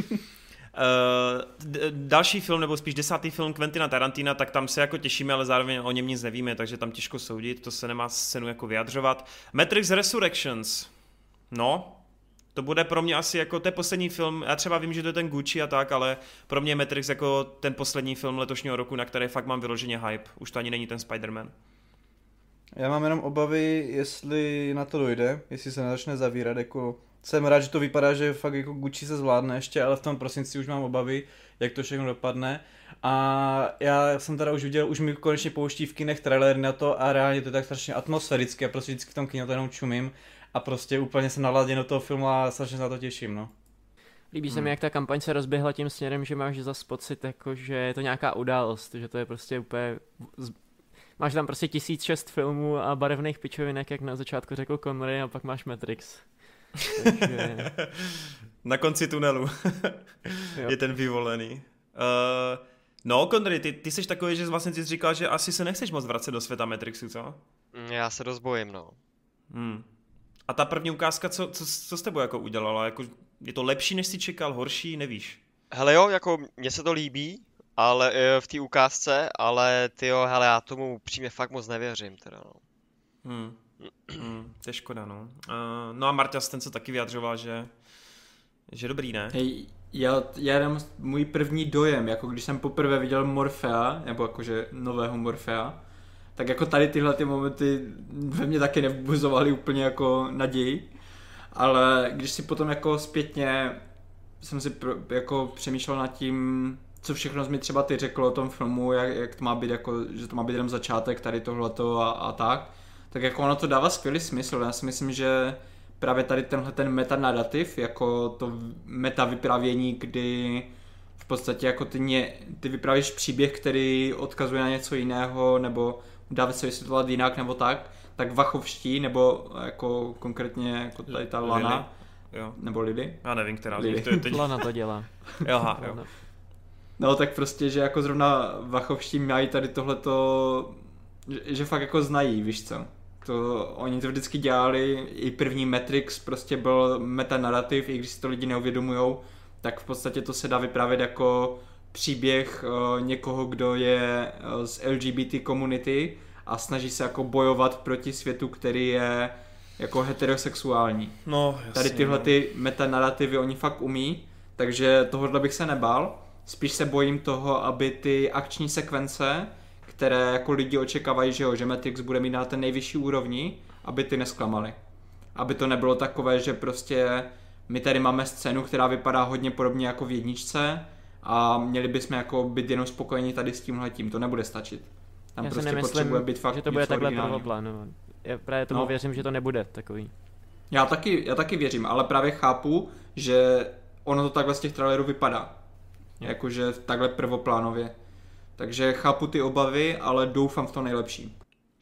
[SPEAKER 1] Další film, nebo spíš 10. film Quentina Tarantina, tak tam se jako těšíme, ale zároveň o něm nic nevíme, takže tam těžko soudit, to se nemá cenu jako vyjadřovat. Matrix Resurrections. No, to bude pro mě asi jako ten poslední film, já třeba vím, že to je ten Gucci a tak, ale pro mě Matrix jako ten poslední film letošního roku, na který fakt mám vyloženě hype. Už to ani není ten Spider-Man.
[SPEAKER 2] Já mám jenom obavy, jestli na to dojde, jestli se nezačne zavírat, jako jsem rád, že to vypadá, že fakt jako Gucci se zvládne ještě, ale v tom prosinci už mám obavy, jak to všechno dopadne. A já jsem teda už viděl, už mi konečně pouští v kinech trailer na to a reálně to je tak strašně atmosférické, a prostě vždycky v tom kině to jenom čumím a prostě úplně jsem naladěn do toho filmu a strašně se na to těším, no.
[SPEAKER 4] Líbí se mi, jak ta kampaň se rozběhla tím směrem, že máš zas pocit, jako, že je to nějaká událost, že to je prostě úplně... Máš tam prostě 1006 filmů a barevných pičovinek, jak na začátku řekl Connery, a pak máš Matrix. Takže...
[SPEAKER 1] Na konci tunelu je ten vyvolený. No, Connery, ty jsi takový, že vlastně jsi říkal, že asi se nechceš moc vracet do světa Matrixu, co?
[SPEAKER 6] Já se dost bojím, no.
[SPEAKER 1] A ta první ukázka, co s tebou jako udělala? Jako, je to lepší, než jsi čekal, horší, nevíš?
[SPEAKER 6] Hele jo, jako mně se to líbí, ale v té ukázce, ale tyjo, hele, já tomu upřímně fakt moc nevěřím, teda no.
[SPEAKER 1] To je škoda, no. No a Marťas, ten se taky vyjadřoval, že dobrý, ne?
[SPEAKER 5] Hej, já jenom můj první dojem, jako když jsem poprvé viděl Morfea, nebo jakože nového Morfea, tak jako tady tyhle ty momenty ve mně taky nebuzovaly úplně jako naději, ale když si potom jako zpětně jsem si jako přemýšlel nad tím, co všechno jsi mi třeba ty řekl o tom filmu, jak to má být, jako, že to má být jenom začátek tady tohleto a tak jako ono to dává skvělý smysl. Já si myslím, že právě tady tenhle ten metanarrativ, jako to meta vyprávění, kdy v podstatě jako ty vyprávíš příběh, který odkazuje na něco jiného, nebo dá se vysvětlovat jinak, nebo tak vachovští, nebo jako konkrétně jako tady ta Lana,
[SPEAKER 1] jo.
[SPEAKER 5] Nebo Lily.
[SPEAKER 1] Já nevím, která z
[SPEAKER 5] Lily.
[SPEAKER 1] nich to je teď.
[SPEAKER 4] Lana to dělá.
[SPEAKER 1] Aha, jo.
[SPEAKER 5] No tak prostě, že jako zrovna vachovští mají tady tohleto, že fakt jako znají, víš co. Oni to vždycky dělali, i první Matrix prostě byl metanarrativ, i když si to lidi neuvědomujou, tak v podstatě to se dá vyprávět jako příběh někoho, kdo je z LGBT komunity a snaží se jako bojovat proti světu, který je jako heterosexuální.
[SPEAKER 1] No, jasně,
[SPEAKER 5] Tady tyhle ty metanarrativy oni fakt umí, takže tohohle bych se nebál. Spíš se bojím toho, aby ty akční sekvence, které jako lidi očekávají, že Matrix bude mít na ten nejvyšší úrovni, aby ty nesklamaly. Aby to nebylo takové, že prostě my tady máme scénu, která vypadá hodně podobně jako v jedničce a měli bychom jako být jenom spokojeni tady s tímhletím. To nebude stačit. Tam
[SPEAKER 4] Já si
[SPEAKER 5] prostě
[SPEAKER 4] nemyslím,
[SPEAKER 5] potřebuje být fakt
[SPEAKER 4] že to bude takhle
[SPEAKER 5] originální.
[SPEAKER 4] prvoplánovat. Já právě tomu věřím, že to nebude takový.
[SPEAKER 5] Já taky věřím, ale právě chápu, že ono to takhle z těch trailerů vypadá. Jakože takhle prvoplánově. Takže chápu ty obavy, ale doufám v to nejlepší.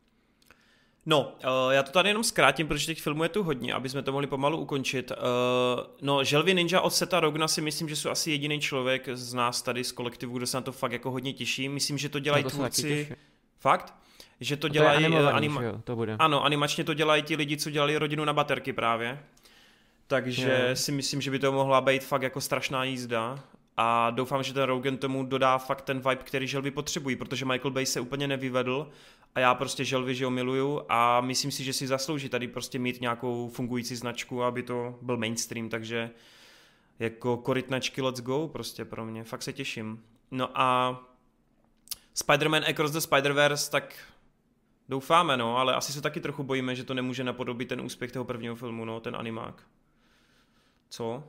[SPEAKER 1] No, já to tady jenom zkrátím, protože těch filmů je tu hodně, aby jsme to mohli pomalu ukončit. No, Želvy Ninja od Seta Rogna si myslím, že jsou asi jediný člověk z nás tady z kolektivu, kdo se na to fakt jako hodně těší. Myslím, že to dělají tvůrci... Fakt? Že to dělají...
[SPEAKER 4] To bude.
[SPEAKER 1] Ano, animačně to dělají ti lidi, co dělali Rodinu na baterky právě. Takže si myslím, že by to mohla být fakt jako strašná jízda. A doufám, že ten Rogen tomu dodá fakt ten vibe, který želvy potřebují, protože Michael Bay se úplně nevyvedl a já prostě želvy, že ho miluju a myslím si, že si zaslouží tady prostě mít nějakou fungující značku, aby to byl mainstream, takže jako korytnačky let's go prostě pro mě, fakt se těším. No a Spider-Man Across the Spider-Verse, tak doufáme, no, ale asi se taky trochu bojíme, že to nemůže napodobit ten úspěch toho prvního filmu, no, ten animák. Co?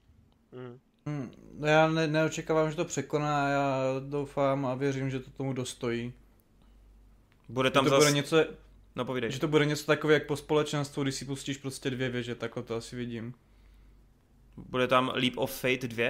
[SPEAKER 2] Já neočekávám, že to překoná, já doufám a věřím, že to tomu dostojí.
[SPEAKER 1] Bude tam
[SPEAKER 2] bude něco,
[SPEAKER 1] no, povídej.
[SPEAKER 2] že to bude něco takové jak po společenstvu, když si pustíš prostě 2 věže, takhle to asi vidím.
[SPEAKER 1] Bude tam Leap of Fate 2?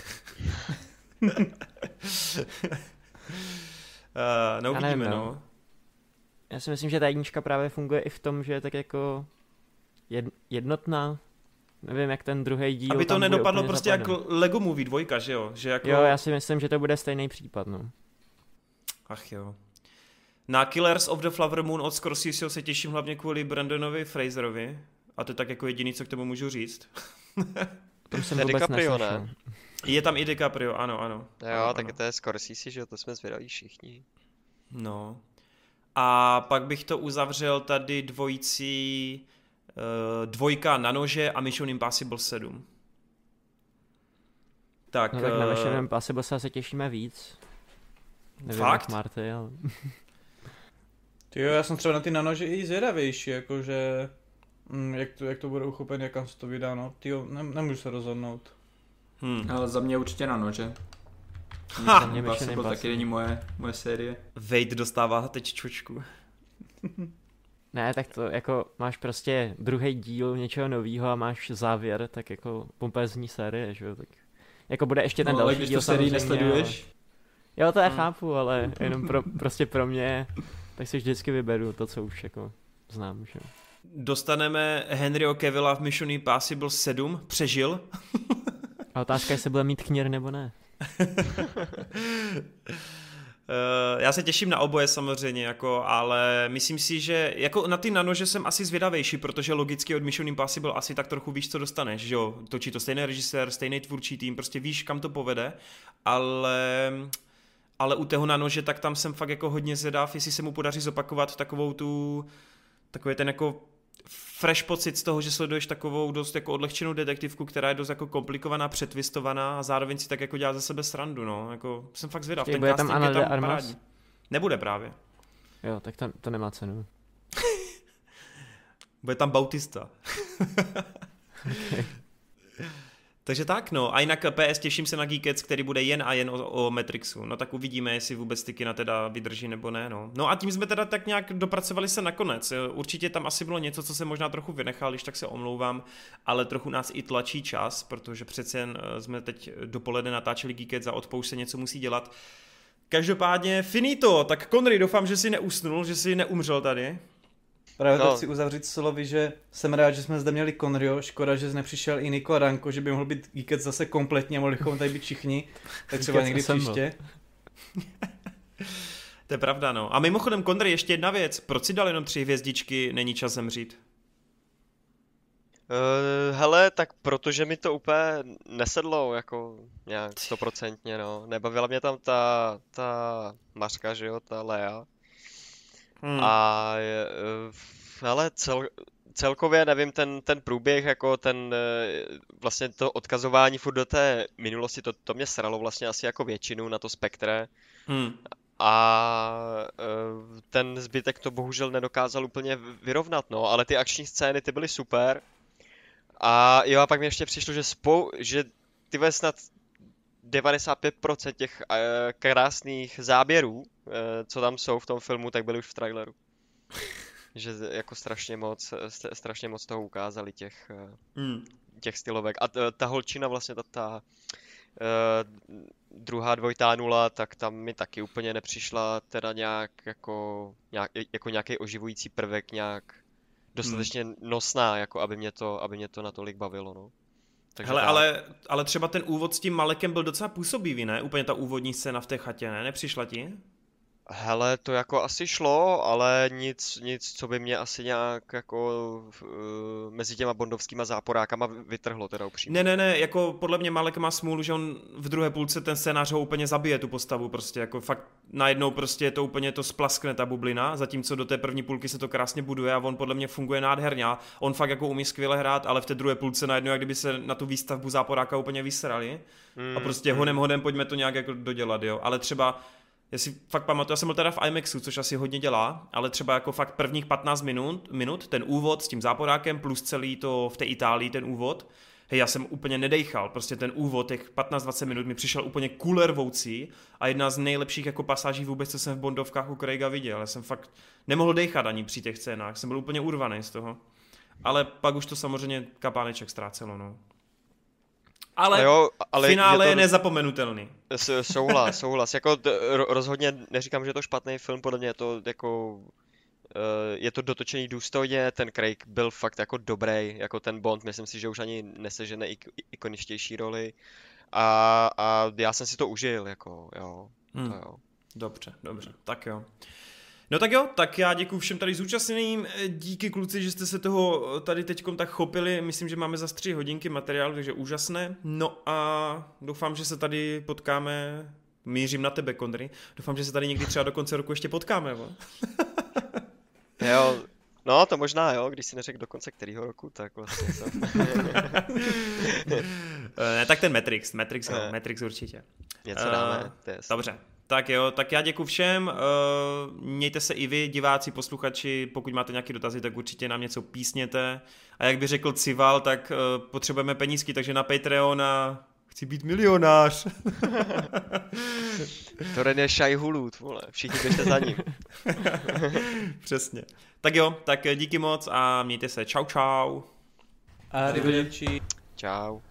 [SPEAKER 1] No uvidíme, no.
[SPEAKER 4] Já si myslím, že ta jednička právě funguje i v tom, že je tak jako jednotná. Nevím, jak ten druhý díl.
[SPEAKER 1] Aby to nedopadlo prostě jako Lego Movie 2, že jo? Že jako...
[SPEAKER 4] Jo, já si myslím, že to bude stejný případ, no.
[SPEAKER 1] Ach jo. Na Killers of the Flower Moon od Scorseseho se těším hlavně kvůli Brandonovi Fraserovi. A to je tak jako jediný, co k tomu můžu říct.
[SPEAKER 4] To jsem vůbec neslyšel.
[SPEAKER 1] Je tam i DiCaprio, ano.
[SPEAKER 6] Jo, tak to je Scorsese, že jo, to jsme zvědaví všichni.
[SPEAKER 1] No. A pak bych to uzavřel tady dvojicí... 2 na nože a Mission Impossible 7. Tak,
[SPEAKER 4] no tak na Mission Impossible se těšíme víc. Nevím,
[SPEAKER 1] fakt?
[SPEAKER 4] Marty, ale...
[SPEAKER 2] Tyjo, já jsem třeba na ty na nože i zvědavější, jakože... Jak to bude uchopené, jak se to vydá, no. Tyjo, nemůžu se rozhodnout.
[SPEAKER 5] Ale za mě určitě na nože. Impossible taky není moje série.
[SPEAKER 1] Wade dostává teď čočku.
[SPEAKER 4] Ne, tak to jako máš prostě druhý díl něčeho novýho a máš závěr, tak jako pompézní série, že jo, tak jako bude ještě ten další díl.
[SPEAKER 5] Ale když tu sérii nesleduješ?
[SPEAKER 4] Ale... Jo, to já chápu, ale jenom prostě pro mě, tak si vždycky vyberu to, co už jako znám, že jo.
[SPEAKER 1] Dostaneme Henryho Cavilla v Mission Impossible 7, přežil.
[SPEAKER 4] A otázka je, jestli bude mít knír nebo ne.
[SPEAKER 1] Já se těším na oboje samozřejmě, jako, ale myslím si, že jako na ty nanože jsem asi zvědavější, protože logicky od Mission Impossible asi tak trochu víš, co dostaneš, že jo, točí to stejný režisér, stejný tvůrčí tým, prostě víš, kam to povede, ale u toho nanože tak tam jsem fakt jako hodně zvědav, jestli se mu podaří zopakovat takový ten jako fresh pocit z toho, že sleduješ takovou dost jako odlehčenou detektivku, která je dost jako komplikovaná, přetvistovaná a zároveň si tak jako dělá ze sebe srandu, no, jako jsem fakt zvědav.
[SPEAKER 4] Ten casting je tam parádní.
[SPEAKER 1] Nebude právě.
[SPEAKER 4] Jo, tak to nemá cenu.
[SPEAKER 1] Bude tam Bautista.
[SPEAKER 4] Okay.
[SPEAKER 1] Takže tak, no. A jinak PS těším se na Geekets, který bude jen a jen o Matrixu. No tak uvidíme, jestli vůbec ty kina teda vydrží nebo ne, no. No a tím jsme teda tak nějak dopracovali se nakonec. Určitě tam asi bylo něco, co jsem možná trochu vynechal, když tak se omlouvám, ale trochu nás i tlačí čas, protože přece jen jsme teď dopoledne natáčeli Geekets a odpouš se něco musí dělat. Každopádně finito, tak Conry, doufám, že jsi neusnul, že jsi neumřel tady.
[SPEAKER 2] Právě to chci uzavřít slovy, že jsem rád, že jsme zde měli Conryho, škoda, že nepřišel i Niko a Danko, že by mohl být Geekec zase kompletně a mohli bychom tady být všichni, tak třeba někdy příště.
[SPEAKER 1] To je pravda, no. A mimochodem, Conry, ještě jedna věc, proč si dal jenom 3 hvězdičky, není čas zemřít?
[SPEAKER 6] Hele, tak protože mi to úplně nesedlo, jako nějak 100%, no. Nebavila mě tam ta Mařka, že jo, ta Lea. A hele, celkově nevím, ten průběh, jako vlastně to odkazování furt do té minulosti, to mě sralo vlastně asi jako většinu na to Spectre. A ten zbytek to bohužel nedokázal úplně vyrovnat, no, ale ty akční scény, ty byly super. A jo, a pak mi ještě přišlo, že ty snad 95% těch krásných záběrů, co tam jsou v tom filmu, tak byly už v traileru. Že jako strašně moc toho ukázali těch stylovek. A ta holčina vlastně, ta druhá 2.0, tak tam mi taky úplně nepřišla teda nějak jako nějaký oživující prvek, nějak dostatečně nosná, jako aby mě to natolik bavilo, no. Takže
[SPEAKER 1] hele, ale třeba ten úvod s tím Malekem byl docela působivý, ne? Úplně ta úvodní scéna v té chatě, ne? Nepřišla ti?
[SPEAKER 6] Hele, to jako asi šlo, ale nic, co by mě asi nějak jako mezi těma bondovskýma záporákama vytrhlo teda upřímně.
[SPEAKER 1] Ne, jako podle mě Malek má smůlu, že on v druhé půlce ten scénář ho úplně zabije, tu postavu prostě, jako fakt najednou prostě je to úplně to splaskne ta bublina, zatímco do té první půlky se to krásně buduje a on podle mě funguje nádherně a on fakt jako umí skvěle hrát, ale v té druhé půlce najednou, jak kdyby se na tu výstavbu záporáka úplně vysrali a prostě hodem pojďme to nějak jako dodělat, jo, ale třeba já si fakt pamatuju, já jsem byl teda v IMAXu, což asi hodně dělá, ale třeba jako fakt prvních 15 minut, ten úvod s tím záporákem plus celý to v té Itálii ten úvod, hej, já jsem úplně nedejchal, prostě ten úvod, těch 15-20 minut mi přišel úplně kulervoucí a jedna z nejlepších jako pasáží vůbec, co jsem v Bondovkách u Craiga viděl, já jsem fakt nemohl dejchat ani při těch scénách, jsem byl úplně urvaný z toho, ale pak už to samozřejmě kapáneček ztrácelo, no. Ale finále je nezapomenutelný.
[SPEAKER 6] Souhlas. Jako rozhodně neříkám, že je to špatný film, podle mě je to jako je to dotočený důstojně, ten Craig byl fakt jako dobrý, jako ten Bond, myslím si, že už ani nesežene ikoničtější roli a já jsem si to užil, jako jo. To jo.
[SPEAKER 1] Dobře, tak jo. No tak jo, tak já děkuji všem tady zúčastněným, díky kluci, že jste se toho tady teďkom tak chopili, myslím, že máme za 3 hodinky materiál, takže úžasné. No a doufám, že se tady potkáme, mířím na tebe, Conry, doufám, že se tady někdy třeba do konce roku ještě potkáme, jo.
[SPEAKER 6] Jo, no to možná jo, když si neřekl do konce kterého roku, tak vlastně jsem.
[SPEAKER 1] Ne, tak ten Matrix určitě.
[SPEAKER 6] Něco dáme, to je jasný.
[SPEAKER 1] Dobře. Tak jo, tak já děkuji všem, mějte se i vy, diváci, posluchači, pokud máte nějaké dotazy, tak určitě nám něco písněte. A jak by řekl Cival, tak potřebujeme penízky, takže na Patreon a chci být milionář.
[SPEAKER 6] To je Shai Hulud, vole, všichni běžte za ním.
[SPEAKER 1] Přesně. Tak jo, tak díky moc a mějte se, čau.
[SPEAKER 2] Arrivederci.
[SPEAKER 6] Čau.